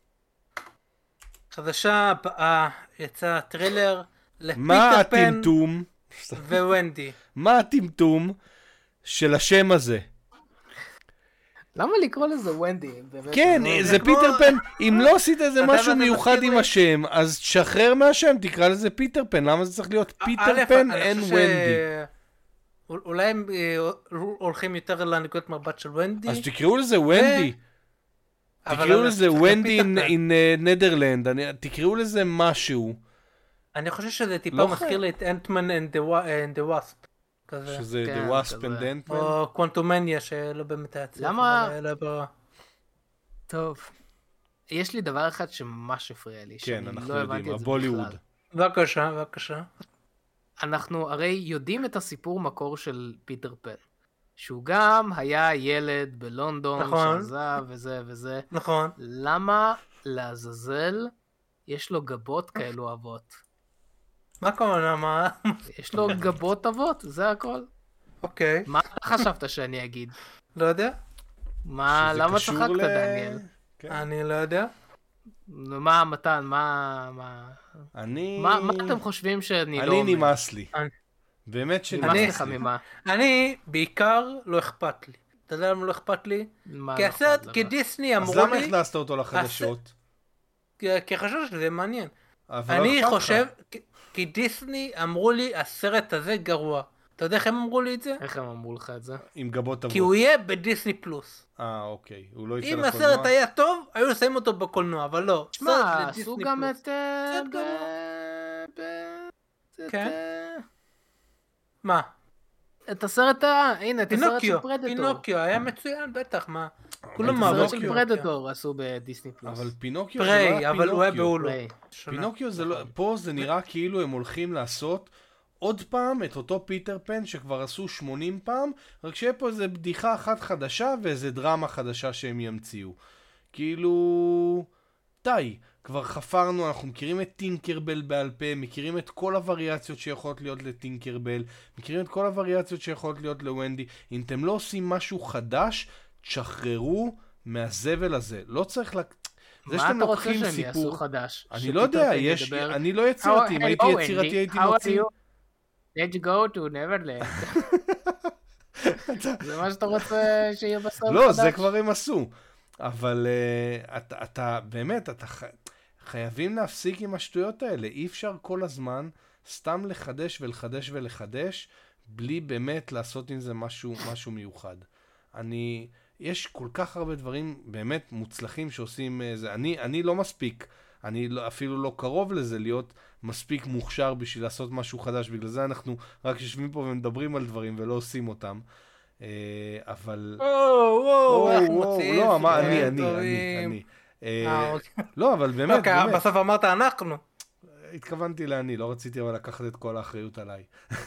Speaker 2: חדשה הבאה, יצא טריילר
Speaker 3: מה
Speaker 2: לפיטר פן
Speaker 3: הטמטום?
Speaker 2: וונדי.
Speaker 3: מה הטמטום של השם הזה?
Speaker 1: למה לקרוא לזה ונדי? באמת,
Speaker 3: כן,
Speaker 1: לא-
Speaker 3: זה
Speaker 2: כמו-
Speaker 3: פיטר פן, אם לא עשית איזה
Speaker 2: אתה
Speaker 3: משהו
Speaker 2: יודע מה זה
Speaker 3: מיוחד
Speaker 2: מזכיר
Speaker 3: עם
Speaker 2: לי?
Speaker 3: השם, אז תשחרר מהשם, תקרא לזה פיטר פן, למה זה צריך להיות פיטר
Speaker 2: א',
Speaker 3: פן
Speaker 2: אני
Speaker 3: אין
Speaker 2: חושב
Speaker 3: ונדי?
Speaker 2: אולי הם הולכים יותר לנקודת מבט של ונדי,
Speaker 3: אז תקראו לזה ונדי,
Speaker 2: אבל
Speaker 3: תקראו
Speaker 2: אני
Speaker 3: לזה
Speaker 2: צריך
Speaker 3: ונדי
Speaker 2: לפיטר פן.
Speaker 3: in נדרלנד, תקראו לזה משהו,
Speaker 2: אני חושב שזה טיפה
Speaker 3: לא
Speaker 2: מזכיר
Speaker 3: חייב.
Speaker 2: לי את אנטמן and the wasp. כזה.
Speaker 3: שזה
Speaker 1: כן,
Speaker 3: The Wasp
Speaker 1: כזה.
Speaker 3: and Ant-Man.
Speaker 2: או קוונטומניה שלא באמת היה צריך.
Speaker 1: למה-
Speaker 2: אבל לא ברירה.
Speaker 1: טוב. יש לי דבר אחד שממש הפריע לי,
Speaker 3: כן,
Speaker 1: שאני
Speaker 3: אנחנו
Speaker 1: לא הבנתי
Speaker 3: יודעים,
Speaker 1: את זה
Speaker 3: הבוליווד.
Speaker 1: בכלל.
Speaker 2: בבקשה.
Speaker 1: אנחנו הרי יודעים את הסיפור מקור של פיטר פן. שהוא גם היה ילד בלונדון,
Speaker 2: נכון.
Speaker 1: שעזב וזה.
Speaker 2: נכון.
Speaker 1: למה לעזאזל יש לו גבות כאלו אבות?
Speaker 2: מה הכוונה? מה?
Speaker 1: יש לו גבות אבות, זה הכל.
Speaker 2: אוקיי.
Speaker 1: מה אתה חשבת שאני אגיד?
Speaker 2: לא יודע.
Speaker 1: מה,
Speaker 3: שזה
Speaker 1: למה
Speaker 3: קשור
Speaker 1: צחקת, דניאל?
Speaker 3: כן.
Speaker 2: אני לא יודע.
Speaker 1: מה, מתן, מה
Speaker 3: אני
Speaker 1: אתם חושבים שאני לא
Speaker 3: אני
Speaker 1: אומר?
Speaker 3: נמאס לי.
Speaker 2: אני-
Speaker 3: באמת
Speaker 1: נמאס
Speaker 3: שנמאס
Speaker 1: לך
Speaker 3: לי.
Speaker 1: ממה?
Speaker 2: אני בעיקר לא אכפת לי. אתה יודע למה לא אכפת לי?
Speaker 1: מה
Speaker 2: כי
Speaker 1: לא
Speaker 2: הסרט,
Speaker 1: אכפת לך?
Speaker 2: כי דיסני
Speaker 3: אז
Speaker 2: אמרו
Speaker 3: למה
Speaker 2: לי,
Speaker 3: הכנסת אותו לחדשות?
Speaker 2: כי חשבתי שזה מעניין.
Speaker 3: אבל לא
Speaker 2: אני
Speaker 3: אכפת לך.
Speaker 2: חושב, כי דיסני אמרו לי, הסרט הזה גרוע. אתה יודע איך הם אמרו לי את זה?
Speaker 1: איך הם אמרו לך את זה?
Speaker 3: עם גבות
Speaker 2: כי
Speaker 3: אבות.
Speaker 2: הוא יהיה בדיסני פלוס.
Speaker 3: אוקיי. הוא לא יצא
Speaker 2: אם
Speaker 3: לקולנוע.
Speaker 2: הסרט היה טוב, היו שמים אותו בקולנוע, אבל לא.
Speaker 1: שמע,
Speaker 2: סרט
Speaker 1: עשו
Speaker 2: לדיסני
Speaker 1: גם
Speaker 2: פלוס.
Speaker 1: את...
Speaker 2: כן. מה?
Speaker 1: את הסרט הנה, את הסרט של פרדטור.
Speaker 2: פינוקיו היה מצוין, בטח, מה? כולם
Speaker 1: את
Speaker 2: אהבו
Speaker 1: הסרט של
Speaker 2: פינוקיו.
Speaker 1: פרדטור עשו בדיסני פלוס.
Speaker 3: אבל פינוקיו זה לא
Speaker 2: פריי,
Speaker 3: היה
Speaker 2: אבל הוא היה
Speaker 3: פינוקיו.
Speaker 2: בהולו.
Speaker 1: פריי.
Speaker 2: שונה.
Speaker 3: פינוקיו זה לא... פה זה נראה כאילו הם הולכים לעשות עוד פעם את אותו פיטר פן שכבר עשו 80 פעם, רק שיהיה פה איזה בדיחה אחת חדשה ואיזה דרמה חדשה שהם ימציאו. כאילו... די, כבר חפרנו, אנחנו מכירים את טינקרבל בעל פה, מכירים את כל הווריאציות שיכולות להיות לטינקרבל, מכירים את כל הווריאציות שיכולות להיות לוונדי. אם אתם לא עושים משהו חדש, תשחררו מהזבל הזה. לא צריך זה
Speaker 1: מה
Speaker 3: שאתם
Speaker 1: אתה רוצה
Speaker 3: לוקחים
Speaker 1: שהם
Speaker 3: סיפור...
Speaker 1: יעשו חדש?
Speaker 3: אני לא יודע, אני לא יצירתי, אם הייתי יצירתי הייתי מוציא...
Speaker 1: Let's go to Neverland. זה מה שאתה רוצה שיהיה בסרט
Speaker 3: לא,
Speaker 1: חדש?
Speaker 3: זה כבר הם עשו. אבל אתה באמת, חייבים להפסיק עם השטויות האלה. אי אפשר כל הזמן סתם לחדש ולחדש ולחדש, בלי באמת לעשות עם זה משהו מיוחד. יש כל כך הרבה דברים באמת מוצלחים שעושים זה. אני לא מספיק, אפילו לא קרוב לזה להיות מספיק מוכשר בשביל לעשות משהו חדש. בגלל זה אנחנו רק יושבים פה ומדברים על דברים ולא עושים אותם. אבל...
Speaker 2: וואו, איך מוציאים
Speaker 3: לא, מה,
Speaker 2: סיפורים
Speaker 3: אני.
Speaker 2: אוקיי.
Speaker 3: לא, אבל באמת,
Speaker 2: אוקיי,
Speaker 3: באמת.
Speaker 2: בסוף אמרת אנחנו.
Speaker 3: התכוונתי לאני, לא רציתי אבל לקחת את כל האחריות עליי.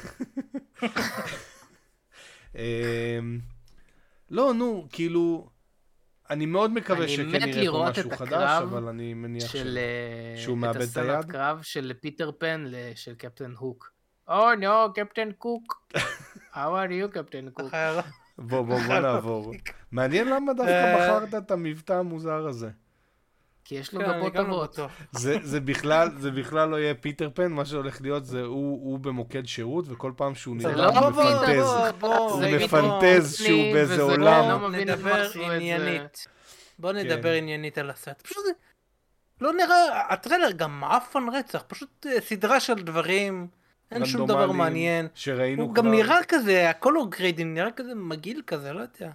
Speaker 3: לא, נו, כאילו, אני מאוד מקווה
Speaker 1: אני
Speaker 3: שכן
Speaker 1: מת
Speaker 3: נראה פה
Speaker 1: לראות
Speaker 3: משהו
Speaker 1: את
Speaker 3: חדש,
Speaker 1: הקרב
Speaker 3: אבל אני מניח
Speaker 1: שהוא
Speaker 3: מאבד את
Speaker 1: הסצנת
Speaker 3: היד?
Speaker 1: קרב של פיטר פן של קפטן הוק. Oh no, קפטן קוק. How are you, קפטן קוק?
Speaker 3: בוא נעבור. מעניין למה דווקא בחרת את המבטא המוזר הזה.
Speaker 1: כי יש לו
Speaker 2: כן, אני
Speaker 1: גבות
Speaker 2: גם לא
Speaker 1: אבות.
Speaker 2: בטוח.
Speaker 3: זה בכלל לא יהיה פיטר פן, מה שהולך להיות זה הוא במוקד שירות, וכל פעם שהוא
Speaker 1: זה
Speaker 3: נראה
Speaker 1: לא
Speaker 3: הוא
Speaker 1: פיטר,
Speaker 3: מפנטז.
Speaker 2: בוא,
Speaker 1: זה
Speaker 3: מפנטז
Speaker 1: פתאום
Speaker 3: שהוא באיזה
Speaker 1: וזה
Speaker 3: עולם.
Speaker 1: לא מבין איך
Speaker 2: נדבר
Speaker 1: עשו את זה.
Speaker 2: עניינית. בוא נדבר
Speaker 3: כן.
Speaker 2: עניינית על הסרט. פשוט לא נראה, הטריילר גם מעפן רצח, פשוט סדרה של דברים, אין שום דבר
Speaker 3: רנדומליים
Speaker 2: מעניין.
Speaker 3: שראינו
Speaker 2: הוא
Speaker 3: כבר.
Speaker 2: גם נראה כזה, הקולור גריידים נראה כזה מגעיל כזה, לא יודע.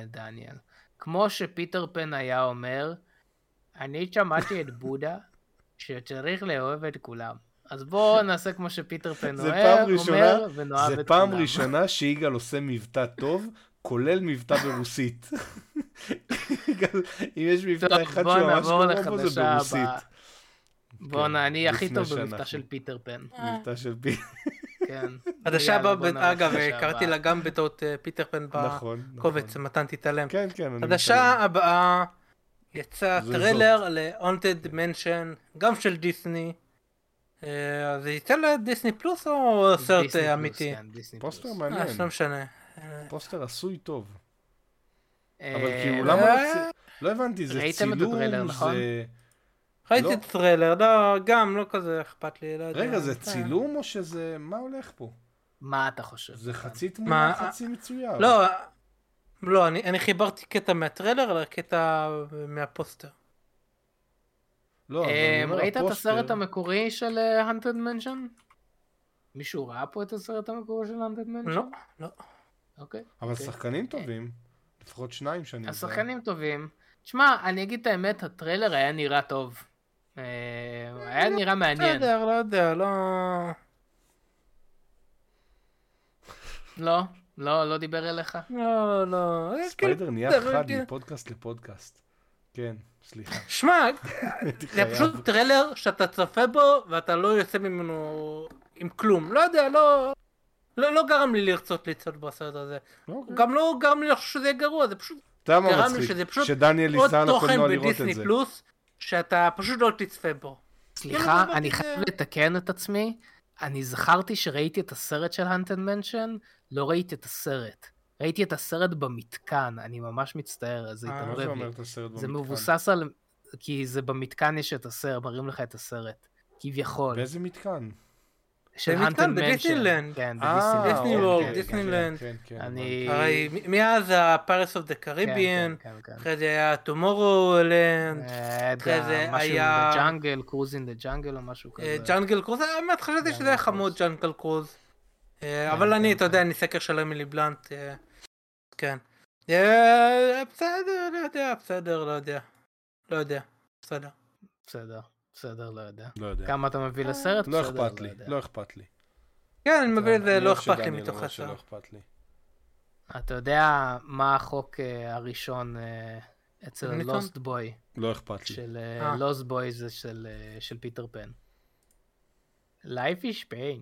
Speaker 1: דניאל. כמו שפיטר פן היה אומר, אני שמעתי את בודה, שצריך לאהוב את כולם. אז בואו נעשה כמו שפיטר פן
Speaker 3: זה פעם ראשונה,
Speaker 1: אומר, ונאהב את
Speaker 3: זה
Speaker 1: כולם.
Speaker 3: פעם ראשונה שיגאל עושה מבטא טוב, כולל מבטא ברוסית. יגאל, אם יש מבטא אחד שהוא ממש גרוע פה זה ברוסית.
Speaker 1: בואו אני הכי
Speaker 3: לפני
Speaker 1: טוב
Speaker 3: שאנחנו-
Speaker 1: במבטא של פיטר פן.
Speaker 3: מבטא של פיטר.
Speaker 1: כן.
Speaker 2: חדשה
Speaker 1: יאללה,
Speaker 2: הבאה,
Speaker 1: בוא נעבור
Speaker 2: אגב,
Speaker 1: לחדשה
Speaker 2: קראתי
Speaker 1: הבאה.
Speaker 2: לה גם בטעות פיטר פן
Speaker 3: נכון,
Speaker 2: בקובץ,
Speaker 3: נכון.
Speaker 2: מתן תתעלם.
Speaker 3: כן, כן. אני
Speaker 2: חדשה
Speaker 3: מתעלם.
Speaker 2: הבאה, יצא
Speaker 3: זה
Speaker 2: טריילר ל-Haunted Mansion, גם של דיסני. אז זה יצא לדיסני פלוס או סרט
Speaker 1: דיסני פלוס,
Speaker 2: אמיתי?
Speaker 1: כן, דיסני
Speaker 3: פוסטר
Speaker 1: פלוס.
Speaker 3: מעניין.
Speaker 2: לא משנה.
Speaker 3: פוסטר עשוי טוב.
Speaker 1: אה,
Speaker 3: אבל כאילו, למה לא הבנתי, זה
Speaker 1: ראיתם את
Speaker 3: צילום,
Speaker 1: הטריילר, נכון?
Speaker 3: זה...
Speaker 2: ראיתי
Speaker 3: לא.
Speaker 2: את הטריילר, לא, גם לא כזה אכפת לי, לא יודע.
Speaker 3: רגע, זה צילום או שזה... מה הולך פה?
Speaker 1: מה אתה חושב?
Speaker 3: זה חצי תמונה,
Speaker 2: מה?
Speaker 3: חצי מצויר.
Speaker 2: לא, אני חיברתי קטע מהטריילר, אלא קטע מהפוסטר.
Speaker 3: לא, אבל אני אומר,
Speaker 1: ראית את
Speaker 3: הפוסטר-
Speaker 1: הסרט המקורי של Haunted Mansion? מישהו ראה פה את הסרט המקורי של Haunted Mansion?
Speaker 2: לא.
Speaker 1: אוקיי.
Speaker 3: אבל שחקנים טובים. לפחות שניים שאני יודע.
Speaker 1: השחקנים טובים. תשמע, אני אגיד את האמת, הטריילר היה נראה טוב. היה נראה מעניין.
Speaker 2: בסדר, לא יודע,
Speaker 1: לא דיבר אליך?
Speaker 2: לא.
Speaker 3: ספיידר נהיה
Speaker 2: כאילו,
Speaker 3: חד
Speaker 2: כאילו-
Speaker 3: מפודקאסט לפודקאסט. כן, סליחה.
Speaker 2: שמע,
Speaker 3: הייתי
Speaker 2: זה
Speaker 3: חייב.
Speaker 2: פשוט טריילר שאתה צופה בו ואתה לא יוצא ממנו עם כלום. לא יודע, לא גרם לי לרצות לצפות בסרט הזה.
Speaker 3: אוקיי.
Speaker 2: גם לא גרם לי לחשוב שזה יהיה גרוע, זה פשוט
Speaker 3: אתה יודע מה
Speaker 2: גרם לי
Speaker 3: מצחיק?
Speaker 2: שזה פשוט
Speaker 3: שדניאל
Speaker 2: עוד
Speaker 3: ייסע
Speaker 2: תוכן
Speaker 3: לקולנוע לראות את
Speaker 2: בדיסני
Speaker 3: זה.
Speaker 2: פלוס, שאתה פשוט לא תצפה בו.
Speaker 1: סליחה,
Speaker 2: לא,
Speaker 1: אני
Speaker 2: זה-
Speaker 1: חייב לתקן את עצמי. אני זכרתי שראיתי את הסרט של Haunted Mansion, לא ראיתי את הסרט. ראיתי את הסרט במתקן, אני ממש מצטער, זה
Speaker 3: מה
Speaker 1: התערבב
Speaker 3: זה
Speaker 1: לי.
Speaker 3: אומר את הסרט
Speaker 1: זה
Speaker 3: במתקן?
Speaker 1: מבוסס על... כי זה במתקן יש את הסרט, מראים לך את הסרט. כביכול.
Speaker 3: באיזה מתקן?
Speaker 1: של
Speaker 2: במתקן,
Speaker 1: Haunted Mansion.
Speaker 2: בדיסנילנד.
Speaker 1: כן,
Speaker 2: דיסני
Speaker 1: בדיסנילנד.
Speaker 2: וורלד,
Speaker 1: כן, כן,
Speaker 2: דיסנילנד.
Speaker 3: כן, כן,
Speaker 1: אני...
Speaker 2: הרי מאז ה-Paris of the
Speaker 1: כן,
Speaker 2: Caribbean,
Speaker 1: כן, כן.
Speaker 2: אחרי זה היה Tomorrowland, אחרי זה
Speaker 1: משהו
Speaker 2: היה-
Speaker 1: בג'אנגל, קרוז אין דה ג'אנגל או משהו כזה.
Speaker 2: ג'אנגל קרוז, האמת חשבתי שזה היה חמוד ג'אנגל קרוז. אבל אני, אתה יודע, אני סקר של אמילי בלנט, כן. בסדר, לא יודע, בסדר.
Speaker 1: בסדר, לא יודע.
Speaker 3: לא יודע.
Speaker 1: כמה אתה מביא לסרט?
Speaker 3: לא
Speaker 1: בסדר,
Speaker 3: אכפת לי,
Speaker 1: יודע.
Speaker 3: לא אכפת לי.
Speaker 2: כן, אני מבין את זה,
Speaker 3: אני
Speaker 2: לא
Speaker 3: אוהב
Speaker 2: אכפת לי
Speaker 3: שדניאל
Speaker 2: מתוך
Speaker 3: אומר
Speaker 2: הסרט.
Speaker 3: שלא אכפת לי.
Speaker 1: אתה יודע מה החוק הראשון אצל
Speaker 2: ניתון?
Speaker 1: לוסט בוי,
Speaker 3: לא אכפת לי.
Speaker 1: של לוסט בוי זה של פיטר פן. Life is pain.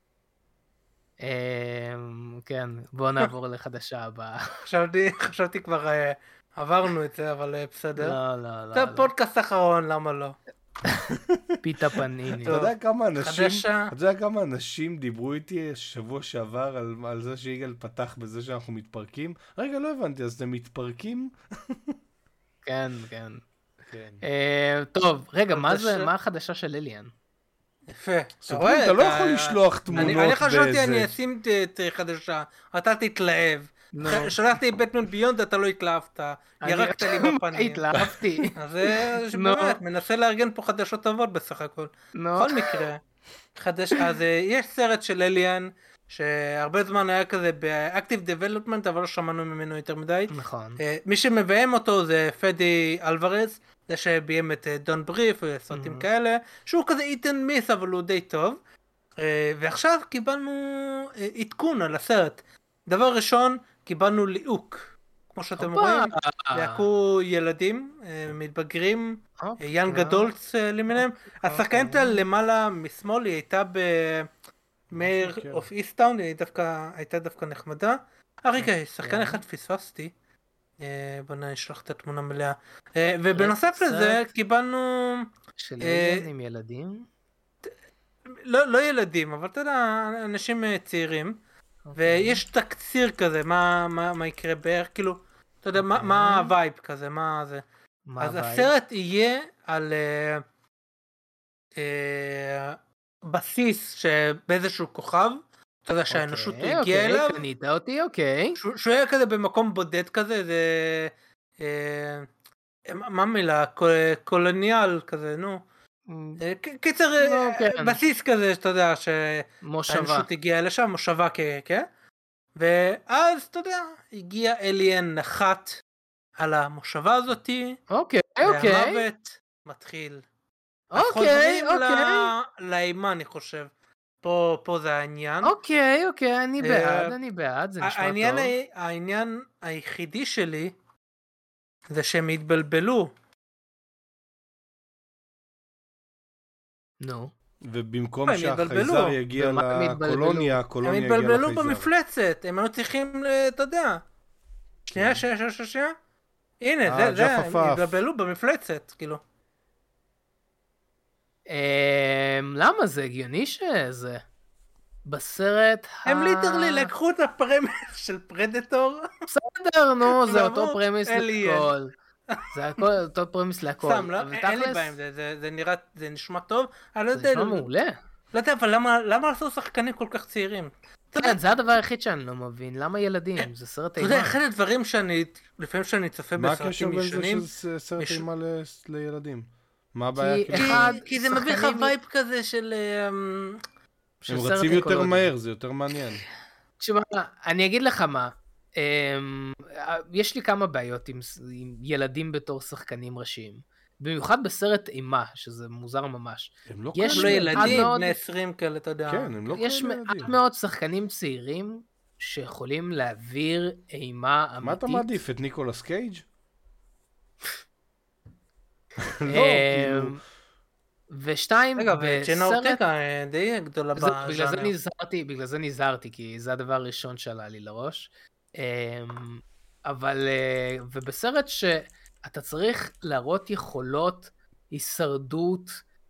Speaker 1: כן, בוא נעבור לחדשה הבאה.
Speaker 2: חשבתי כבר עברנו את זה, אבל בסדר.
Speaker 1: לא,
Speaker 2: זה פודקאסט אחרון, למה לא?
Speaker 1: פיתה פניני.
Speaker 3: אתה יודע כמה אנשים,
Speaker 2: חדשה.
Speaker 3: אתה יודע כמה אנשים דיברו איתי שבוע שעבר על זה שיגאל פתח בזה שאנחנו מתפרקים? רגע, לא הבנתי, אז אתם מתפרקים?
Speaker 1: כן.
Speaker 3: כן.
Speaker 1: טוב, רגע, מה
Speaker 2: חדשה.
Speaker 1: זה, מה החדשה של אליאן?
Speaker 2: יפה.
Speaker 3: סופרים, אתה לא יכול לשלוח תמונות
Speaker 2: אני חשבתי
Speaker 3: באיזה...
Speaker 2: אני אשים את חדשה, אתה תתלהב.
Speaker 1: נו.
Speaker 2: שלחתי את בטמן ביונד, אתה לא התלהבת. ירקת לי בפנים.
Speaker 1: התלהבתי.
Speaker 2: אז זה
Speaker 1: נו.
Speaker 2: באמת, מנסה לארגן פה חדשות טובות בסך הכל.
Speaker 1: נו.
Speaker 2: בכל מקרה, אז יש סרט של אליאן, שהרבה זמן היה כזה באקטיב דבלופמנט, אבל לא שמענו ממנו יותר מדי.
Speaker 1: נכון.
Speaker 2: מי שמביים אותו זה פדי אלוורז, זה שביים את דון בריף וסרטים כאלה, שהוא כזה איתן מיס אבל הוא די טוב. ועכשיו קיבלנו עדכון על הסרט. דבר ראשון, קיבלנו ליהוק. כמו שאתם רואים, ליהקו ילדים, מתבגרים, יאנג אדולטס למיניהם. השחקנית למעלה משמאל היא הייתה במייר אוף איסטאון, היא הייתה דווקא נחמדה. רגע, שחקן אחד פספסתי. בוא נשלח את התמונה מלאה. ובנוסף לזה קיבלנו...
Speaker 1: של אליאן עם ילדים?
Speaker 2: לא ילדים, אבל אתה יודע, אנשים צעירים. ויש תקציר כזה, מה יקרה בערך, כאילו, אתה יודע, מה הווייב כזה, מה זה. אז הסרט יהיה על בסיס שבאיזשהו כוכב, אתה יודע שהאנושות הגיעה אליו.
Speaker 1: אוקיי, קנית אותי, אוקיי.
Speaker 2: שהוא היה כזה במקום בודד כזה, זה... מה מילה? קולוניאל כזה, נו. קיצר, בסיס כזה, שאתה יודע, שהאנושות הגיעה לשם, מושבה כן? ואז, אתה יודע, הגיע אליאן נחת על המושבה הזאתי,
Speaker 1: אוקיי.
Speaker 2: והמוות מתחיל אז
Speaker 1: אוקיי,
Speaker 2: חוזרים
Speaker 1: אוקיי.
Speaker 2: לאימה, אני חושב. פה זה העניין.
Speaker 1: אוקיי, אני בעד, זה נשמע טוב.
Speaker 2: העניין היחידי שלי זה שהם התבלבלו.
Speaker 1: נו.
Speaker 3: ובמקום
Speaker 2: הם
Speaker 3: שהחייזר
Speaker 2: התבלבלו.
Speaker 3: יגיע
Speaker 1: במה הם התבלבלו?
Speaker 3: לקולוניה,
Speaker 2: הם
Speaker 3: הקולוניה יגיע
Speaker 2: התבלבלו
Speaker 3: לחייזר.
Speaker 2: במפלצת, הם היו צריכים, אתה יודע. שנייה. הנה, זה, הם
Speaker 3: ג'ף עפעף.
Speaker 2: התבלבלו במפלצת, כאילו.
Speaker 1: למה זה הגיוני שזה? בסרת
Speaker 2: הם ליטרלי לקחו את הפרמיס של פרדטור.
Speaker 1: בסדר, נו, זה
Speaker 2: ואמרו,
Speaker 1: אותו פרמיס
Speaker 2: "Alien".
Speaker 1: לכל. זה הכל, אותו פרמיס לכל.
Speaker 2: סתם, לא,
Speaker 1: אבל
Speaker 2: אין לי
Speaker 1: תכלס,
Speaker 2: בעיה עם זה, זה נראה, זה נשמע טוב. אני לא
Speaker 1: זה
Speaker 2: יודע,
Speaker 1: נשמע מעולה.
Speaker 2: לא יודע, אבל למה לעשות שחקנים כל כך צעירים?
Speaker 1: כן, זה הדבר היחיד שאני לא מבין. למה ילדים? זה סרט
Speaker 2: אתה יודע,
Speaker 1: אימה.
Speaker 2: אחד הדברים לפעמים שאני צופה
Speaker 3: מה הקשר
Speaker 2: בסרטים
Speaker 3: בין זה
Speaker 2: ישנים,
Speaker 3: שזה סרט
Speaker 2: יש-
Speaker 3: אימה לילדים? מה הבעיה?
Speaker 1: כי
Speaker 3: כאילו?
Speaker 1: אחד,
Speaker 2: כי זה מביא לך
Speaker 1: שחקנים-
Speaker 2: וייב כזה של...
Speaker 1: של
Speaker 3: הם
Speaker 1: סרט
Speaker 3: רצים יותר
Speaker 1: אקולוגי.
Speaker 3: מהר, זה יותר מעניין.
Speaker 1: תשמע, אני אגיד לך מה. יש לי כמה בעיות עם ילדים בתור שחקנים ראשיים. במיוחד בסרט אימה, שזה מוזר ממש.
Speaker 3: הם לא
Speaker 1: יש
Speaker 2: לא
Speaker 3: כאלה
Speaker 2: ילדים,
Speaker 1: מאוד-
Speaker 2: בני 20 כאלה, אתה יודע.
Speaker 3: כן, הם לא
Speaker 1: יש
Speaker 3: כאלה
Speaker 1: מעט
Speaker 3: ילדים.
Speaker 1: מאוד שחקנים צעירים שיכולים להעביר אימה אמיתית.
Speaker 3: מה אתה מעדיף? את ניקולס קייג'? לא,
Speaker 1: אה,
Speaker 3: כאילו...
Speaker 1: ושתיים,
Speaker 2: רגע, וג'נה אורטגה די גדולה
Speaker 1: בגלל זה נזהרתי, כי זה הדבר הראשון שעלה לי לראש. אבל, ובסרט שאתה צריך להראות יכולות, הישרדות,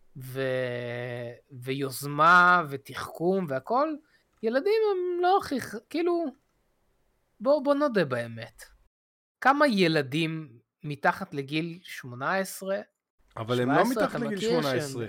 Speaker 1: ויוזמה, ותחכום, והכל, ילדים הם לא הכי, כאילו, בוא נודה באמת. כמה ילדים מתחת לגיל 18,
Speaker 3: אבל הם לא
Speaker 1: 17,
Speaker 3: מתחת
Speaker 1: אתה
Speaker 3: לגיל
Speaker 1: מכיר
Speaker 3: 18.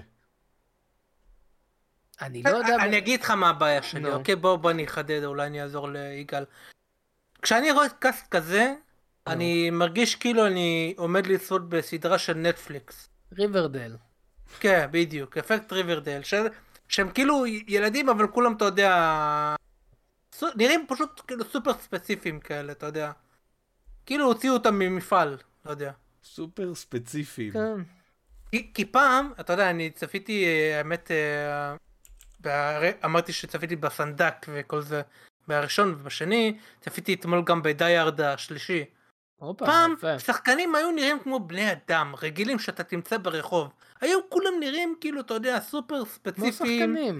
Speaker 1: אני לא יודע...
Speaker 2: אני אגיד לך מה הבעיה שלי,
Speaker 1: נו.
Speaker 2: אוקיי? בוא אני אחדד, אולי אני אעזור ליגאל. כשאני רואה קאסט כזה, אני מרגיש כאילו אני עומד לצפות בסדרה של נטפליקס.
Speaker 1: ריברדל.
Speaker 2: כן, בדיוק, אפקט ריברדל, שהם כאילו ילדים, אבל כולם, אתה יודע, נראים פשוט כאילו סופר ספציפיים כאלה, אתה יודע. כאילו הוציאו אותם ממפעל, לא יודע.
Speaker 3: סופר ספציפיים.
Speaker 1: כן.
Speaker 2: כי פעם, אתה יודע, אני צפיתי, האמת, אמרתי שצפיתי בסנדק וכל זה, בראשון ובשני, צפיתי אתמול גם בדייארד השלישי.
Speaker 1: הופה,
Speaker 2: פעם
Speaker 1: יפה.
Speaker 2: שחקנים היו נראים כמו בני אדם, רגילים שאתה תמצא ברחוב. היו כולם נראים כאילו, אתה יודע, סופר
Speaker 1: כמו
Speaker 2: ספציפיים
Speaker 1: שחקנים.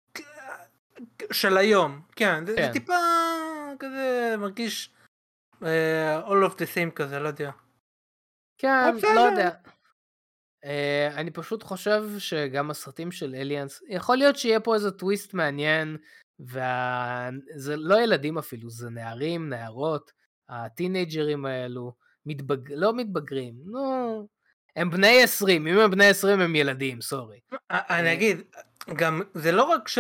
Speaker 2: של היום. כן, זה
Speaker 1: כן.
Speaker 2: טיפה כזה מרגיש all of the same כזה, לא יודע.
Speaker 1: כן,
Speaker 2: בסדר.
Speaker 1: לא יודע. אני פשוט חושב שגם הסרטים של אליאנס, יכול להיות שיהיה פה איזה טוויסט מעניין, זה לא ילדים אפילו, זה נערים, נערות, הטינג'רים האלו, לא מתבגרים, נו, הם בני 20, אם הם בני 20 הם ילדים, סורי.
Speaker 2: אני אגיד, גם זה לא רק ש...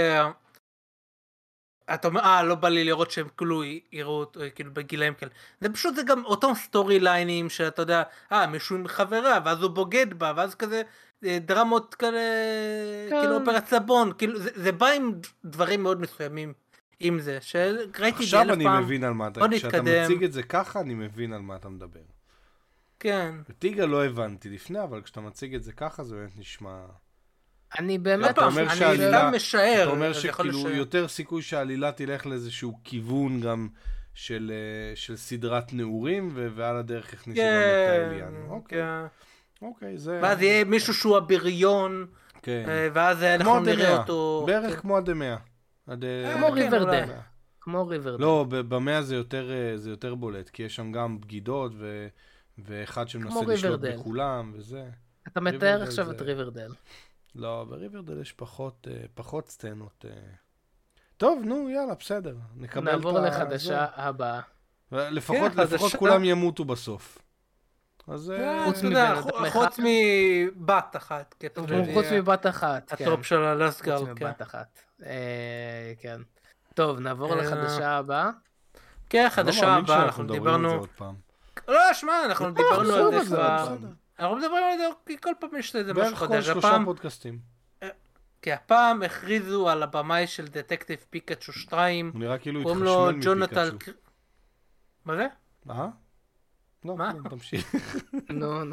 Speaker 2: אתה אומר, לא בא לי לראות שהם כאילו יראו כאילו בגילאים כאלה. זה פשוט, זה גם אותם סטורי ליינים שאתה יודע, מישהו עם חברה, ואז הוא בוגד בה, ואז כזה דרמות כאלה,
Speaker 1: כן.
Speaker 2: כאילו אופרת סבון, כאילו זה בא עם דברים מאוד מסוימים עם זה, שראיתי
Speaker 3: עכשיו
Speaker 2: באלף
Speaker 3: אני
Speaker 2: פעם.
Speaker 3: מבין על מה אתה...
Speaker 2: בוא
Speaker 3: כשאתה
Speaker 2: נתקדם.
Speaker 3: מציג את זה ככה, אני מבין על מה אתה מדבר.
Speaker 2: כן.
Speaker 3: בטיגה לא הבנתי לפני, אבל כשאתה מציג את זה ככה, זה באמת נשמע...
Speaker 1: אני באמת...
Speaker 3: אתה אומר
Speaker 2: אני
Speaker 3: שהעלילה-
Speaker 2: סתם משער.
Speaker 3: אתה אומר
Speaker 2: אז יכול להיות
Speaker 3: שכאילו יותר סיכוי שהעלילה תלך לאיזשהו כיוון גם של סדרת נעורים, ועל הדרך הכניסו גם את האליאן. אוקיי,
Speaker 2: כן.
Speaker 3: אוקיי, זה...
Speaker 2: ואז יהיה מישהו שהוא הבריון,
Speaker 3: כן.
Speaker 2: ואז אנחנו
Speaker 3: כמו
Speaker 2: נראה
Speaker 3: הדמיה,
Speaker 2: אותו.
Speaker 3: בערך כמו הדמיה.
Speaker 1: כמו
Speaker 2: כן,
Speaker 1: ריברדל.
Speaker 2: אולי.
Speaker 1: כמו ריברדל.
Speaker 3: לא, במאה זה יותר בולט, כי יש שם גם בגידות, ואחד שמנסה
Speaker 1: כמו
Speaker 3: לשלוט
Speaker 1: ריברדל.
Speaker 3: בכולם, וזה.
Speaker 1: אתה מתאר
Speaker 3: ריברדל
Speaker 1: עכשיו
Speaker 3: זה-
Speaker 1: את ריברדל.
Speaker 3: לא, בריברדל יש פחות סצנות. טוב, נו, יאללה, בסדר. נקבל את
Speaker 1: נעבור לחדשה הבאה.
Speaker 3: לפחות
Speaker 2: כן, חדשה.
Speaker 3: כולם ימותו בסוף. אז...
Speaker 1: חוץ
Speaker 2: אתה יודע,
Speaker 1: מבן אדם
Speaker 2: חוץ
Speaker 1: אחד.
Speaker 2: מבת אחת.
Speaker 1: חוץ מבת אחת, כן.
Speaker 2: הטופ של הלסגר,
Speaker 1: חוץ
Speaker 2: כן.
Speaker 1: מבת אחת. כן. טוב, נעבור לחדשה הבאה.
Speaker 2: כן,
Speaker 3: לא
Speaker 2: חדשה
Speaker 3: מאמין
Speaker 2: הבאה,
Speaker 3: שאנחנו
Speaker 2: אנחנו
Speaker 3: מדברים על זה
Speaker 2: דיברנו...
Speaker 3: עוד פעם.
Speaker 2: לא, שמע, אנחנו דיברנו על זה
Speaker 3: בסדר,
Speaker 2: כבר...
Speaker 3: בסדר.
Speaker 2: אנחנו מדברים על זה, כי כל פעם יש איזה משהו
Speaker 3: בערך כל
Speaker 2: חדש.
Speaker 3: 3
Speaker 2: הפעם,
Speaker 3: פודקאסטים.
Speaker 2: כי הפעם הכריזו על הבמאי של דטקטיב פיקאצ'ו 2,
Speaker 3: הוא נראה כאילו
Speaker 2: קוראים לו
Speaker 3: התחשמל
Speaker 2: ג'ונתן...
Speaker 3: מפיקאצ'ו.
Speaker 2: מה זה?
Speaker 3: לא,
Speaker 2: מה?
Speaker 3: כלום, תמשיך.
Speaker 1: נו.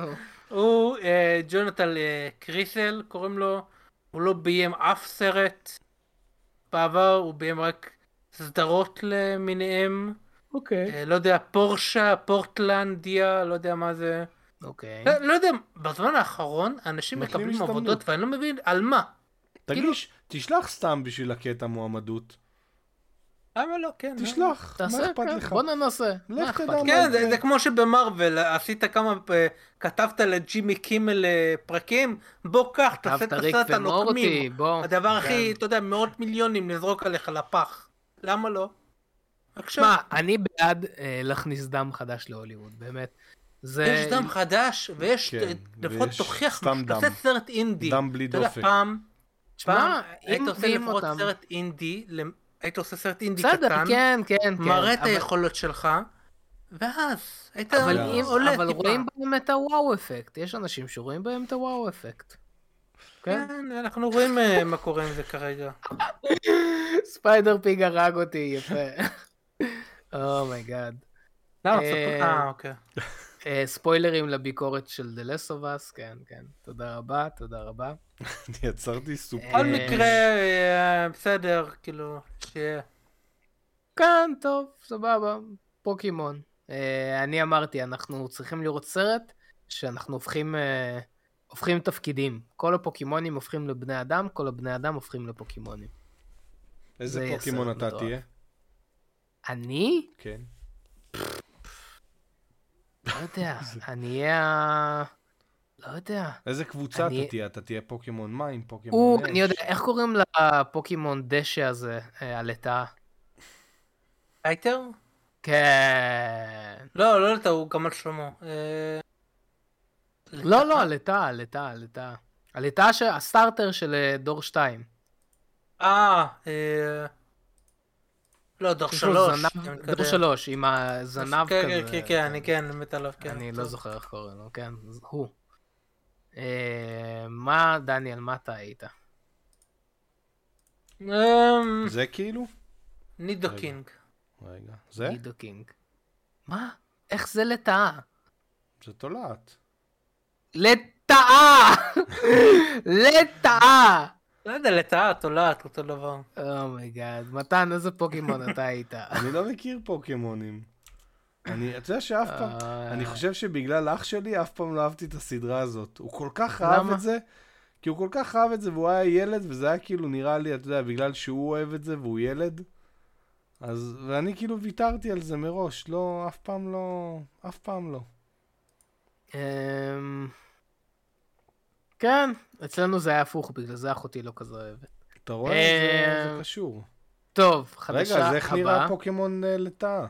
Speaker 2: הוא ג'ונתן קריסל, קוראים לו. הוא לא ביים אף סרט בעבר, הוא ביים רק סדרות למיניהם.
Speaker 1: אוקיי.
Speaker 2: לא יודע, פורשה, פורטלנדיה, לא יודע מה זה.
Speaker 1: אוקיי.
Speaker 2: לא יודע, בזמן האחרון אנשים
Speaker 3: נותנים
Speaker 2: מקבלים
Speaker 3: הזדמנות.
Speaker 2: עבודות ואני לא מבין על מה.
Speaker 3: תגיש, תשלח סתם בשביל הקטע מועמדות.
Speaker 2: למה לא, כן.
Speaker 3: תשלח, מה
Speaker 1: תעשה,
Speaker 3: אכפת
Speaker 1: כן,
Speaker 3: לך?
Speaker 1: בוא ננסה. מה
Speaker 3: לך
Speaker 1: אכפת
Speaker 3: תדע
Speaker 1: לך?
Speaker 3: מה
Speaker 2: כן,
Speaker 3: יקרה.
Speaker 2: זה כמו שבמרוול עשית כתבת לג'ימי קימל פרקים, בוא קח, תעשה את
Speaker 1: כתבת ריק
Speaker 2: הסרט
Speaker 1: ומורטי,
Speaker 2: הנוקמים.
Speaker 1: בוא.
Speaker 2: הדבר הכי,
Speaker 1: כן.
Speaker 2: אתה יודע, מאות מיליונים לזרוק עליך לפח. למה לא? עכשיו,
Speaker 1: שמע, אני בעד להכניס דם חדש להוליווד, באמת.
Speaker 2: יש דם חדש, ויש,
Speaker 3: כן,
Speaker 2: לפחות
Speaker 3: ויש
Speaker 2: תוכיח
Speaker 3: סתם
Speaker 2: משהו,
Speaker 3: דם.
Speaker 2: תעשה סרט אינדי.
Speaker 3: דם בלי
Speaker 2: אתה יודע,
Speaker 3: דופק.
Speaker 2: פעם
Speaker 1: שמע,
Speaker 2: היית
Speaker 1: אם
Speaker 2: עושה
Speaker 1: מביאים
Speaker 2: לפחות
Speaker 1: אותם...
Speaker 2: סרט אינדי, היית עושה סרט אינדי
Speaker 1: בסדר,
Speaker 2: קטן,
Speaker 1: כן, כן, כן.
Speaker 2: מראה את
Speaker 1: אבל-
Speaker 2: היכולות שלך, ואז היית
Speaker 1: אבל
Speaker 3: ואז-
Speaker 1: אם,
Speaker 2: עולה
Speaker 1: אבל
Speaker 2: טיפה.
Speaker 1: רואים בהם את הוואו אפקט, יש אנשים שרואים בהם את הוואו אפקט. כן?
Speaker 2: כן, אנחנו רואים מה קורה עם זה כרגע.
Speaker 1: ספיידר פיג הרג אותי, יפה. אומייגאד.
Speaker 2: לא, אוקיי.
Speaker 1: ספוילרים לביקורת של The Last of Us, כן, כן. תודה רבה, תודה רבה.
Speaker 3: אני יצרתי סופר.
Speaker 2: בכל מקרה, בסדר, כאילו, שיהיה.
Speaker 1: כן, טוב, סבבה. פוקימון. אני אמרתי, אנחנו צריכים לראות סרט שאנחנו הופכים תפקידים. כל הפוקימונים הופכים לבני אדם, כל הבני אדם הופכים לפוקימונים.
Speaker 3: איזה
Speaker 1: זה יהיה
Speaker 3: פוקימון
Speaker 1: סרט
Speaker 3: אתה
Speaker 1: מטורף.
Speaker 3: תהיה?
Speaker 1: אני?
Speaker 3: כן.
Speaker 1: לא יודע, אני אהיה... לא יודע.
Speaker 3: איזה קבוצה
Speaker 1: אני-
Speaker 3: אתה תהיה? אתה תהיה פוקימון מים, פוקימון אש?
Speaker 1: אני יודע, איך קוראים לפוקימון דשא הזה, הלטה?
Speaker 2: הייטר?
Speaker 1: כן.
Speaker 2: לא לטה, הוא גם על שלמה.
Speaker 1: לא, הלטה. הלטה הסטארטר של דור 2.
Speaker 2: לא, דור
Speaker 1: יש לו
Speaker 2: 3.
Speaker 1: דור 3, עם הזנב כזה.
Speaker 2: כן, אני כן, מת עליו, כן.
Speaker 1: אני לא זוכר איך קוראים לו, כן, הוא. מה, דניאל, מה אתה היית?
Speaker 3: זה כאילו?
Speaker 2: נידו
Speaker 3: רגע.
Speaker 2: קינג.
Speaker 3: רגע. זה?
Speaker 1: נידו קינג. מה? איך זה לטאה?
Speaker 3: זה תולעת.
Speaker 1: לטאה! לטאה!
Speaker 2: לא יודע, לטאה, תולעת, אותו דבר.
Speaker 1: אומייגאד, מתן, איזה פוקימון אתה היית?
Speaker 3: אני לא מכיר פוקימונים. אתה יודע שאף פעם, אני חושב שבגלל אח שלי אף פעם לא אהבתי את הסדרה הזאת. הוא כל כך אהב
Speaker 1: למה?
Speaker 3: את זה, כי הוא כל כך אהב את זה והוא היה ילד, וזה היה כאילו נראה לי, אתה יודע, בגלל שהוא אוהב את זה והוא ילד. אז, ואני כאילו ויתרתי על זה מראש, לא, אף פעם לא.
Speaker 1: כן, אצלנו זה היה הפוך, בגלל זה אחותי לא כזה אוהבת.
Speaker 3: אתה רואה? זה קשור.
Speaker 1: טוב, חדשה
Speaker 3: רגע, אז איך נראה
Speaker 1: הבאה.
Speaker 3: פוקימון לטאה?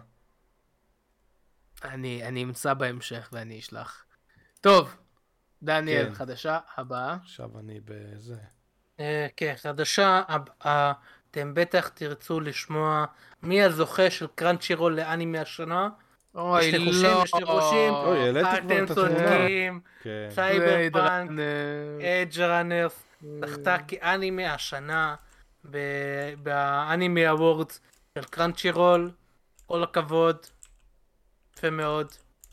Speaker 1: אני אמצא בהמשך ואני אשלח. טוב, דניאל,
Speaker 3: כן.
Speaker 1: חדשה הבאה.
Speaker 3: עכשיו אני בזה.
Speaker 2: כן, חדשה הבאה, אתם בטח תרצו לשמוע מי הזוכה של קראנצ'י רול לאנימי השנה.
Speaker 1: אוי,
Speaker 2: יש לי חושים, יש לי חושים.
Speaker 3: אוי, העליתי כבר
Speaker 2: אתם
Speaker 3: את התמונה.
Speaker 2: צודקים,
Speaker 3: כן.
Speaker 2: סייבר פאנק,
Speaker 1: ראנר.
Speaker 2: אג' ראנרס, זכתה כאנימי השנה באנימי אוורדס של קראנצ'י רול. כל הכבוד, יפה מאוד.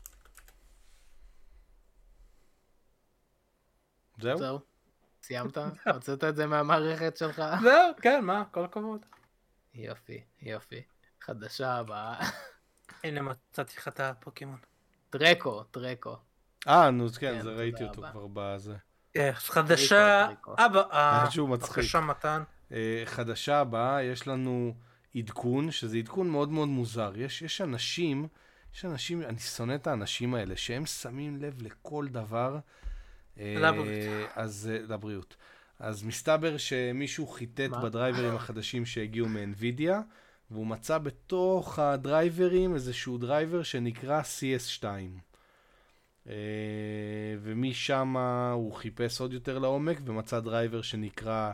Speaker 3: זהו?
Speaker 1: זהו, סיימת? הוצאת את זה מהמערכת שלך?
Speaker 2: זהו, כן, מה, כל הכבוד.
Speaker 1: יופי, יופי. חדשה הבאה.
Speaker 2: הנה מצאתי לך את הפוקימון.
Speaker 1: טרקו.
Speaker 3: נו, כן,
Speaker 1: כן,
Speaker 3: זה
Speaker 1: תודה
Speaker 3: ראיתי אותו
Speaker 1: רבה.
Speaker 3: כבר בזה.
Speaker 2: אז חדשה
Speaker 1: טריקו.
Speaker 2: הבאה,
Speaker 3: משהו מצחיק.
Speaker 2: בבקשה מתן.
Speaker 3: חדשה הבאה, יש לנו עדכון, שזה עדכון מאוד מאוד מוזר. יש אנשים, אני שונא את האנשים האלה, שהם שמים לב לכל דבר.
Speaker 2: לבריאות.
Speaker 3: אז לבריאות. אז מסתבר שמישהו חיטט
Speaker 1: מה?
Speaker 3: בדרייברים החדשים שהגיעו מאנווידיה, והוא מצא בתוך הדרייברים איזשהו דרייבר שנקרא CS2. ומשם הוא חיפש עוד יותר לעומק ומצא דרייבר שנקרא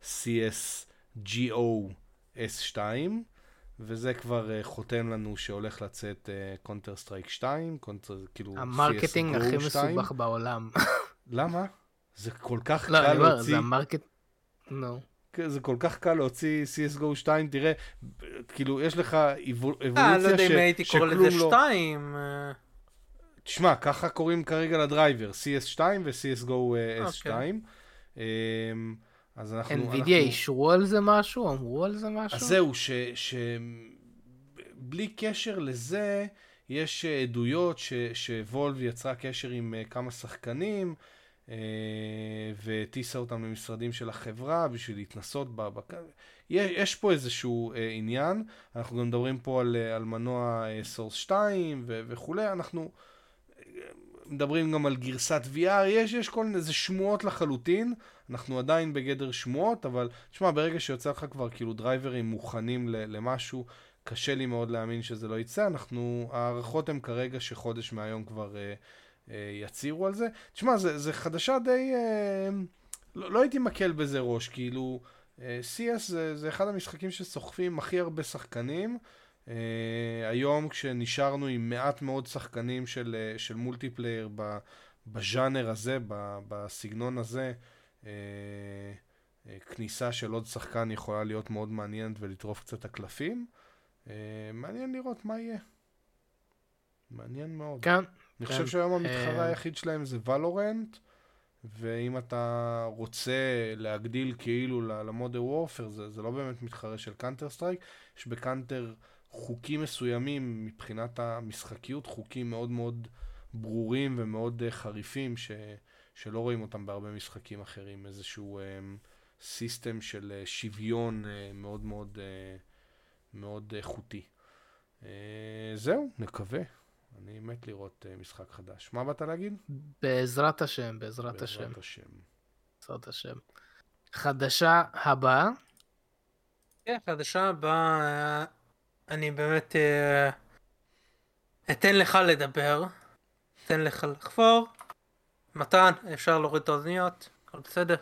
Speaker 3: CSGO-S2, וזה כבר חותם לנו שהולך לצאת קונטר סטרייק 2, כאילו
Speaker 1: המרקטינג
Speaker 3: CSGO
Speaker 1: הכי
Speaker 3: 2.
Speaker 1: מסובך בעולם.
Speaker 3: למה? זה כל כך
Speaker 1: לא,
Speaker 3: קל
Speaker 1: אני אומר,
Speaker 3: להוציא,
Speaker 1: זה המרקט... נו.
Speaker 3: זה כל כך קל להוציא CSGO 2, תראה, כאילו יש לך
Speaker 2: לא
Speaker 3: אבולוציה
Speaker 2: יודע אם הייתי קורא לזה
Speaker 3: שכלום לא...
Speaker 2: 2.
Speaker 3: תשמע, ככה קוראים כרגע לדרייבר, CS2 ו-CSGO S2. אז
Speaker 1: NVIDIA אישרו על זה משהו? אמרו על זה משהו?
Speaker 3: אז זהו, בלי קשר לזה, יש עדויות שוולב יצרה קשר עם כמה שחקנים, וטיסה אותם למשרדים של החברה בשביל להתנסות יש פה איזשהו עניין. אנחנו גם מדברים פה על מנוע סורס 2 וכולי. אנחנו מדברים גם על גרסת VR, יש כל מיני, זה שמועות לחלוטין, אנחנו עדיין בגדר שמועות, אבל תשמע, ברגע שיוצא לך כבר כאילו דרייברים מוכנים למשהו, קשה לי מאוד להאמין שזה לא יצא. הערכות הן כרגע שחודש מהיום כבר יצירו על זה. תשמע, זה חדשה די, לא הייתי מקל בזה ראש, כאילו CS זה אחד המשחקים שסוחפים הכי הרבה שחקנים. היום כשנשארנו עם מעט מאוד שחקנים של מולטיפלייר בז'אנר הזה, בסגנון הזה, כניסה של עוד שחקן יכולה להיות מאוד מעניינת ולטרוף קצת הקלפים. מעניין לראות מה יהיה. מעניין מאוד.
Speaker 1: כן.
Speaker 3: אני חושב שהיום המתחרה היחיד שלהם זה ולורנט, ואם אתה רוצה להגדיל כאילו למודרן וורפר, זה לא באמת מתחרה של קאנטר סטרייק. יש בקאנטר חוקים מסוימים מבחינת המשחקיות, חוקים מאוד מאוד ברורים ומאוד חריפים שלא רואים אותם בהרבה משחקים אחרים. איזשהו סיסטם של שוויון מאוד מאוד מאוד איכותי. זהו, נקווה. אני מת לראות משחק חדש. מה באת להגיד?
Speaker 1: בעזרת השם, בעזרת השם. בעזרת השם. חדשה הבאה?
Speaker 2: כן, חדשה הבאה, אני באמת אתן לך לדבר, אתן לך לחפור. מתן, אפשר להוריד את האוזניות, הכל בסדר.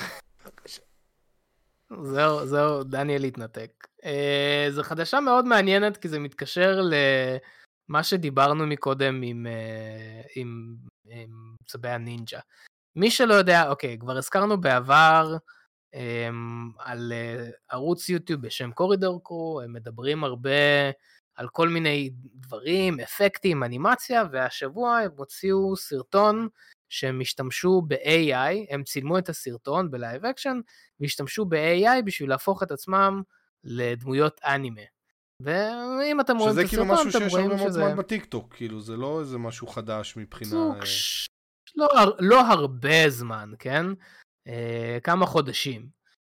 Speaker 1: זהו, דניאל התנתק. זו חדשה מאוד מעניינת, כי זה מתקשר למה שדיברנו מקודם עם צבי הנינג'ה. מי שלא יודע, אוקיי, כבר הזכרנו בעבר על ערוץ יוטיוב בשם קורידור קרו, הם מדברים הרבה על כל מיני דברים, אפקטים, אנימציה, והשבוע הם הוציאו סרטון שהם השתמשו ב-AI, הם צילמו את הסרטון בלייב אקשן, והשתמשו ב-AI בשביל להפוך את עצמם לדמויות אנימה. ואם אתם רואים את הסרטון, אתם רואים שזה...
Speaker 3: שזה כאילו משהו שיש הרבה מאוד זמן בטיקטוק, כאילו זה לא איזה משהו חדש מבחינה...
Speaker 1: לא הרבה זמן, כן? כמה חודשים.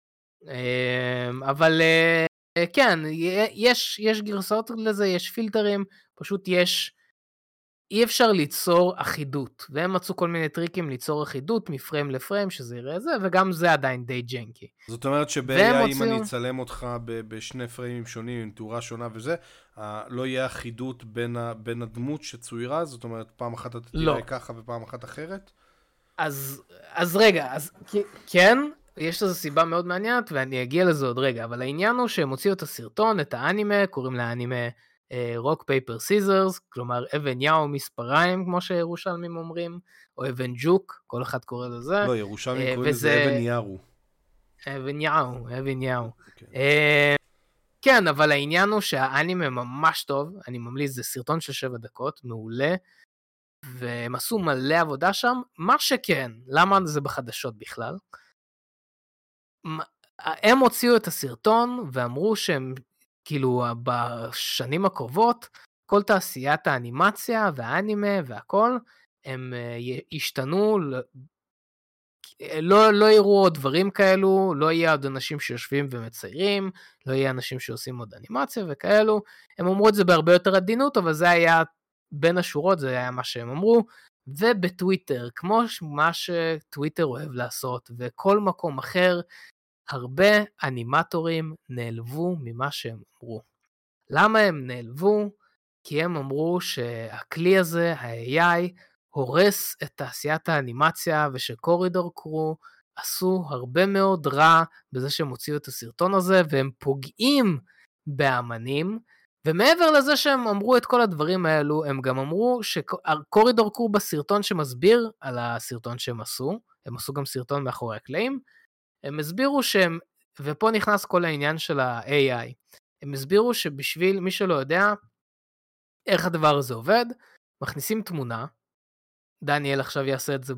Speaker 1: אבל כן, יש גרסאות לזה, יש פילטרים, פשוט אי אפשר ליצור אחידות, והם מצאו כל מיני טריקים ליצור אחידות מפריים לפריים, שזה יראה זה, וגם זה עדיין די ג'נקי.
Speaker 3: זאת אומרת שב-AI אם אני אצלם אותך בשני פריימים שונים, עם תאורה שונה וזה, לא יהיה אחידות בין הדמות שצוירה, זאת אומרת פעם אחת אתה תראה ככה ופעם אחת אחרת?
Speaker 1: אז רגע, כן, יש לזה סיבה מאוד מעניינת, ואני אגיע לזה עוד רגע, אבל העניין הוא שהם הוציאו את הסרטון, את האנימה, קוראים לאנימה רוק פייפר סיזרס, כלומר אבן יאו מספריים, כמו שירושלמים אומרים, או אבן ג'וק, כל אחד קורא לזה.
Speaker 3: לא, ירושלמים קוראים לזה אבן יארו.
Speaker 1: אבן יאו. כן, אבל העניין הוא שהאנימה ממש טוב, אני ממליץ, זה סרטון של 7 דקות, מעולה, והם עשו מלא עבודה שם, מה שכן, למה זה בחדשות בכלל? הם הוציאו את הסרטון ואמרו שהם, כאילו, בשנים הקרובות, כל תעשיית האנימציה והאנימה והכל, הם ישתנו, לא יראו עוד דברים כאלו, לא יהיה עוד אנשים שיושבים ומציירים, לא יהיה אנשים שעושים עוד אנימציה וכאלו, הם אמרו את זה בהרבה יותר עדינות, אבל זה היה בין השורות, זה היה מה שהם אמרו, ובטוויטר, כמו מה שטוויטר אוהב לעשות, וכל מקום אחר, הרבה אנימטורים נעלבו ממה שהם אמרו. למה הם נעלבו? כי הם אמרו שהכלי הזה, ה-AI, הורס את תעשיית האנימציה, ושקורידור קרו עשו הרבה מאוד רע בזה שהם הוציאו את הסרטון הזה, והם פוגעים באמנים, ומעבר לזה שהם אמרו את כל הדברים האלו, הם גם אמרו שקורידור קרו בסרטון שמסביר על הסרטון שהם עשו, הם עשו גם סרטון מאחורי הקלעים, הם הסבירו שהם, ופה נכנס כל העניין של ה-AI, הם הסבירו שבשביל מי שלא יודע איך הדבר הזה עובד, מכניסים תמונה, דניאל עכשיו יעשה את זה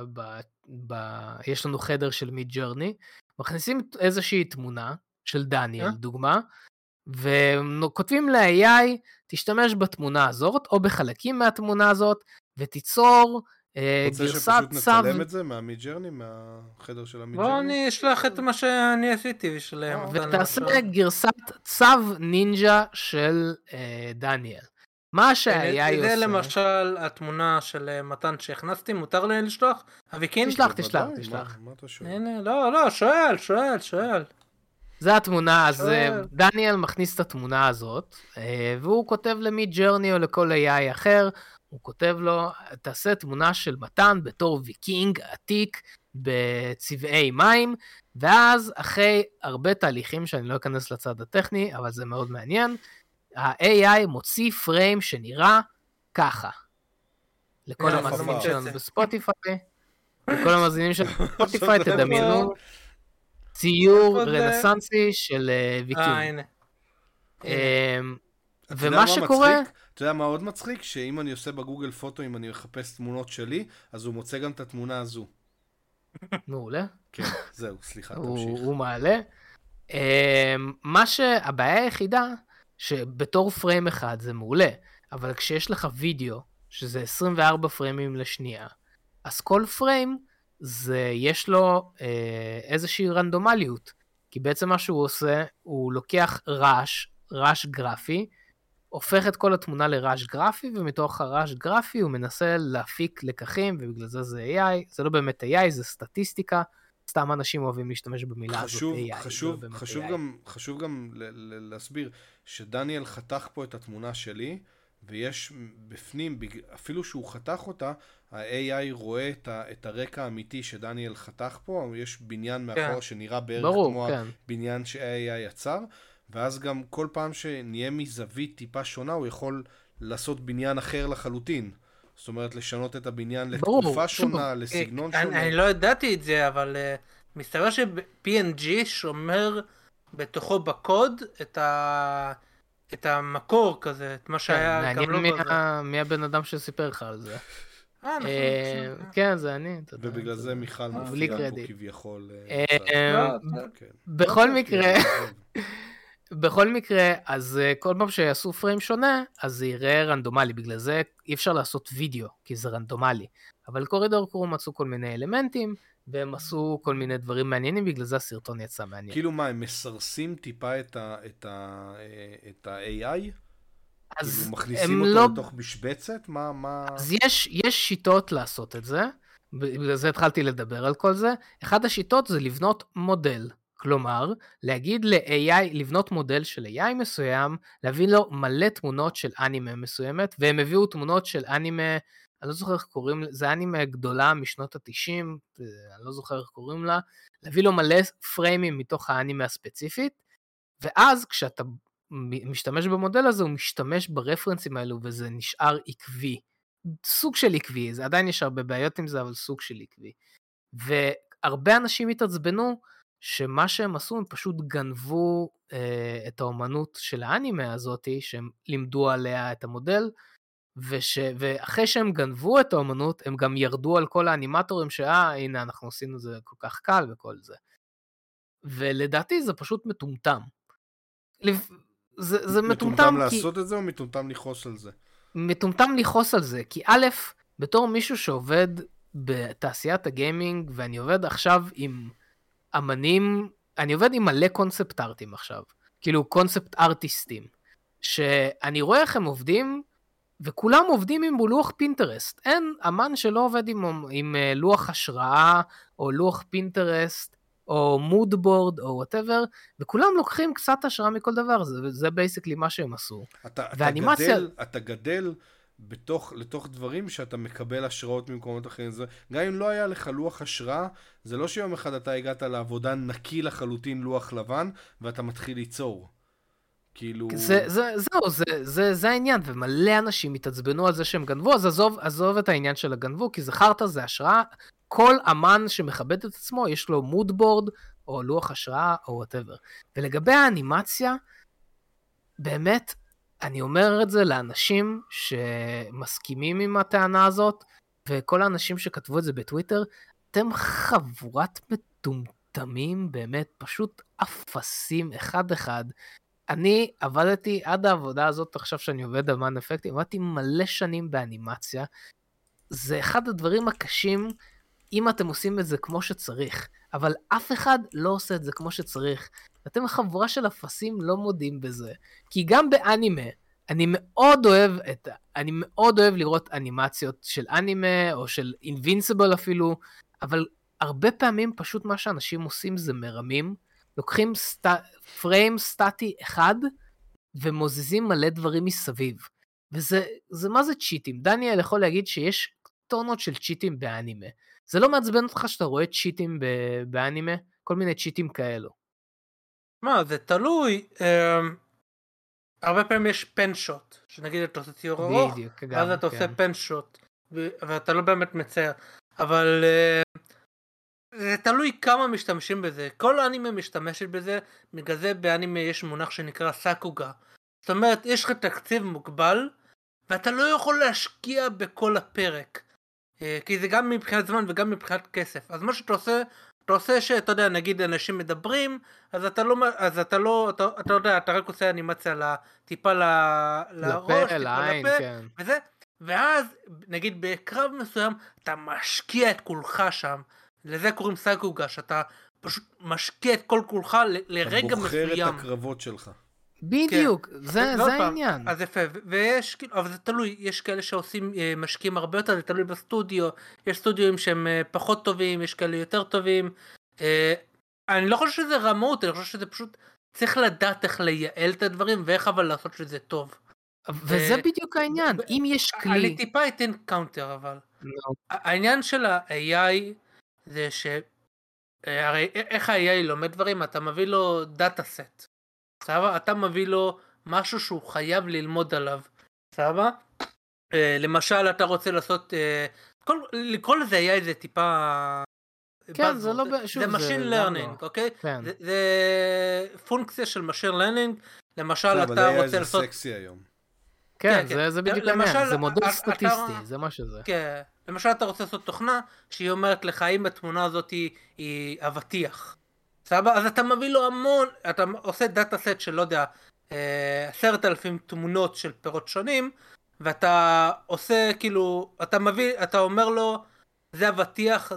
Speaker 1: יש לנו חדר של מיד ג'רני, מכניסים איזושהי תמונה של דניאל, דוגמה, וכותבים ל-AI, תשתמש בתמונה הזאת, או בחלקים מהתמונה הזאת, ותיצור גרסת
Speaker 3: פשוט
Speaker 1: צו...
Speaker 3: נצלם את זה מהמיד ג'רני, מהחדר של המיד
Speaker 2: בוא
Speaker 3: ג'רני?
Speaker 2: אני אשלח את מה שאני עשיתי בשבילם.
Speaker 1: ותעשה גרסת צו נינג'ה של דניאל. מה שה-AI עושה...
Speaker 2: זה למשל התמונה של מתן שהכנסתי, מותר לי לשלוח? אביקין?
Speaker 1: תשלח.
Speaker 3: מה אתה שואל?
Speaker 2: הנה, לא, שואל.
Speaker 1: זה התמונה, אז דניאל מכניס את התמונה הזאת, והוא כותב למיד ג'רני או לכל AI אחר, הוא כותב לו, תעשה תמונה של מתן בתור ויקינג עתיק בצבעי מים, ואז אחרי הרבה תהליכים שאני לא אכנס לצד הטכני, אבל זה מאוד מעניין, ה-AI מוציא פריים שנראה ככה. לכל המאזינים שלנו בספוטיפיי, לכל המאזינים שלנו בספוטיפיי, תדמיינו ציור רנסנסי של ויקינג. ומה שקורה...
Speaker 3: אתה יודע מה עוד מצחיק? שאם אני עושה בגוגל פוטו, אם אני מחפש תמונות שלי, אז הוא מוצא גם את התמונה הזו.
Speaker 1: מעולה.
Speaker 3: כן, זהו, סליחה, תמשיך.
Speaker 1: הוא מעלה. מה שהבעיה היחידה, שבתור פריים אחד זה מעולה, אבל כשיש לך וידאו, שזה 24 פריימים לשנייה, אז כל פריים, יש לו איזושהי רנדומליות, כי בעצם מה שהוא עושה, הוא לוקח רעש גרפי, הופך את כל התמונה לרעש גרפי, ומתוך הרעש גרפי הוא מנסה להפיק לקחים, ובגלל זה AI, זה לא באמת AI, זה סטטיסטיקה, סתם אנשים אוהבים להשתמש במילה הזאת AI.
Speaker 3: חשוב גם להסביר, שדניאל חתך פה את התמונה שלי, ויש בפנים, אפילו שהוא חתך אותה, ה-AI רואה את הרקע האמיתי שדניאל חתך פה, יש בניין מאחור שנראה בערך כמו הבניין שה-AI יצר, ואז גם כל פעם שנהיה מזווית טיפה שונה, הוא יכול לעשות בניין אחר לחלוטין. זאת אומרת, לשנות את הבניין לתקופה שונה, לסגנון שונה.
Speaker 2: אני לא ידעתי את זה, אבל מסתבר ש-PNG שומר בתוכו בקוד את המקור כזה, את מה שהיה גם לא בזה.
Speaker 1: מעניין מי הבן אדם שסיפר לך על זה.
Speaker 2: נכון.
Speaker 1: כן, זה אני.
Speaker 3: ובגלל זה מיכל מופיע פה כביכול.
Speaker 1: בכל מקרה, אז כל פעם שיעשו פריים שונה, אז זה יראה רנדומלי, בגלל זה אי אפשר לעשות וידאו, כי זה רנדומלי. אבל קורידור קרו מצאו כל מיני אלמנטים, והם עשו כל מיני דברים מעניינים, בגלל זה הסרטון יצא מעניין.
Speaker 3: כאילו מה, הם מסרסים טיפה את ה-AI?
Speaker 1: אז
Speaker 3: כאילו מכניסים אותו לתוך משבצת?
Speaker 1: אז יש שיטות לעשות את זה, בגלל זה התחלתי לדבר על כל זה. אחד השיטות זה לבנות מודל. כלומר, להגיד ל-AI, לבנות מודל של AI מסוים, להביא לו מלא תמונות של אנימה מסוימת, והם הביאו תמונות של אנימה, אני לא זוכר איך קוראים, זה אנימה גדולה משנות ה-90, אני לא זוכר איך קוראים לה, להביא לו מלא פריימים מתוך האנימה הספציפית, ואז כשאתה משתמש במודל הזה, הוא משתמש ברפרנסים האלו, וזה נשאר עקבי. סוג של עקבי, זה עדיין יש הרבה בעיות עם זה, אבל סוג של עקבי. והרבה אנשים התעצבנו, שמה שהם עשו, הם פשוט גנבו את האומנות של האנימה הזאת, שהם לימדו עליה את המודל, ואחרי שהם גנבו את האומנות, הם גם ירדו על כל האנימטורים, הנה אנחנו עשינו זה כל כך קל וכל זה. ולדעתי זה פשוט מטומטם. זה
Speaker 3: מטומטם לעשות את זה, או מטומטם לכעוס על זה?
Speaker 1: מטומטם לכעוס על זה, כי א', בתור מישהו שעובד בתעשיית הגיימינג, ואני עובד עכשיו עם אמנים, אני עובד עם מלא קונספט ארטים עכשיו, כאילו קונספט ארטיסטים, שאני רואה איך הם עובדים, וכולם עובדים עם לוח פינטרסט, אין אמן שלא עובד עם לוח השראה, או לוח פינטרסט, או מודבורד, או whatever, וכולם לוקחים קצת השראה מכל דבר, זה בייסיקלי מה שהם עשו.
Speaker 3: אתה גדל לתוך דברים שאתה מקבל השראות ממקומות אחרים. גם אם לא היה לך לוח השראה, זה לא שיום אחד אתה הגעת לעבודה נקי לחלוטין לוח לבן, ואתה מתחיל ליצור. כאילו...
Speaker 1: זה העניין, ומלא אנשים התעצבנו על זה שהם גנבו, אז עזוב את העניין של הגנבו, כי זכרת זה השראה, כל אמן שמכבד את עצמו, יש לו מודבורד, או לוח השראה, או whatever. ולגבי האנימציה, באמת, אני אומר את זה לאנשים שמסכימים עם הטענה הזאת, וכל האנשים שכתבו את זה בטוויטר, אתם חבורת מטומטמים, באמת, פשוט אפסים אחד. אני עבדתי עד העבודה הזאת, עכשיו שאני עובד על מן אפקטים, עבדתי מלא שנים באנימציה, זה אחד הדברים הקשים, אם אתם עושים את זה כמו שצריך, אבל אף אחד לא עושה את זה כמו שצריך. אתם חבורה של אפסים לא מודים בזה, כי גם באנימה, אני מאוד אוהב לראות אנימציות של אנימה, או של אינבינסיבל אפילו, אבל הרבה פעמים פשוט מה שאנשים עושים זה מרמים, לוקחים פריים סטטי אחד, ומוזיזים מלא דברים מסביב. וזה מה זה צ'יטים? דניאל יכול להגיד שיש טונות של צ'יטים באנימה. זה לא מעצבן אותך שאתה רואה צ'יטים באנימה? כל מיני צ'יטים כאלו.
Speaker 2: מה, זה תלוי. הרבה פעמים יש פן שוט, שנגיד אתה עושה ציור ארוך, ואז אתה עושה פן שוט, ואתה לא באמת מצייר. אבל זה תלוי כמה משתמשים בזה. כל האנימה משתמשת בזה, בגלל זה באנימה יש מונח שנקרא סאקוגה. זאת אומרת, יש לך תקציב מוגבל, ואתה לא יכול להשקיע בכל הפרק. כי זה גם מבחינת זמן וגם מבחינת כסף. אז מה שאתה עושה, אתה עושה שאתה יודע, נגיד אנשים מדברים, אז אתה יודע, אתה רק עושה אנימציה טיפה לראש, טיפה לפה, וזה, ואז נגיד בקרב מסוים, אתה משקיע את כולך שם, לזה קוראים סאקוגה, שאתה פשוט משקיע את כל כולך לרגע מסוים.
Speaker 3: אתה בוחר את הקרבות שלך.
Speaker 1: בדיוק, זה העניין.
Speaker 2: אז יפה, ויש, אבל זה תלוי, יש כאלה שעושים, משקיעים הרבה יותר, זה תלוי בסטודיו, יש סטודיואים שהם פחות טובים, יש כאלה יותר טובים, אני לא חושב שזה רמות, אני חושב שזה פשוט, צריך לדעת איך לייעל את הדברים, ואיך אבל לעשות שזה טוב.
Speaker 1: וזה בדיוק העניין, אם יש כלי...
Speaker 2: אני טיפה אתן קאונטר, אבל. העניין של ה-AI, זה הרי איך ה-AI לומד דברים, אתה מביא לו דאטה סט. סבבה? אתה מביא לו משהו שהוא חייב ללמוד עליו. סבבה? למשל, אתה רוצה לעשות... לקרוא לזה AI זה טיפה...
Speaker 1: כן, זה לא...
Speaker 2: זה machine learning, אוקיי? זה פונקציה של machine learning. למשל, אתה רוצה לעשות...
Speaker 3: זה סקסי היום.
Speaker 1: כן, זה בדיוק העניין. זה מודל סטטיסטי, זה מה שזה.
Speaker 2: כן. למשל, אתה רוצה לעשות תוכנה שהיא אומרת לך, אם התמונה הזאת היא אבטיח. סבבה? אז אתה מביא לו המון, אתה עושה דאטה סט של, לא יודע, 10,000 תמונות של פירות שונים, ואתה עושה כאילו, אתה אומר לו, זה אבטיח,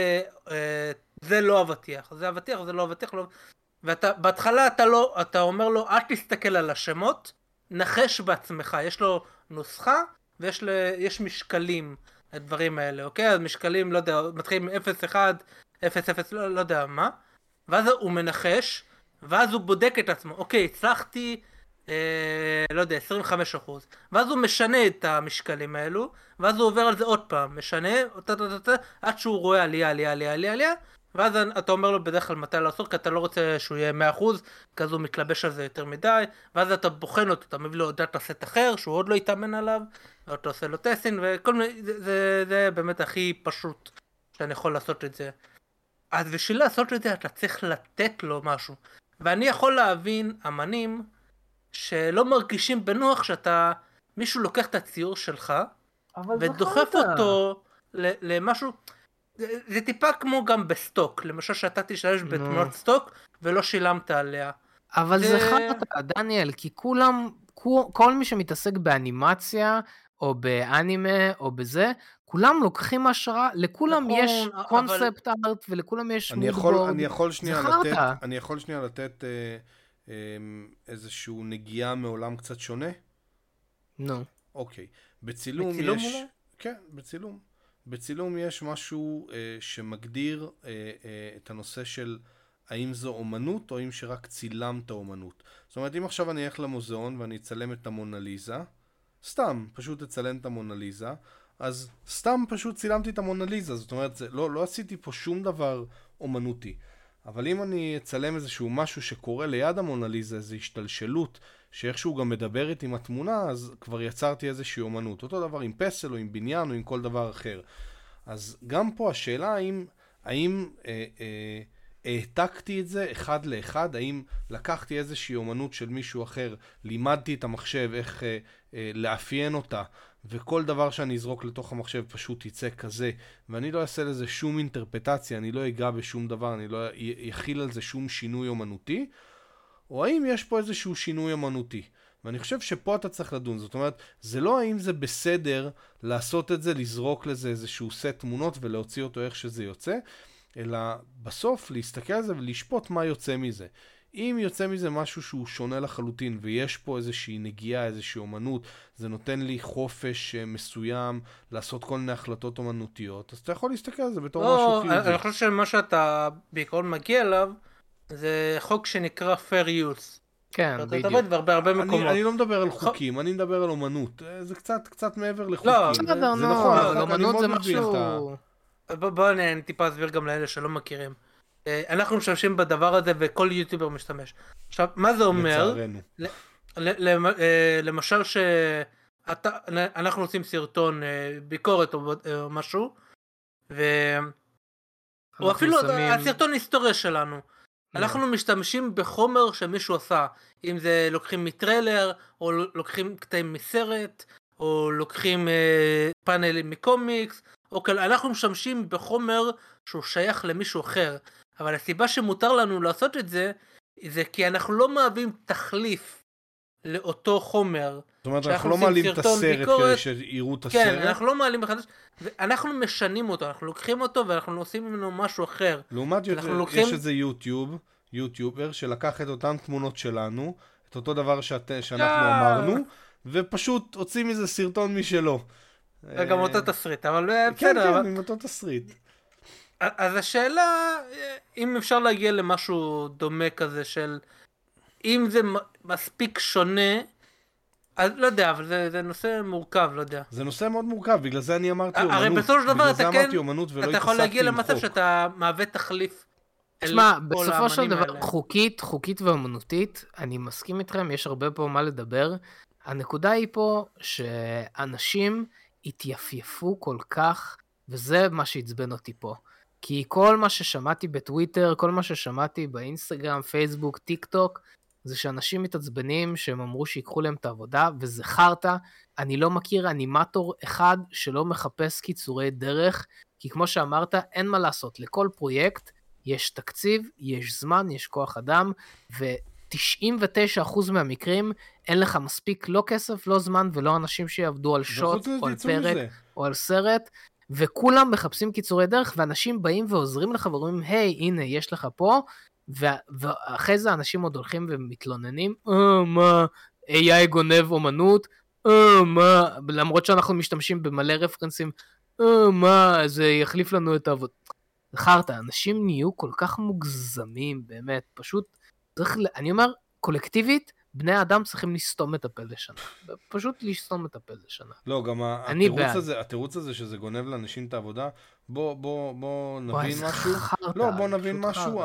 Speaker 2: זה לא אבטיח, זה אבטיח, זה לא אבטיח, בהתחלה אתה אומר לו, אל תסתכל על השמות, נחש בעצמך, יש לו נוסחה, ויש משקלים, הדברים האלה, אוקיי? אז משקלים, לא יודע, מתחילים 0-1, 0-0, לא יודע מה, ואז הוא מנחש, ואז הוא בודק את עצמו, אוקיי, הצלחתי, לא יודע, 25%, ואז הוא משנה את המשקלים האלו, ואז הוא עובר על זה עוד פעם, משנה, עד שהוא רואה עלייה, ואז אתה אומר לו בדרך כלל מתי לעשות, כי אתה לא רוצה שהוא יהיה 100%, כי אז הוא מתלבש על זה יותר מדי, ואז אתה בוחן אותו, אתה מביא לו דאטה סט אחר, שהוא עוד לא יתאמן עליו, ואתה עושה לו טסטינג, וכל מיני, זה באמת הכי פשוט שאני יכול לעשות את זה. אז בשביל לעשות את זה אתה צריך לתת לו משהו, ואני יכול להבין אמנים שלא מרגישים בנוח שאתה, מישהו לוקח את הציור שלך, ודוחף אותו למשהו, זה טיפה כמו גם בסטוק, למשל שאתה תשתמש בתמונת סטוק ולא שילמת עליה.
Speaker 1: אבל זה חרטא, דניאל, כי כל מי שמתעסק באנימציה, או באנימה, או בזה, כולם לוקחים השראה, לכולם יש קונספט ארט, ולכולם יש מודבורד.
Speaker 3: אני יכול שנייה לתת איזשהו נגיעה מעולם קצת שונה?
Speaker 1: נו.
Speaker 3: אוקיי. בצילום יש... כן, בצילום. בצילום יש משהו שמגדיר את הנושא של האם זו אומנות, או האם שרק צילמת אומנות. זאת אומרת, אם עכשיו אני אלך למוזיאון ואני אצלם את המונליזה, סתם, פשוט אצלם את המונליזה, אז סתם פשוט צילמתי את המונליזה, זאת אומרת, לא עשיתי פה שום דבר אומנותי. אבל אם אני אצלם איזשהו משהו שקורה ליד המונליזה, איזו השתלשלות, שאיכשהו גם מדברת עם התמונה, אז כבר יצרתי איזושהי אומנות. אותו דבר עם פסל או עם בניין או עם כל דבר אחר. אז גם פה השאלה האם העתקתי את זה אחד לאחד, האם לקחתי איזושהי אומנות של מישהו אחר, לימדתי את המחשב איך לאפיין אותה, וכל דבר שאני אזרוק לתוך המחשב פשוט יצא כזה, ואני לא אעשה לזה שום אינטרפטציה, אני לא אגע בשום דבר, אני לא יכיל על זה שום שינוי אומנותי, או האם יש פה איזשהו שינוי אומנותי. ואני חושב שפה אתה צריך לדון, זאת אומרת, זה לא האם זה בסדר לעשות את זה, לזרוק לזה איזשהו סט תמונות ולהוציא אותו איך שזה יוצא, אלא בסוף להסתכל על זה ולשפוט מה יוצא מזה. אם יוצא מזה משהו שהוא שונה לחלוטין, ויש פה איזושהי נגיעה, איזושהי אומנות, זה נותן לי חופש מסוים לעשות כל מיני החלטות אומנותיות, אז אתה יכול להסתכל על זה בתור משהו חיובי.
Speaker 2: אני חושב שמה שאתה בעיקרון מגיע אליו, זה חוק שנקרא Fair Use.
Speaker 1: כן,
Speaker 2: אתה
Speaker 1: בדיוק.
Speaker 2: עובד בהרבה מקומות.
Speaker 3: אני לא מדבר על חוקים, אני מדבר על אומנות. זה קצת מעבר לחוקים.
Speaker 2: לא,
Speaker 3: זה
Speaker 1: בסדר,
Speaker 3: נכון,
Speaker 1: אבל
Speaker 3: אני
Speaker 1: אומנות
Speaker 3: מאוד
Speaker 1: זה
Speaker 3: מבין את ה...
Speaker 1: משהו...
Speaker 2: בוא אני טיפה אסביר גם לאלה שלא מכירים. אנחנו משתמשים בדבר הזה וכל יוטיובר משתמש. עכשיו, מה זה אומר?
Speaker 3: לצערנו.
Speaker 2: למשל שאנחנו עושים סרטון ביקורת או משהו, או אפילו הסרטון היסטוריה שלנו. אנחנו משתמשים בחומר שמישהו עשה, אם זה לוקחים מטריילר, או לוקחים קטעים מסרט, או לוקחים פאנלים מקומיקס, או כאלה, אנחנו משתמשים בחומר שהוא שייך למישהו אחר, אבל הסיבה שמותר לנו לעשות את זה, זה כי אנחנו לא מהווים תחליף לאותו חומר.
Speaker 3: זאת אומרת, אנחנו לא מעלים את הסרט כדי שיראו את הסרט.
Speaker 2: כן, אנחנו לא מעלים מחדש, ואנחנו משנים אותו, אנחנו לוקחים אותו ואנחנו עושים ממנו משהו אחר.
Speaker 3: לעומת יש איזה יוטיובר שלקח את אותן תמונות שלנו, את אותו דבר שאנחנו אמרנו, ופשוט הוציא מזה סרטון משלו.
Speaker 2: וגם אותו תסריט, אבל
Speaker 3: כן,
Speaker 2: בסדר.
Speaker 3: כן, עם אותו תסריט.
Speaker 2: אז השאלה, אם אפשר להגיע למשהו דומה כזה של, אם זה מספיק שונה, אז לא יודע, אבל זה נושא מורכב, לא יודע.
Speaker 3: זה נושא מאוד מורכב, בגלל זה אני אמרתי אומנות.
Speaker 2: הרי בסופו של דבר אתה יכול להגיע
Speaker 3: עם
Speaker 2: למצב
Speaker 3: חוק.
Speaker 2: שאתה מהווה תחליף.
Speaker 1: תשמע, בסופו של דבר, חוקית ואמנותית, אני מסכים איתכם, יש הרבה פה מה לדבר. הנקודה היא פה שאנשים התייפייפו כל כך, וזה מה שעצבן אותי פה. כי כל מה ששמעתי בטוויטר, כל מה ששמעתי באינסטגרם, פייסבוק, טיק טוק, זה שאנשים מתעצבנים שהם אמרו שיקחו להם את העבודה, וזה חרטא. אני לא מכיר אנימטור אחד שלא מחפש קיצורי דרך, כי כמו שאמרת, אין מה לעשות. לכל פרויקט יש תקציב, יש זמן, יש כוח אדם, ו99% מהמקרים אין לך מספיק לא כסף, לא זמן ולא אנשים שיעבדו על שוט או על פרק או על סרט, וכולם מחפשים קיצורי דרך, ואנשים באים ועוזרים לך ואומרים, היי, הנה, יש לך פה, ואחרי זה אנשים עוד הולכים ומתלוננים, מה, AI גונב אומנות, מה, למרות שאנחנו משתמשים במלא רפרנסים, מה, זה יחליף לנו את העבוד. זכרת, אנשים נהיו כל כך מוגזמים, באמת, פשוט, אני אומר, קולקטיבית, בני האדם צריכים לסתום את הפה לשנה. פשוט לסתום את הפה לשנה.
Speaker 3: לא, גם התירוץ הזה שזה גונב לאנשים את העבודה, בוא נבין משהו. לא, בוא נבין משהו.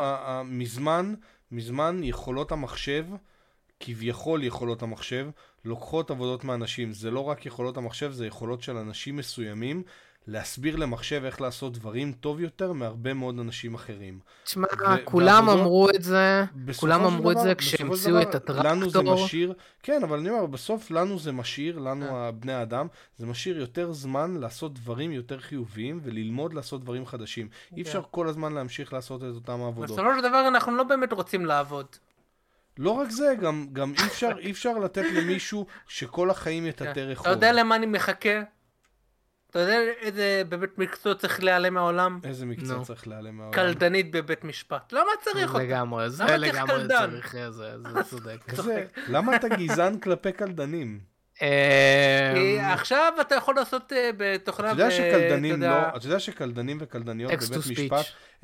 Speaker 3: מזמן יכולות המחשב, כביכול יכולות המחשב, לוקחות עבודות מאנשים. זה לא רק יכולות המחשב, זה יכולות של אנשים מסוימים, להסביר למחשב איך לעשות דברים טוב יותר מהרבה מאוד אנשים אחרים.
Speaker 1: תשמע, כולם אמרו את זה, כשהם המציאו את הטרקטור.
Speaker 3: לנו זה משאיר, כן, אבל אני אומר, בסוף לנו זה משאיר, לנו בני האדם, זה משאיר יותר זמן לעשות דברים יותר חיוביים, וללמוד לעשות דברים חדשים. אי אפשר כל הזמן להמשיך לעשות את אותם העבודות.
Speaker 2: בסופו של דבר אנחנו לא באמת רוצים לעבוד.
Speaker 3: לא רק זה, גם אי אפשר לתת למישהו שכל החיים יתתר רחוב.
Speaker 2: אתה יודע למה אני מחכה? אתה יודע איזה בבית מקצוע צריך להיעלם מהעולם?
Speaker 3: איזה מקצוע צריך להיעלם מהעולם?
Speaker 2: קלדנית בבית משפט. למה צריך אותה?
Speaker 1: לגמרי, זה לגמרי צריך, זה צודק.
Speaker 3: למה אתה גזען כלפי קלדנים?
Speaker 2: עכשיו אתה יכול לעשות בתוכנה...
Speaker 3: אתה יודע שקלדנים וקלדניות בבית משפט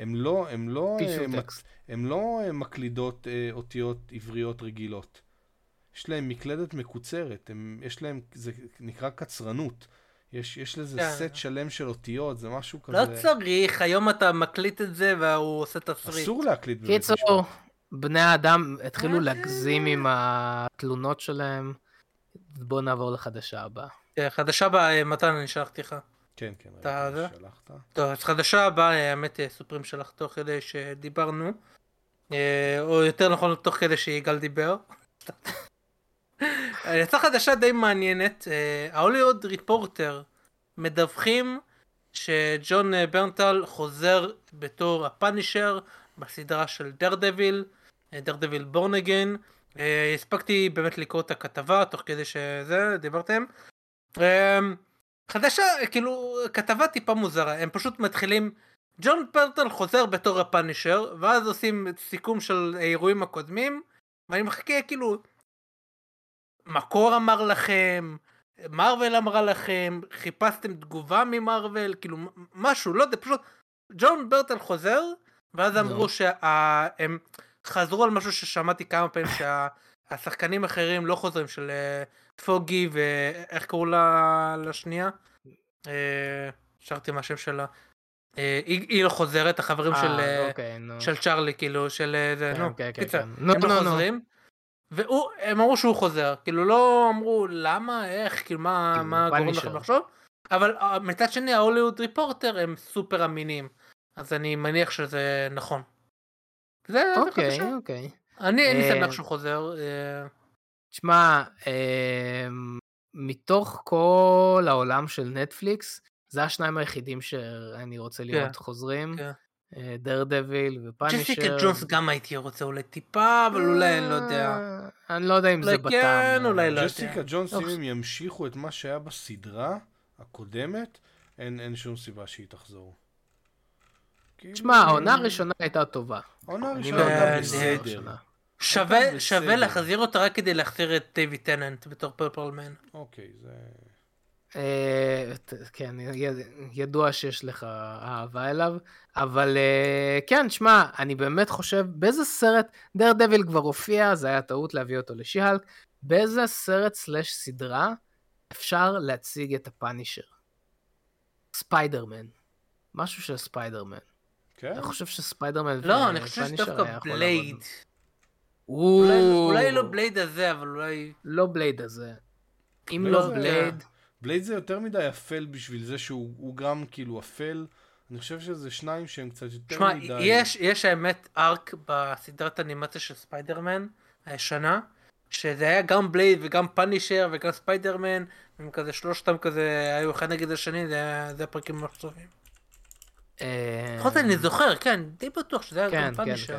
Speaker 3: הם לא מקלידות אותיות עבריות רגילות. יש להם מקלדת מקוצרת, יש להם, זה נקרא קצרנות. יש לזה סט שלם של אותיות, זה משהו כזה...
Speaker 2: לא צריך, היום אתה מקליט את זה והוא עושה תסריט.
Speaker 3: אסור להקליט בבית משפט.
Speaker 1: קיצור, בני האדם התחילו להגזים עם התלונות שלהם. בואו נעבור לחדשה הבאה.
Speaker 2: חדשה הבאה, מתן, אני שלחתי לך.
Speaker 3: כן, שלחת.
Speaker 2: טוב, אז חדשה הבאה, האמת, סופרים שלך תוך כדי שדיברנו. או יותר נכון, תוך כדי שיגאל דיבר. יצאה חדשה די מעניינת, ההוליווד ריפורטר מדווחים שג'ון ברנטל חוזר בתור הפאנישר בסדרה של דרדביל בורן אגן. הספקתי באמת לקרוא את הכתבה תוך כדי שזה דיברתם. חדשה, כאילו כתבה טיפה מוזרה, הם פשוט מתחילים ג'ון ברנטל חוזר בתור הפאנישר, ואז עושים סיכום של האירועים הקודמים, ואני מחכה כאילו מקור אמר לכם, מרוול אמרה לכם, חיפשתם תגובה ממרוול, כאילו משהו, לא יודע, פשוט ג'ון ברנטל חוזר, ואז אמרו שהם חזרו על משהו ששמעתי כמה פעמים, שהשחקנים אחרים לא חוזרים, של פוגי ואיך קראו לה לשנייה? שרתי מה השם שלה. היא לא חוזרת, החברים של צ'רלי, כאילו, של זה, קיצר, הם לא חוזרים. והם אמרו שהוא חוזר, כאילו לא אמרו למה, איך, כאילו מה גורם לכם לחשוב, אבל מצד שני ההוליווד ריפורטר הם סופר אמינים, אז אני מניח שזה נכון. זה חדשה. אני שמח שהוא חוזר.
Speaker 1: תשמע, מתוך כל העולם של נטפליקס, זה השניים היחידים שאני רוצה לראות חוזרים. דרדביל ופאנישר.
Speaker 2: ג'סיקה ג'ונס גם הייתי רוצה אולי טיפה, אבל אולי אני לא יודע.
Speaker 1: אני לא יודע אם זה בטעם.
Speaker 3: ג'סיקה ג'ונס, אם הם ימשיכו את מה שהיה בסדרה הקודמת, אין שום סיבה שהיא תחזור.
Speaker 1: תשמע, העונה הראשונה הייתה טובה.
Speaker 3: העונה הראשונה הייתה בסדר.
Speaker 2: שווה להחזיר אותה רק כדי להחזיר את דיוויד טננט בתור פרפלמן.
Speaker 3: אוקיי, זה...
Speaker 1: כן, ידוע שיש לך אהבה אליו, אבל כן, שמע, אני באמת חושב, באיזה סרט, דרדביל כבר הופיע, זה היה טעות להביא אותו לשיהלק, באיזה סרט סלש סדרה אפשר להציג את הפאנישר? ספיידרמן. משהו של ספיידרמן.
Speaker 3: כן?
Speaker 1: אני חושב שספיידרמן
Speaker 2: לא, אני חושב שדווקא בלייד. אולי לא בלייד הזה, אבל אולי...
Speaker 1: לא בלייד הזה. אם לא בלייד...
Speaker 3: בלייד זה יותר מדי אפל בשביל זה שהוא גם כאילו אפל. אני חושב שזה שניים שהם קצת יותר מדי...
Speaker 2: יש האמת ארק בסדרת אנימציה של ספיידרמן הישנה, שזה היה גם בלייד וגם פאנישר וגם ספיידרמן, הם כזה שלושתם כזה היו אחד נגד השני, זה הפרקים ממש טובים. לפחות אני זוכר, כן, די בטוח שזה היה גם פאנישר.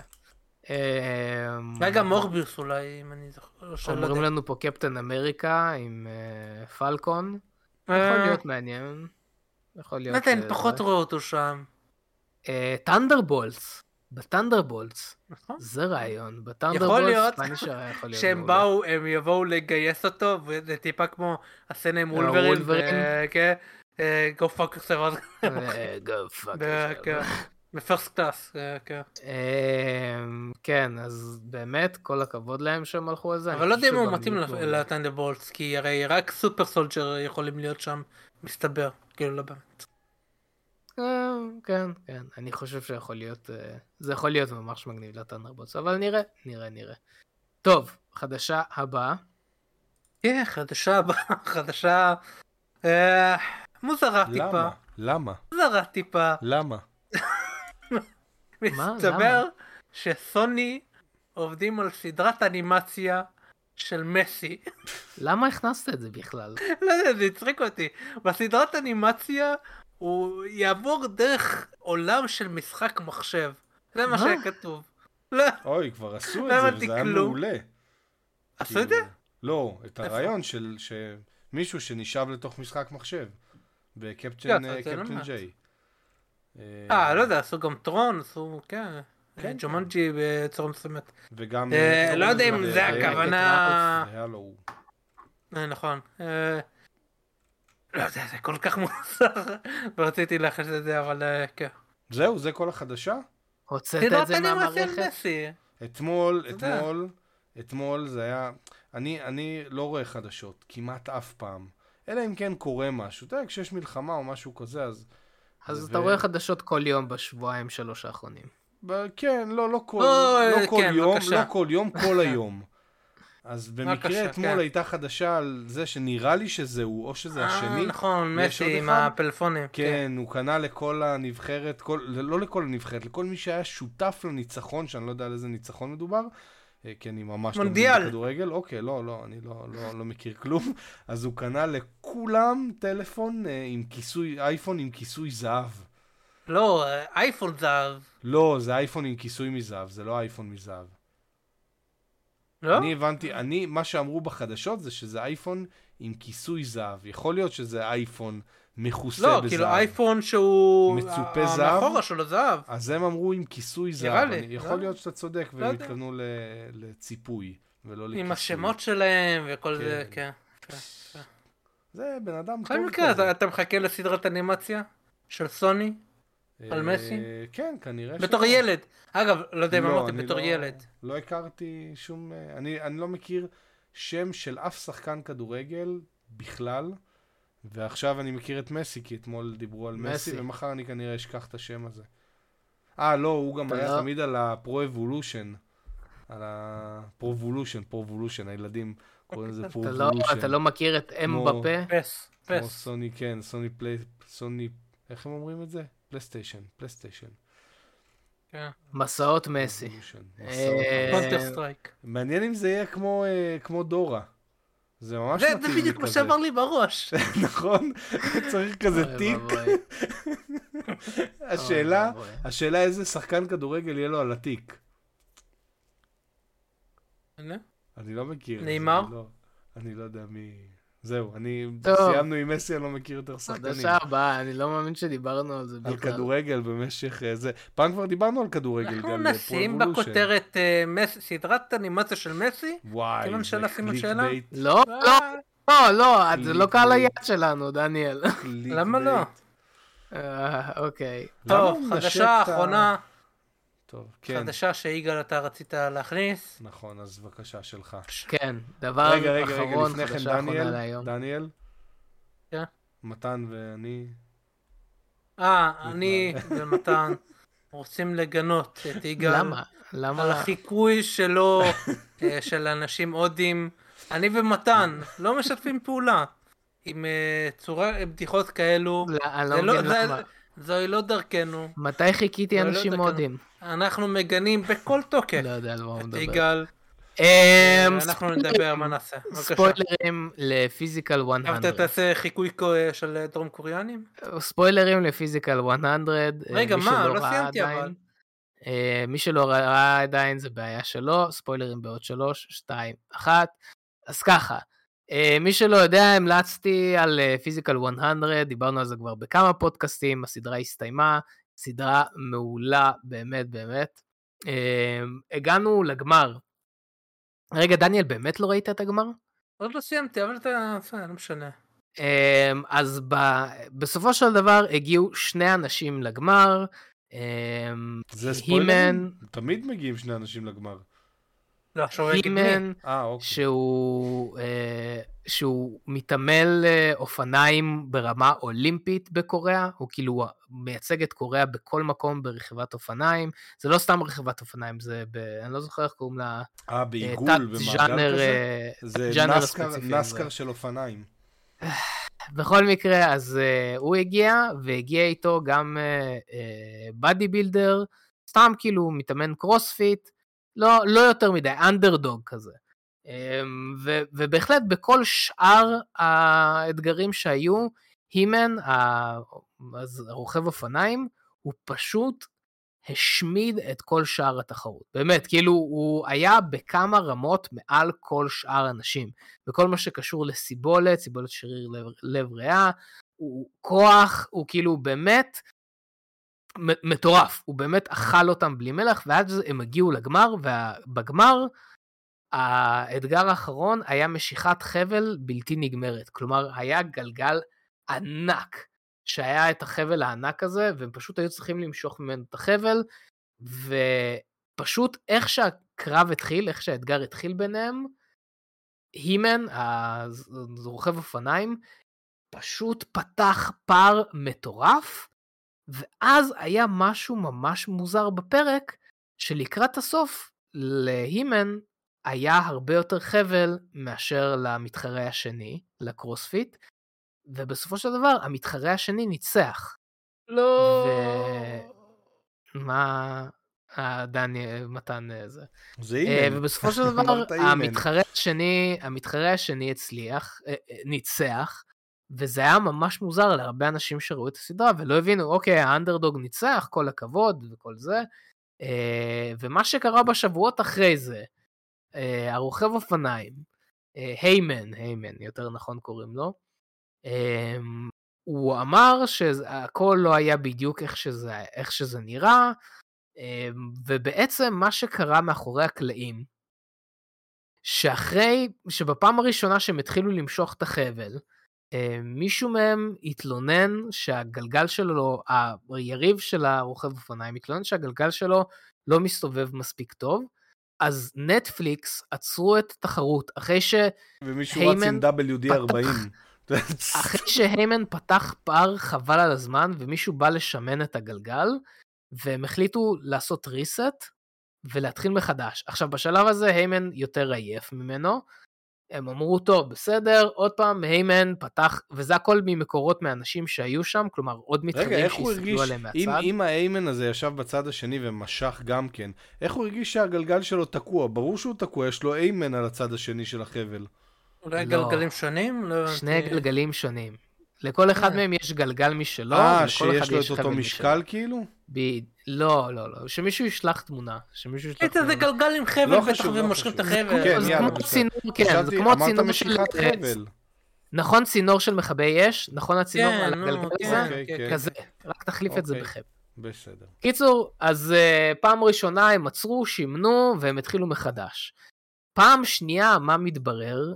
Speaker 2: היה גם מורביוס אולי, אם אני זוכר.
Speaker 1: אומרים לנו פה קפטן אמריקה עם פלקון. יכול להיות מעניין. יכול להיות...
Speaker 2: אני פחות רואה אותו שם.
Speaker 1: טנדרבולטס. בטנדרבולטס. זה רעיון. בטנדרבולטס פאנישר היה יכול להיות.
Speaker 2: כשהם באו, הם יבואו לגייס אותו, וזה טיפה כמו הסצנה עם וולברין. Go fuck yourself.
Speaker 1: Go fuck yourself.
Speaker 2: בפרסט קלאס, כן.
Speaker 1: כן, אז באמת, כל הכבוד להם שהם הלכו על זה.
Speaker 2: אבל לא יודע אם הוא מתאים לטנדרבולטס, כי הרי רק סופר סולג'ר יכולים להיות שם, מסתבר, כאילו לא באמת.
Speaker 1: כן, כן, אני חושב שיכול להיות, זה יכול להיות ממש מגניב לטנדרבולטס, אבל נראה. טוב, חדשה הבאה.
Speaker 2: כן, חדשה הבאה, חדשה מוזרה טיפה.
Speaker 3: למה?
Speaker 2: מוזרה טיפה.
Speaker 3: למה?
Speaker 2: מסתבר שסוני עובדים על סדרת אנימציה של מסי.
Speaker 1: למה הכנסת את זה בכלל?
Speaker 2: לא יודע, זה יצחיק אותי. בסדרת אנימציה הוא יעבור דרך עולם של משחק מחשב. זה מה שהיה כתוב.
Speaker 3: אוי, כבר עשו את זה, וזה היה מעולה.
Speaker 2: עשו את זה?
Speaker 3: לא, את הרעיון של מישהו שנשאב לתוך משחק מחשב. בקפטן ג'יי.
Speaker 2: לא יודע, עשו גם טרון, עשו, כן, ג'ומנג'י בצורה מסוימת.
Speaker 3: וגם...
Speaker 2: לא יודע אם זה הכוונה... נכון. לא יודע, זה כל כך מוזר. ורציתי להחש את זה, אבל כן.
Speaker 3: זהו, זה כל החדשה?
Speaker 1: הוצאת את זה מהמערכת?
Speaker 3: אתמול זה היה... אני לא רואה חדשות, כמעט אף פעם. אלא אם כן קורה משהו. אתה יודע, כשיש מלחמה או משהו כזה,
Speaker 1: אז אתה רואה חדשות כל יום בשבועיים 3 האחרונים.
Speaker 3: כן, לא כל יום, כל היום. אז במקרה אתמול הייתה חדשה על זה שנראה לי שזהו, או שזה השני.
Speaker 2: נכון, מסי עם הפלאפונים.
Speaker 3: כן, הוא קנה לכל הנבחרת, לא לכל הנבחרת, לכל מי שהיה שותף לניצחון, שאני לא יודע על איזה ניצחון מדובר, כי אני ממש
Speaker 2: מונדיאל.
Speaker 3: לא מבין בכדורגל. אוקיי, לא, אני לא מכיר כלום. אז הוא קנה לכולם טלפון עם כיסוי, אייפון עם כיסוי זהב.
Speaker 2: לא, אייפון זהב.
Speaker 3: לא, זה אייפון עם כיסוי מזהב, זה לא אייפון מזהב.
Speaker 2: לא?
Speaker 3: אני הבנתי, מה שאמרו בחדשות זה שזה אייפון עם כיסוי זהב. יכול להיות שזה אייפון מכוסה בזהב.
Speaker 2: לא, כאילו אייפון שהוא...
Speaker 3: מצופה זהב.
Speaker 2: המאחורה שלו זהב.
Speaker 3: אז הם אמרו עם כיסוי זהב. יכול להיות שאתה צודק, והם התכוונו לציפוי, ולא לכיסוי.
Speaker 2: עם השמות שלהם וכל זה, כן.
Speaker 3: זה בן אדם טוב
Speaker 2: בכל מקרה, אתה מחכה לסדרת אנימציה של סוני? על מסי?
Speaker 3: כן, כנראה
Speaker 2: בתור ילד. אגב, לא יודע אם אמרתי, בתור ילד.
Speaker 3: לא הכרתי שום... אני לא מכיר שם של אף שחקן כדורגל בכלל, ועכשיו אני מכיר את מסי, כי אתמול דיברו על מסי, ומחר אני כנראה אשכח את השם הזה. לא, הוא גם היה תמיד על הפרו-אבולושן. על הפרו-אבולושן, הילדים קוראים לזה פרו-אבולושן.
Speaker 1: אתה לא מכיר את אמבפה?
Speaker 2: פס.
Speaker 3: כמו סוני, כן, סוני, איך הם אומרים את זה? פלייסטיישן.
Speaker 1: מסעות מסי.
Speaker 2: קונטר סטרייק.
Speaker 3: מעניין אם זה יהיה כמו דורה. זה ממש מתאים לי כזה.
Speaker 2: זה בדיוק מה שעבר לי בראש.
Speaker 3: נכון? צריך כזה תיק. השאלה איזה שחקן כדורגל יהיה לו על התיק. אני לא מכיר.
Speaker 2: נאמר?
Speaker 3: אני לא יודע מי... זהו, סיימנו עם מסי, אני לא מכיר יותר שחקנים.
Speaker 1: חדשה הבאה, אני לא מאמין שדיברנו על זה בכלל.
Speaker 3: על כדורגל במשך זה. פעם כבר דיברנו על כדורגל.
Speaker 2: אנחנו נשים בכותרת סדרת אנימציה של מסי?
Speaker 3: וואי, זה קליק בייט.
Speaker 1: לא, זה לא קהל היד שלנו, דניאל.
Speaker 2: למה לא?
Speaker 1: אוקיי.
Speaker 2: טוב, חדשה האחרונה.
Speaker 3: טוב, כן.
Speaker 2: חדשה שיגאל אתה רצית להכניס.
Speaker 3: נכון, אז בבקשה שלך.
Speaker 1: כן, דבר אחרון, חדשה האחרונה להיום.
Speaker 3: דניאל? מתן ואני.
Speaker 2: אני ומתן רוצים לגנות את יגאל.
Speaker 1: למה?
Speaker 2: על החיקוי שלו, של אנשים הודים. אני ומתן לא משתפים פעולה עם בדיחות כאלו.
Speaker 1: אני לא מבין למה.
Speaker 2: זוהי לא דרכנו.
Speaker 1: מתי חיכיתי אנשים הודים?
Speaker 2: אנחנו מגנים בכל תוקף.
Speaker 1: לא יודע על מה הוא מדבר.
Speaker 2: יגאל. אנחנו נדבר מה נעשה.
Speaker 1: ספוילרים לפיזיקל 100.
Speaker 2: אתה תעשה חיקוי של דרום קוריאנים?
Speaker 1: ספוילרים לפיזיקל 100.
Speaker 2: רגע, מה? לא סיימתי אבל.
Speaker 1: מי שלא ראה עדיין זה בעיה שלו. ספוילרים בעוד 3, 2, 1. אז ככה. מי שלא יודע, המלצתי על פיזיקל 100, דיברנו על זה כבר בכמה פודקאסטים, הסדרה הסתיימה, סדרה מעולה באמת באמת. הגענו לגמר. רגע, דניאל, באמת לא ראית את הגמר?
Speaker 2: עוד לא סיימתי, אבל אתה לא משנה.
Speaker 1: אז בסופו של דבר הגיעו 2 אנשים לגמר.
Speaker 3: זה ספוילרים? תמיד מגיעים 2 אנשים לגמר.
Speaker 1: הימן, שהוא מתעמל אופניים ברמה אולימפית בקוריאה, הוא כאילו מייצג את קוריאה בכל מקום ברכיבת אופניים, זה לא סתם רכיבת אופניים, זה אני לא זוכר איך קוראים לה,
Speaker 3: בעיגול, במעגל כזה, זה נסקר של אופניים.
Speaker 1: בכל מקרה, אז הוא הגיע, והגיע איתו גם בדי בילדר, סתם כאילו מתאמן קרוספיט, לא יותר מדי, אנדרדוג כזה. ובהחלט בכל שאר האתגרים שהיו, הימן, הרוכב אופניים, הוא פשוט השמיד את כל שאר התחרות. באמת, כאילו הוא היה בכמה רמות מעל כל שאר אנשים. בכל מה שקשור לסיבולת, סיבולת שריר לב ריאה, הוא כוח, הוא כאילו באמת מטורף, הוא באמת אכל אותם בלי מלח, ואז הם הגיעו לגמר, ובגמר האתגר האחרון היה משיכת חבל בלתי נגמרת, כלומר היה גלגל ענק, שהיה את החבל הענק הזה, והם פשוט היו צריכים למשוך ממנו את החבל, ופשוט איך שהקרב התחיל, איך שהאתגר התחיל ביניהם, הימן, הרוכב אופניים, פשוט פתח פער מטורף, ואז היה משהו ממש מוזר בפרק, שלקראת הסוף, להימן היה הרבה יותר חבל מאשר למתחרה השני, לקרוספיט, ובסופו של דבר, המתחרה השני ניצח.
Speaker 2: לא.
Speaker 1: מה? מתן זה.
Speaker 3: זה אימן.
Speaker 1: ובסופו של דבר,
Speaker 3: אמרת אימן.
Speaker 1: המתחרה השני ניצח, וזה היה ממש מוזר להרבה אנשים שראו את הסדרה, ולא הבינו, אוקיי, האנדרדוג ניצח, כל הכבוד וכל זה, ומה שקרה בשבועות אחרי זה, הרוכב אופניים, היימן, יותר נכון קוראים לו, הוא אמר שהכל לא היה בדיוק איך שזה נראה, ובעצם מה שקרה מאחורי הקלעים, שבפעם הראשונה שהם התחילו למשוך את החבל, מישהו מהם התלונן שהגלגל שלו, היריב של הרוכב אופניים, התלונן שהגלגל שלו לא מסתובב מספיק טוב, אז נטפליקס עצרו את התחרות, אחרי
Speaker 3: ומישהו רץ עם WD-40.
Speaker 1: אחרי שהיימן פתח פער חבל על הזמן, ומישהו בא לשמן את הגלגל, והם החליטו לעשות ריסט, ולהתחיל מחדש. עכשיו, בשלב הזה, היימן יותר עייף ממנו, הם אמרו, טוב, בסדר, עוד פעם, היימן פתח, וזה הכל ממקורות מאנשים שהיו שם, כלומר, עוד מתחרים שהסתכלו עליהם מהצד.
Speaker 3: אם ההיימן הזה ישב בצד השני ומשך גם כן, איך הוא הרגיש שהגלגל שלו תקוע? ברור שהוא תקוע, יש לו היימן על הצד השני של החבל.
Speaker 2: אולי גלגלים שונים?
Speaker 1: שני גלגלים שונים. לכל אחד מהם יש גלגל משלו.
Speaker 3: שיש לו את אותו משקל כאילו?
Speaker 1: לא, שמישהו ישלח תמונה.
Speaker 2: זה גלגל עם חבל, בטח ומושכים את החבל.
Speaker 3: כן, יאללה,
Speaker 1: כן, זה כמו
Speaker 3: אמרת
Speaker 1: צינור
Speaker 3: משיכת חבל.
Speaker 1: נכון צינור של מכבי אש? נכון הצינור על הגלגל הזה?
Speaker 3: כן.
Speaker 1: כזה, רק תחליף את זה בחבל.
Speaker 3: בסדר.
Speaker 1: קיצור, אז פעם ראשונה הם עצרו, שימנו, והם התחילו מחדש. פעם שנייה, מה מתברר?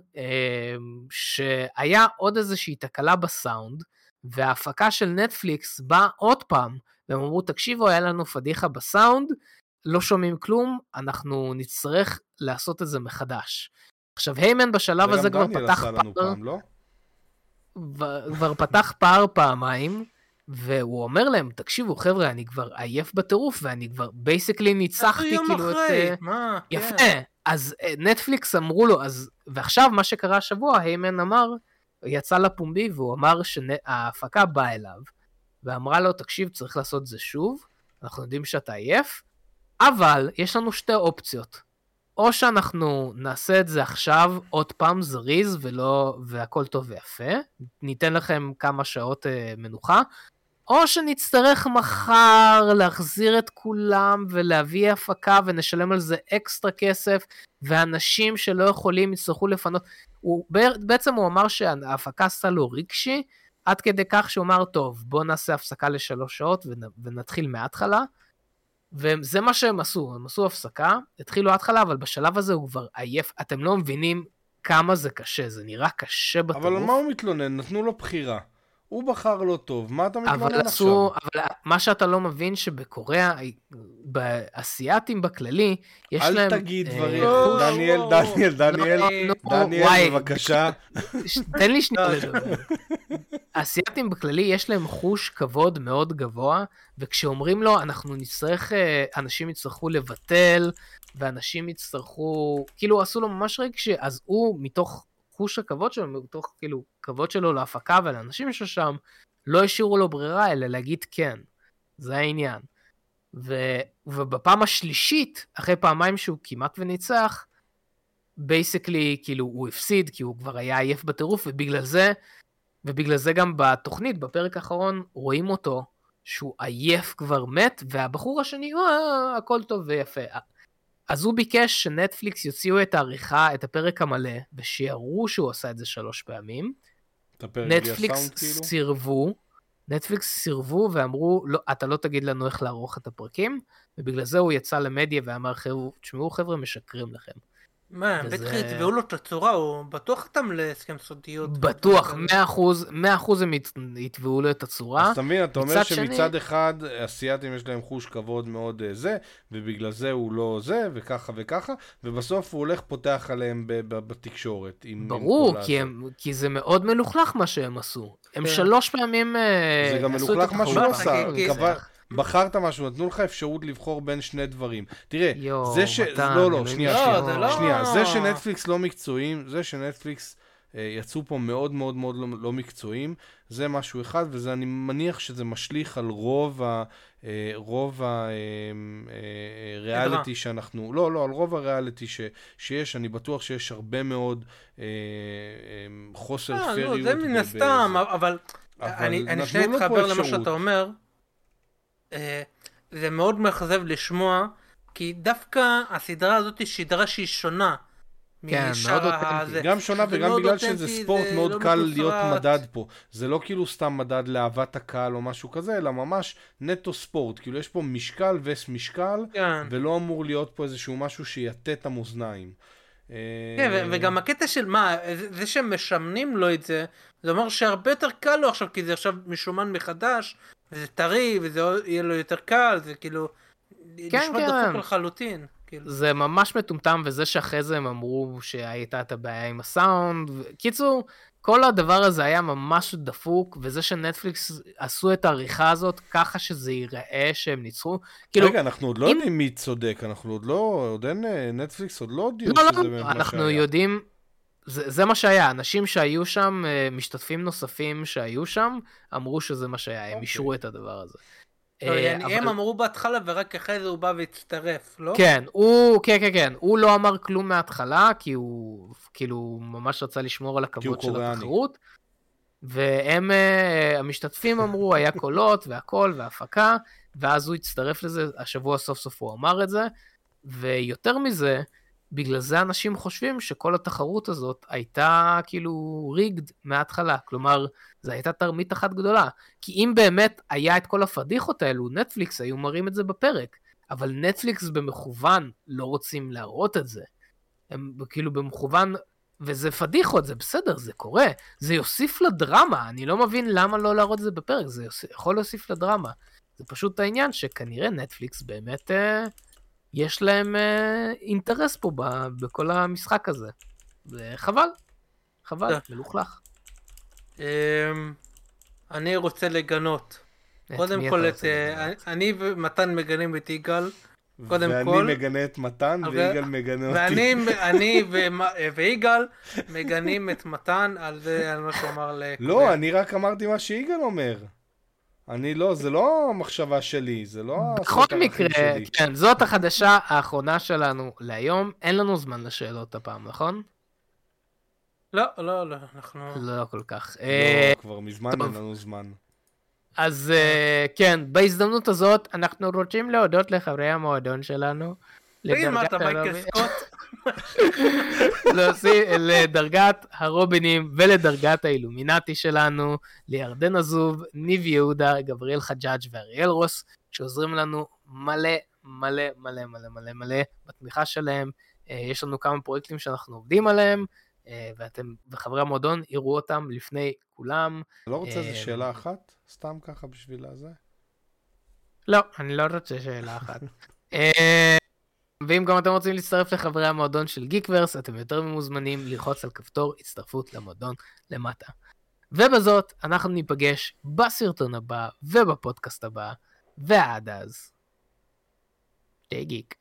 Speaker 1: שהיה עוד איזושהי תקלה בסאונד, וההפקה של נטפליקס באה עוד פעם, והם אמרו, תקשיבו, היה לנו פדיחה בסאונד, לא שומעים כלום, אנחנו נצטרך לעשות את זה מחדש. עכשיו, היימן בשלב הזה כבר פתח פער, כבר פתח פער פעמיים, והוא אומר להם, תקשיבו חבר'ה, אני כבר עייף בטירוף, ואני כבר בייסיקלי ניצחתי כאילו את... יפה, אז נטפליקס אמרו לו, ועכשיו מה שקרה השבוע, היימן אמר, יצא לפומבי, והוא אמר שההפקה באה אליו, ואמרה לו, תקשיב, צריך לעשות זה שוב, אנחנו יודעים שאתה עייף, אבל יש לנו שתי אופציות, או שאנחנו נעשה את זה עכשיו עוד פעם זריז, והכל טוב ויפה, ניתן לכם כמה שעות מנוחה, או שנצטרך מחר להחזיר את כולם ולהביא הפקה ונשלם על זה אקסטרה כסף, ואנשים שלא יכולים יצטרכו לפנות. בעצם הוא אמר שההפקה עשה לו רגשי, עד כדי כך שהוא אמר, טוב, בוא נעשה הפסקה ל3 שעות ונתחיל מההתחלה, וזה מה שהם עשו, הם עשו הפסקה, התחילו ההתחלה, אבל בשלב הזה הוא כבר עייף, אתם לא מבינים כמה זה קשה, זה נראה קשה בטירוף.
Speaker 3: אבל מה הוא מתלונן? נתנו לו בחירה. הוא בחר לא טוב, מה אתה מתלונן עכשיו?
Speaker 1: אבל מה שאתה לא מבין שבקוריאה, באסייתים בכללי, יש להם...
Speaker 3: אל תגיד דברים, דניאל, בבקשה.
Speaker 1: תן לי שנייה לדבר. האסייתים בכללי, יש להם חוש כבוד מאוד גבוה, וכשאומרים לו, אנשים יצטרכו לבטל, ואנשים יצטרכו, כאילו עשו לו ממש רגשי, אז הוא מתוך... חוש הכבוד שלו, מתוך כאילו כבוד שלו להפקה ולאנשים ששם, לא השאירו לו ברירה, אלא להגיד כן. זה העניין. ובפעם השלישית, אחרי פעמיים שהוא כמעט וניצח, בייסיקלי, כאילו, הוא הפסיד, כי הוא כבר היה עייף בטירוף, ובגלל זה גם בתוכנית, בפרק האחרון, רואים אותו, שהוא עייף כבר מת, והבחור השני, הכל טוב ויפה. אז הוא ביקש שנטפליקס יוציאו את העריכה, את הפרק המלא, ושיראו שהוא עשה את זה 3 פעמים. נטפליקס סירבו ואמרו, לא, אתה לא תגיד לנו איך לערוך את הפרקים, ובגלל זה הוא יצא למדיה ואמר, תשמעו חבר'ה, משקרים לכם.
Speaker 2: מה, בטח יתבעו לו את הצורה, הוא בטוח חתם להסכם סודיות.
Speaker 1: בטוח, 100% הם יתבעו לו את הצורה.
Speaker 3: אז תמיד, אתה אומר שמצד אחד, אסייתים יש להם חוש כבוד מאוד זה, ובגלל זה הוא לא זה, וככה וככה, ובסוף הוא הולך פותח עליהם בתקשורת.
Speaker 1: ברור, כי זה מאוד מלוכלך מה שהם עשו. הם 3 פעמים
Speaker 3: זה גם מלוכלך מה שהוא עשה. בחרת משהו, נתנו לך אפשרות לבחור בין 2 דברים. תראה, זה שנייה, זה שנטפליקס לא מקצועיים, זה שנטפליקס יצאו פה מאוד מאוד מאוד לא מקצועיים, זה משהו אחד, וזה אני מניח שזה משליך על רוב הריאליטי שאנחנו, לא, על רוב הריאליטי שיש, אני בטוח שיש הרבה מאוד חוסר פריות.
Speaker 2: זה מן הסתם, אבל אני שני אתחבר למה שאתה אומר, זה מאוד מחזב לשמוע, כי דווקא הסדרה הזאת היא סדרה שהיא שונה.
Speaker 1: כן, מאוד אותנטי.
Speaker 3: גם שונה וגם בגלל שזה ספורט מאוד קל להיות מדד פה. זה לא כאילו סתם מדד לאהבת הקהל או משהו כזה, אלא ממש נטו ספורט. כאילו יש פה משקל וס משקל, ולא אמור להיות פה איזשהו משהו שיתה את המאזניים.
Speaker 2: כן, וגם הקטע של מה, זה שמשמנים לו את זה, זה אומר שהרבה יותר קל לו עכשיו, כי זה עכשיו משומן מחדש, וזה טרי, וזה יהיה לו יותר קל, זה כאילו, נשמע דפוק לחלוטין.
Speaker 1: זה ממש מטומטם, וזה שאחרי זה הם אמרו שהייתה את הבעיה עם הסאונד, קיצור, כל הדבר הזה היה ממש דפוק, וזה שנטפליקס עשו את העריכה הזאת, ככה שזה ייראה שהם ניצחו.
Speaker 3: רגע, אנחנו עוד לא יודעים מי צודק, אנחנו עוד אין, נטפליקס עוד לא הודיעו שזה באמת מה שהיה.
Speaker 1: אנחנו יודעים, זה מה שהיה, אנשים שהיו שם, משתתפים נוספים שהיו שם, אמרו שזה מה שהיה, הם אישרו את הדבר הזה.
Speaker 2: הם אמרו בהתחלה ורק אחרי זה הוא בא והצטרף, לא?
Speaker 1: כן, הוא לא אמר כלום מההתחלה, כי הוא כאילו ממש רצה לשמור על הכבוד של התחרות, והם, המשתתפים אמרו, היה קולות והכל והפקה, ואז הוא הצטרף לזה, השבוע סוף סוף הוא אמר את זה, ויותר מזה, בגלל זה אנשים חושבים שכל התחרות הזאת הייתה כאילו ריגד מההתחלה, כלומר, זו הייתה תרמית אחת גדולה, כי אם באמת היה את כל הפדיחות האלו, נטפליקס היו מראים את זה בפרק, אבל נטפליקס במכוון לא רוצים להראות את זה, הם כאילו במכוון, וזה פדיחות, זה בסדר, זה קורה, זה יוסיף לדרמה, אני לא מבין למה לא להראות את זה בפרק, זה יכול להוסיף לדרמה, זה פשוט העניין שכנראה נטפליקס באמת יש להם אינטרס פה בכל המשחק הזה, וחבל, מלוכלך.
Speaker 2: אני רוצה לגנות. קודם כל, אני ומתן מגנים את יגאל.
Speaker 3: ואני מגנה את מתן, ויגאל מגנה אותי.
Speaker 2: ואני ויגאל מגנים את מתן על זה, על מה שהוא אמר לקודם.
Speaker 3: לא, אני רק אמרתי מה שיגאל אומר. אני לא, זה לא המחשבה שלי, זה לא
Speaker 1: בכל מקרה, כן, זאת החדשה האחרונה שלנו להיום. אין לנו זמן לשאלות הפעם, נכון?
Speaker 2: לא, אנחנו...
Speaker 1: לא כל כך.
Speaker 3: לא, כבר מזמן אין לנו זמן.
Speaker 1: אז כן, בהזדמנות הזאת אנחנו רוצים להודות לחברי המועדון שלנו.
Speaker 2: תגיד מה, אתה מייקל סקוט?
Speaker 1: לדרגת הרובינים ולדרגת האילומינטי שלנו, לירדן עזוב, ניב יהודה, גבריאל חג'אג' ואריאל רוס, שעוזרים לנו מלא בתמיכה שלהם. יש לנו כמה פרויקטים שאנחנו עובדים עליהם, ואתם וחברי המועדון יראו אותם לפני כולם.
Speaker 3: לא רוצה איזה שאלה אחת? סתם ככה בשביל הזה?
Speaker 1: לא, אני לא רוצה שאלה אחת. ואם גם אתם רוצים להצטרף לחברי המועדון של גיקוורס, אתם יותר ממוזמנים ללחוץ על כפתור הצטרפות למועדון למטה. ובזאת אנחנו ניפגש בסרטון הבא ובפודקאסט הבא, ועד אז, תהיה גיק.